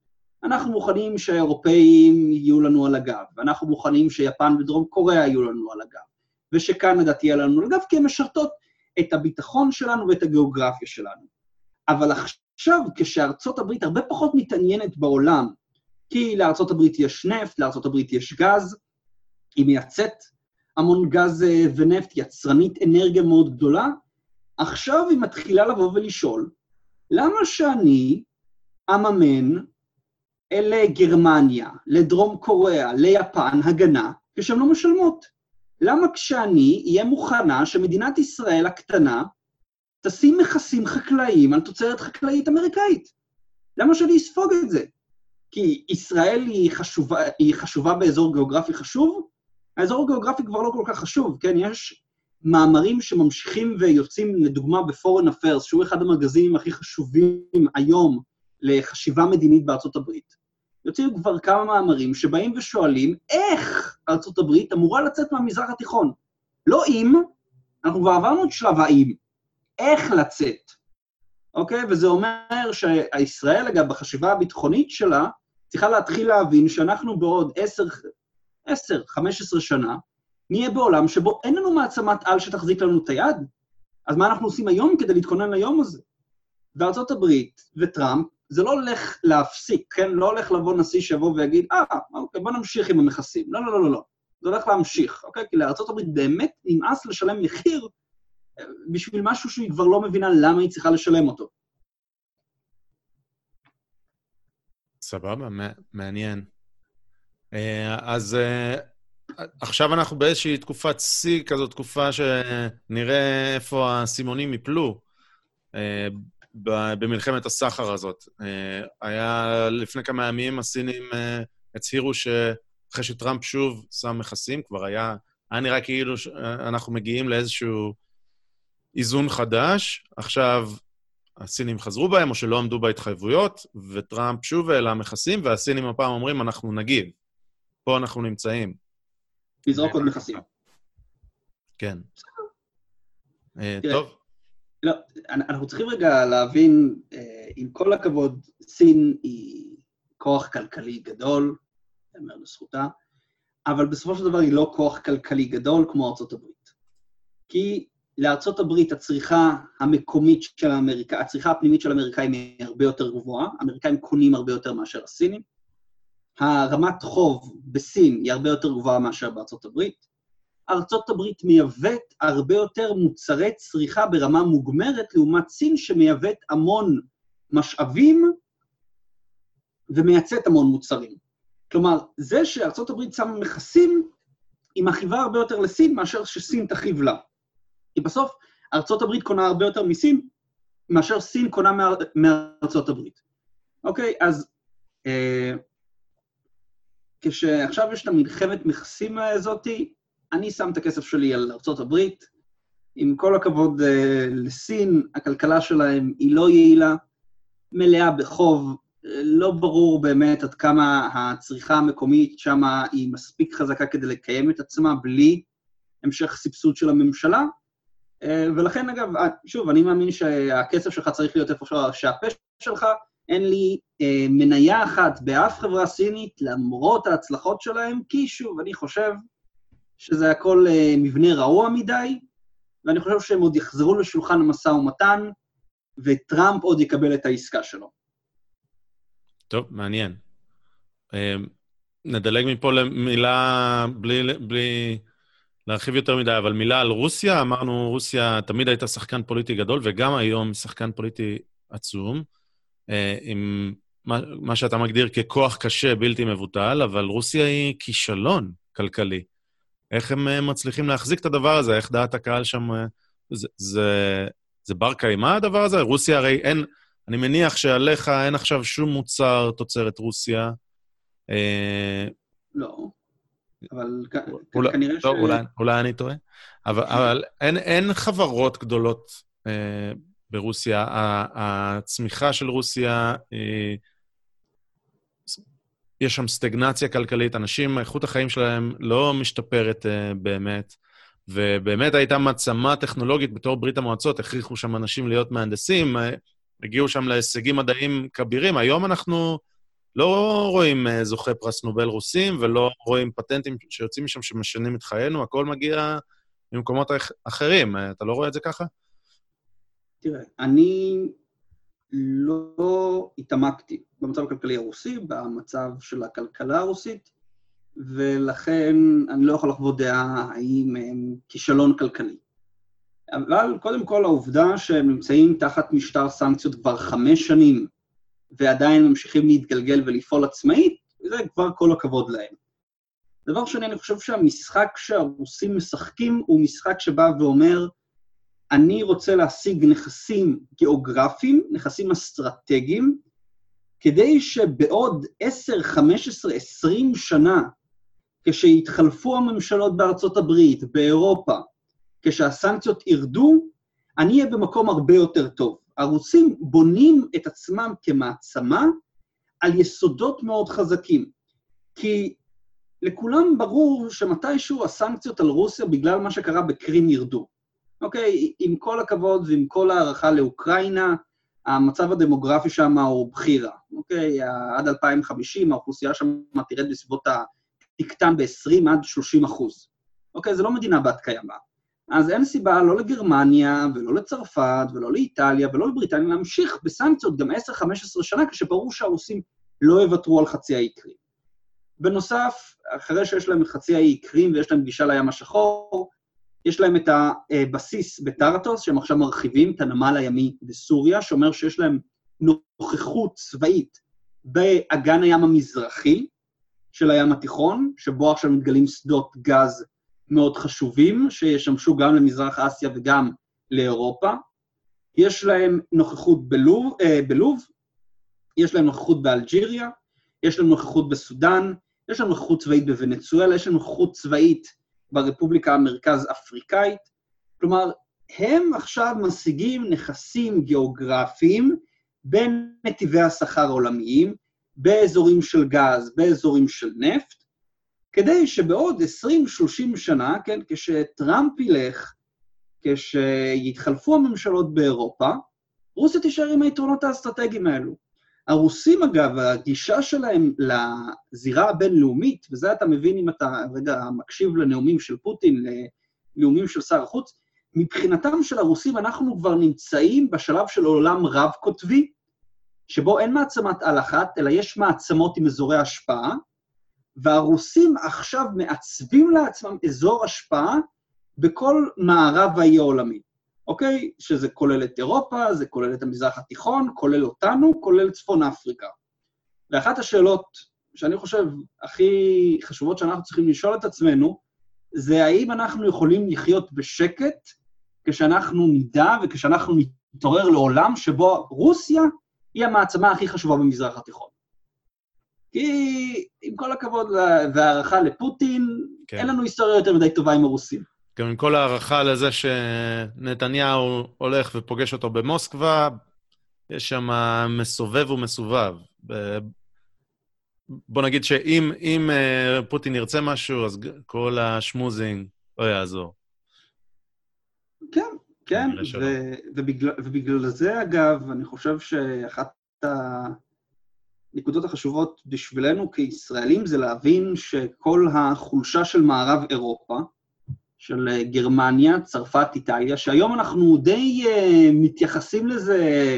אנחנו מוכנים שהאירופאים יהיו לנו על הגב, ואנחנו מוכנים שיפן ודרום קוריאה יהיו לנו על הגב, ושקנדה תהיה לנו על הגב, כי הן משרתות את הביטחון שלנו ואת הגיאוגרפיה שלנו. אבל עכשיו, כשארצות הברית הרבה פחות מתעניינת בעולם, כי לארצות הברית יש נפט, לארצות הברית יש גז, היא מייצאת המון גז ונפט, יצרנית אנרגיה מאוד גדולה, עכשיו היא מתחילה לבוא ולשאול, למה שאני אממן לגרמניה, לדרום קוריאה, ליפן, הגנה, כשהן לא משלמות? למה כשאני אהיה מוכנה שמדינת ישראל הקטנה תשים מכסים חקלאיים על תוצרת חקלאית אמריקאית? למה שאני אספוג את זה? כי ישראל היא חשובה באזור גיאוגרפי חשוב? האזור הגיאוגרפי כבר לא כל כך חשוב, כן? יש מאמרים שממשיכים ויוצאים, לדוגמה, ב-Foreign Affairs, שהוא אחד המגזינים הכי חשובים היום לחשיבה מדינית בארצות הברית. יוצאים כבר כמה מאמרים שבאים ושואלים איך ארצות הברית אמורה לצאת מהמזרח התיכון. לא אם, אנחנו כבר עברנו את שלב האם, איך לצאת. אוקיי? וזה אומר שהישראל, אגב, בחשיבה הביטחונית שלה, צריכה להתחיל להבין שאנחנו בעוד 10-15 שנה, נהיה בעולם שבו אין לנו מעצמת על שתחזיק לנו את היד. אז מה אנחנו עושים היום כדי להתכונן ליום הזה? וארצות הברית וטראמפ, זה לא הולך להפסיק, כן? לא הולך לבוא נשיא שיבוא ויגיד, אוקיי, בוא נמשיך עם המכסים. לא, לא, לא, לא. זה הולך להמשיך, אוקיי? כי לארצות הברית באמת נמאס לשלם מחיר בשביל משהו שהיא כבר לא מבינה למה היא צריכה לשלם אותו. סבבה, מעניין. אז עכשיו אנחנו באיזושהי תקופת שיא, כזו תקופה שנראה איפה הסימונים יפלו במלחמת הסחר הזאת. היה לפני כמה ימים הסינים הצהירו שאחרי שטראמפ שוב שם מכסים, כבר היה נראה כאילו אנחנו מגיעים לאיזשהו איזון חדש. עכשיו הסינים חזרו בהם או שלא עמדו בהתחייבויות, וטראמפ שוב העלה מכסים, והסינים הפעם אומרים אנחנו נגיב. פה אנחנו נמצאים. לזרוק עוד מכסים. כן. טוב. לא, אנחנו צריכים רגע להבין, עם כל הכבוד, סין היא כוח כלכלי גדול, אומר לזכותה, אבל בסופו של דבר היא לא כוח כלכלי גדול כמו ארצות הברית. כי לארצות הברית הצריכה המקומית של האמריקה, הצריכה הפנימית של האמריקאים היא הרבה יותר גבוהה, האמריקאים קונים הרבה יותר מאשר הסינים, הרמת חוב בסין היא הרבה יותר גבוהה מאשר בארצות הברית, ארצות הברית מייבאת הרבה יותר מוצרי צריכה ברמה מוגמרת, לעומת סין שמייבאת המון משאבים ומייצאת המון מוצרים. כלומר, זה שארצות הברית שמה מכסים, היא מחיבה הרבה יותר לסין מאשר שסין תחיב לה. כי בסוף ארצות הברית קונה הרבה יותר מסין, מאשר סין קונה מארצות הברית. אוקיי, אז כשעכשיו יש את המלחמת מכסים הזאת, אני שם את הכסף שלי על ארצות הברית, עם כל הכבוד לסין, הכלכלה שלהם היא לא יעילה, מלאה בחוב, לא ברור באמת עד כמה הצריכה המקומית שם היא מספיק חזקה כדי לקיים את עצמה בלי המשך סבסוד של הממשלה, ולכן אגב, שוב, אני מאמין שהכסף שלך צריך להיות איפה שהפה שלך, אין לי מניה אחת באף חברה סינית למרות ההצלחות שלהם, כי שוב, אני חושב שזה הכל מבנה רעוע מדי, ואני חושב שהם עוד יחזרו לשולחן המשא ומתן, וטראמפ עוד יקבל את העסקה שלו. טוב, מעניין. נדלג מפה למילה, בלי להרחיב יותר מדי, אבל מילה על רוסיה. אמרנו, רוסיה תמיד הייתה שחקן פוליטי גדול, וגם היום שחקן פוליטי עצום, עם מה שאתה מגדיר ככוח קשה, בלתי מבוטל, אבל רוסיה היא כישלון כלכלי. איך הם מצליחים להחזיק את הדבר הזה? איך דעת הקהל שם? זה בר קיימא הדבר הזה? רוסיה הרי אין, אני מניח שעליך אין עכשיו שום מוצר תוצרת רוסיה. לא, אבל כנראה ש... אולי אני טועה. אבל אין חברות גדולות ברוסיה. הצמיחה של רוסיה, יש שם סטגנציה כלכלית, אנשים, איכות החיים שלהם לא משתפרת באמת, ובאמת הייתה מעצמה טכנולוגית בתור ברית המועצות, הכריחו שם אנשים להיות מהנדסים, הגיעו שם להישגים מדעיים כבירים. היום אנחנו לא רואים זוכי פרס נובל רוסים, ולא רואים פטנטים שיוצאים משם שמשנים את חיינו, הכל מגיע ממקומות אחרים. אתה לא רואה את זה ככה? תראה, אני לא התעמקתי במצב הכלכלי הרוסי, במצב של הכלכלה הרוסית, ולכן אני לא יכול לחוות דעה האם הם כישלון כלכלי. אבל קודם כל העובדה שהם נמצאים תחת משטר סנקציות כבר 5 שנים, ועדיין ממשיכים להתגלגל ולפעול עצמאית, זה כבר כל הכבוד להם. דבר שני, אני חושב שהמשחק שהרוסים משחקים הוא משחק שבא ואומר, אני רוצה להשיג נכסים גיאוגרפיים, נכסים אסטרטגיים, כדי שבעוד 10, 15, 20 שנה, כשיתחלפו הממשלות בארצות הברית, באירופה, כשהסנקציות ירדו, אני אהיה במקום הרבה יותר טוב. הרוסים בונים את עצמם כמעצמה על יסודות מאוד חזקים, כי לכולם ברור שמתישהו הסנקציות על רוסיה בגלל מה שקרה בקרים ירדו. אוקיי, עם כל הכבוד ועם כל הערכה לאוקראינה, המצב הדמוגרפי שם הוא בחירה. אוקיי, עד 2050 האוכלוסייה שם תרד בסביבות תקטן ב-20 עד 30%. אוקיי, זה לא מדינה בת קיימא. אז אין סיבה לא לגרמניה ולא לצרפת ולא לאיטליה ולא לבריטניה להמשיך בסנקציות גם 10-15 שנה, כשברור שהרוסים לא יוותרו על חצי האי קרים. בנוסף, אחרי שיש להם חצי האי קרים ויש להם גישה לים השחור, יש להם את הבסיס בטרטוס, שהם עכשיו מרחיבים את הנמל הימי בסוריה, שאומר שיש להם נוכחות צבאית באגן הים המזרחי של הים התיכון, שבו עכשיו מתגלים שדות גז מאוד חשובים, שישמשו גם למזרח אסיה וגם לאירופה. יש להם נוכחות בלוב, יש להם נוכחות באלג'יריה, יש להם נוכחות בסודן, יש להם נוכחות צבאית בוונצואלה, יש להם נוכחות צבאית ברפובליקה המרכז אפריקאית. כלומר, הם עכשיו משיגים נכסים גיאוגרפיים בין נתיבי השכר העולמיים, באזורים של גז, באזורים של נפט, כדי שבעוד 20-30 שנה, כן, כשטראמפ ילך, כשיתחלפו הממשלות באירופה, רוסיה תישאר עם היתרונות האסטרטגיים האלו. הרוסים, אגב, הגישה שלהם לזירה הבינלאומית, וזה אתה מבין אם אתה רגע מקשיב לנאומים של פוטין, לנאומים של שר החוץ, מבחינתם של הרוסים אנחנו כבר נמצאים בשלב של עולם רב-קוטבי, שבו אין מעצמת על אחת, אלא יש מעצמות עם אזורי השפעה, והרוסים עכשיו מעצבים לעצמם אזור השפעה בכל מערב האי העולמי. אוקיי? שזה כולל את אירופה, זה כולל את המזרח התיכון, כולל אותנו, כולל צפון אפריקה. ואחת השאלות שאני חושב הכי חשובות שאנחנו צריכים לשאול את עצמנו, זה האם אנחנו יכולים לחיות בשקט, כשאנחנו נדע וכשאנחנו נתעורר לעולם שבו רוסיה היא המעצמה הכי חשובה במזרח התיכון. כי עם כל הכבוד והערכה לפוטין, כן. אין לנו היסטוריה יותר מדי טובה עם הרוסים. גם עם כל הערכה לזה שנתניהו הולך ופוגש אותו במוסקבה, יש שם מסובב ומסובב. בוא נגיד שאם פוטין ירצה משהו, אז כל השמוזינג לא יעזור. כן, כן, ובגלל זה, אגב, אני חושב שאחת הנקודות החשובות בשבילנו כישראלים זה להבין שכל החולשה של מערב אירופה, של גרמניה, צרפת, איטליה, שהיום אנחנו די מתייחסים לזה,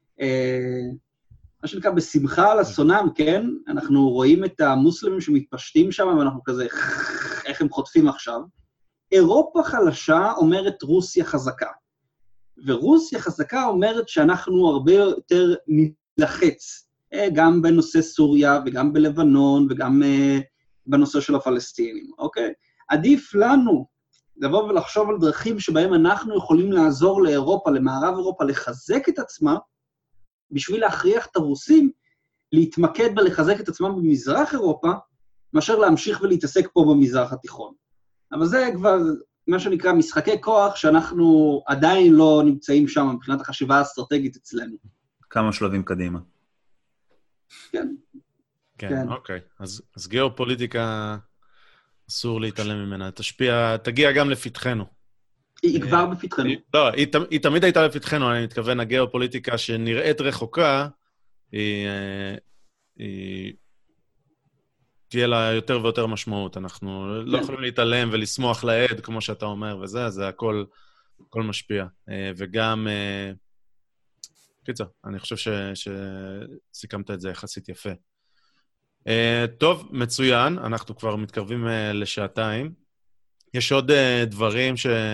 מה שנקרא, בשמחה על אסונם, כן? אנחנו רואים את המוסלמים שמתפשטים שם, ואנחנו כזה, איך הם חוטפים עכשיו. אירופה חלשה אומרת רוסיה חזקה, ורוסיה חזקה אומרת שאנחנו הרבה יותר נלחץ, גם בנושא סוריה, וגם בלבנון, וגם בנושא של הפלסטינים, אוקיי? עדיף לנו לבוא ולחשוב על דרכים שבהם אנחנו יכולים לעזור לאירופה, למערב אירופה, לחזק את עצמה, בשביל להכריח את הרוסים להתמקד בלחזק את עצמם במזרח אירופה, מאשר להמשיך ולהתעסק פה במזרח התיכון. אבל זה כבר מה שנקרא משחקי כוח, שאנחנו עדיין לא נמצאים שם מבחינת החשיבה האסטרטגית אצלנו. כמה שלבים קדימה. כן. כן, אוקיי. אז גיאופוליטיקה אסור להתעלם ממנה. תגיע גם לפתחנו. היא כבר בפתחנו. לא, היא תמיד הייתה בפתחנו, אני מתכוון, הגיאופוליטיקה שנראית רחוקה, תהיה לה יותר ויותר משמעות. אנחנו לא יכולים להתעלם ולשמוח לעד, כמו שאתה אומר, וזה, זה הכל משפיע. וגם, קיצר, אני חושב שסיכמת את זה יחסית יפה. טוב, מצוין, אנחנו כבר מתקרבים לשעתיים. יש עוד דברים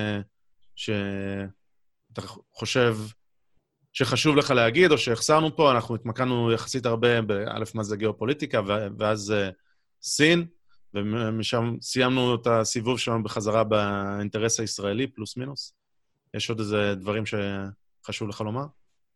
שאתה חושב שחשוב לך להגיד, או שהחסרנו פה, אנחנו התמקדנו יחסית הרבה באלף מה זה גיאופוליטיקה, ואז סין, ומשם סיימנו את הסיבוב שלנו בחזרה באינטרס הישראלי, פלוס מינוס. יש עוד איזה דברים שחשוב לך לומר?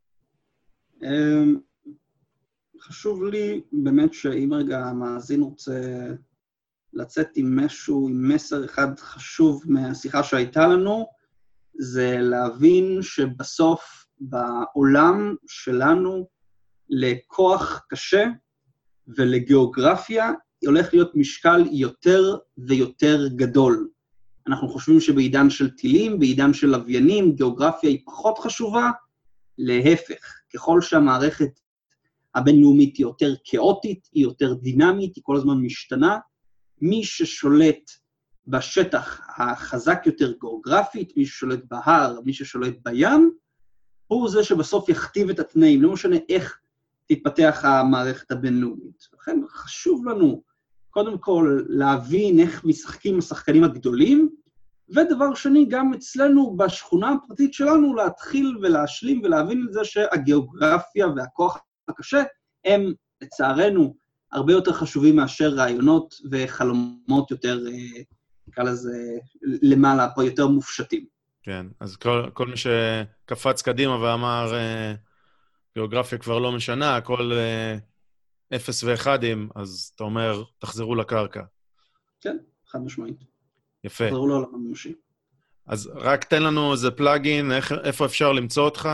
חשוב לי באמת שאם רגע המאזין רוצה לצאת עם משהו, עם מסר אחד חשוב מהשיחה שהייתה לנו, זה להבין שבסוף בעולם שלנו לכוח קשה ולגיאוגרפיה הולך להיות משקל יותר ויותר גדול. אנחנו חושבים שבעידן של טילים, בעידן של לוויינים, גיאוגרפיה היא פחות חשובה, להפך. ככל שהמערכת הבינלאומית היא יותר כאוטית, היא יותר דינמית, היא כל הזמן משתנה, מי ששולט בשטח החזק יותר גיאוגרפית, מי ששולט בהר, מי ששולט בים, הוא זה שבסוף יכתיב את התנאים, לא משנה איך תתפתח המערכת הבינלאומית. לכן חשוב לנו, קודם כל, להבין איך משחקים השחקנים הגדולים, ודבר שני, גם אצלנו בשכונה הפרטית שלנו, להתחיל ולהשלים ולהבין את זה שהגיאוגרפיה והכוח הקשה, הם לצערנו הרבה יותר חשובים מאשר רעיונות וחלומות יותר, נקרא לזה, למעלה, פה יותר מופשטים. כן, אז כל מי שקפץ קדימה ואמר, גיאוגרפיה כבר לא משנה, הכל 0 ו-1, אז אתה אומר, תחזרו לקרקע. כן, חד משמעית. יפה. תחזרו לעולם הממשי. אז רק תן לנו איזה פלאגין, איפה אפשר למצוא אותך,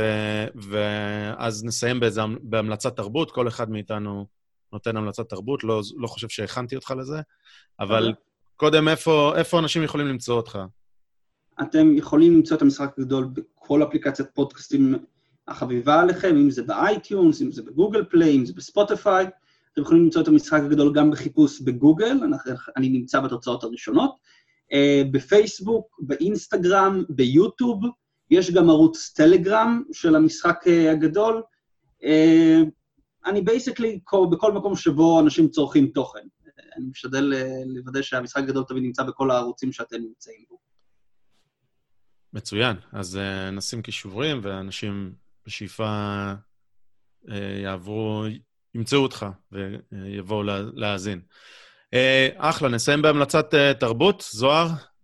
ואז נסיים בהמלצת תרבות, כל אחד מאיתנו נותן המלצת תרבות, לא חושב שהכנתי אותך לזה, אבל קודם, איפה אנשים יכולים למצוא אותך? אתם יכולים למצוא את המשחק הגדול בכל אפליקציית פודקאסטים החביבה עליכם, אם זה באייטיונס, אם זה בגוגל פליי, אם זה בספוטיפיי, אתם יכולים למצוא את המשחק הגדול גם בחיפוש בגוגל, אני נמצא בתוצאות הראשונות, בפייסבוק, באינסטגרם, ביוטיוב, יש גם ערוץ טלגרם של המשחק הגדול, אני בייסיקלי בכל מקום שבו אנשים צורכים תוכן, אני משתדל לוודא שהמשחק הגדול תמיד נמצא בכל הערוצים שאתם נמצאים בו. מצוין, אז נשים קישורים, ואנשים בשאיפה ימצאו אותך ויבואו להאזין. אחלה, נסיים בהמלצת תרבות, זוהר?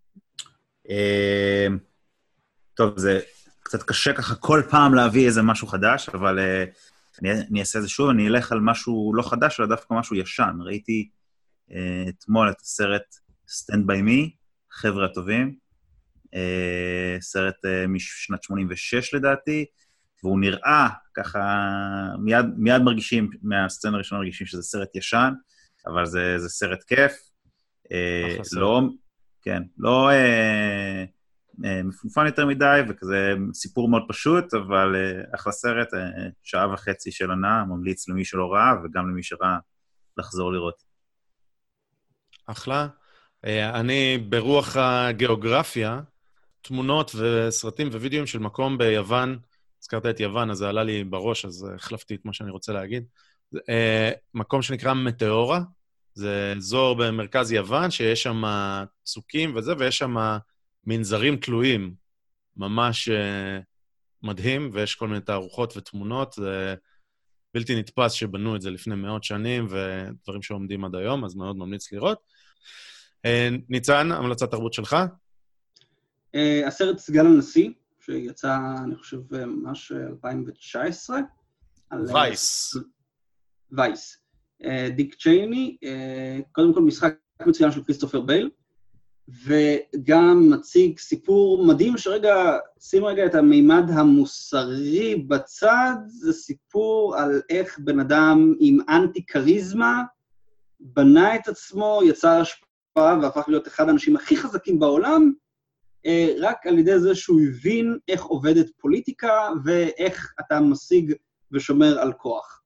טוב, זה קצת קשה ככה כל פעם להביא איזה משהו חדש, אבל אני אעשה את זה שוב, אני אלך על משהו לא חדש, אלא דווקא משהו ישן. ראיתי אתמול את הסרט Stand By Me, חבר'ה הטובים, סרט משנת 86 לדעתי, והוא נראה ככה, מיד מרגישים, מהסצנה הראשונה מרגישים שזה סרט ישן, אבל זה סרט כיף. לא, כן, לא מפונפן יותר מדי, וכזה סיפור מאוד פשוט, אבל אחלה סרט, 1.5 שעה של עונה, ממליץ למי שלא ראה, וגם למי שראה לחזור לראות. אחלה. אני ברוח הגיאוגרפיה, תמונות וסרטים ווידאוים של מקום ביוון, הזכרת את יוון, אז זה עלה לי בראש, אז החלפתי את מה שאני רוצה להגיד. מקום שנקרא מטאורה, זה אזור במרכז יוון, שיש שם צוקים וזה, ויש שם מנזרים תלויים, ממש מדהים, ויש כל מיני תערוכות ותמונות, זה בלתי נתפס שבנו את זה לפני מאות שנים, ודברים שעומדים עד היום, אז מאוד ממליץ לראות. ניצן, המלצת תרבות שלך? הסרט סגן הנשיא, שיצא, אני חושב, ממש 2019. וייס. וייס. דיק צ'ייני, קודם כל משחק מצוין של כריסטופר בייל, וגם מציג סיפור מדהים שרגע, שים רגע את המימד המוסרי בצד, זה סיפור על איך בן אדם עם אנטי-קריזמה בנה את עצמו, יצר השפעה והפך להיות אחד האנשים הכי חזקים בעולם, רק על ידי זה שהוא הבין איך עובדת פוליטיקה ואיך אתה משיג ושומר על כוח.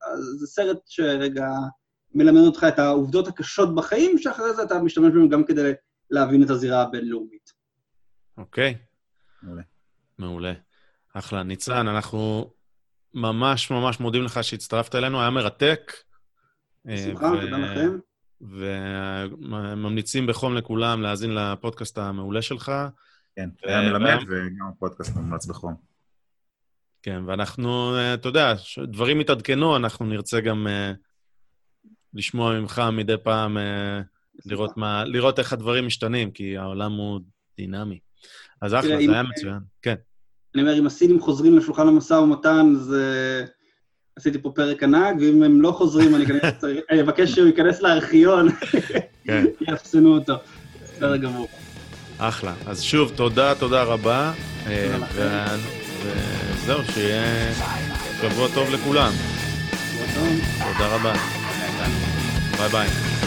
זה סרט שרגע מלמד אותך את העובדות הקשות בחיים, שאחרי זה אתה משתמש בהם גם כדי להבין את הזירה הבינלאומית. אוקיי. מעולה. מעולה. אחלה. ניצן, אנחנו ממש ממש מודים לך שהצטרפת אלינו, היה מרתק. בשמחה, תודה לכם. וממליצים בחום לכולם להאזין לפודקאסט המעולה שלך. כן, היה מלמד וגם הפודקאסט מומלץ בחום. כן, ואנחנו, אתה יודע, דברים מתעדכנו, אנחנו נרצה גם לשמוע ממך מדי פעם, לראות איך הדברים משתנים, כי העולם הוא דינמי. אז אחלה, זה היה מצוין. כן. אני אומר, אם הסינים חוזרים לשולחן המשא ומתן, אז עשיתי פה פרק ענק, ואם הם לא חוזרים, אני אבקש שהוא ייכנס לארכיון, יפסנו אותו. בסדר גמור. אחלה. אז שוב, תודה רבה. וזהו, שיהיה שבוע טוב לכולם. תודה רבה. ביי ביי.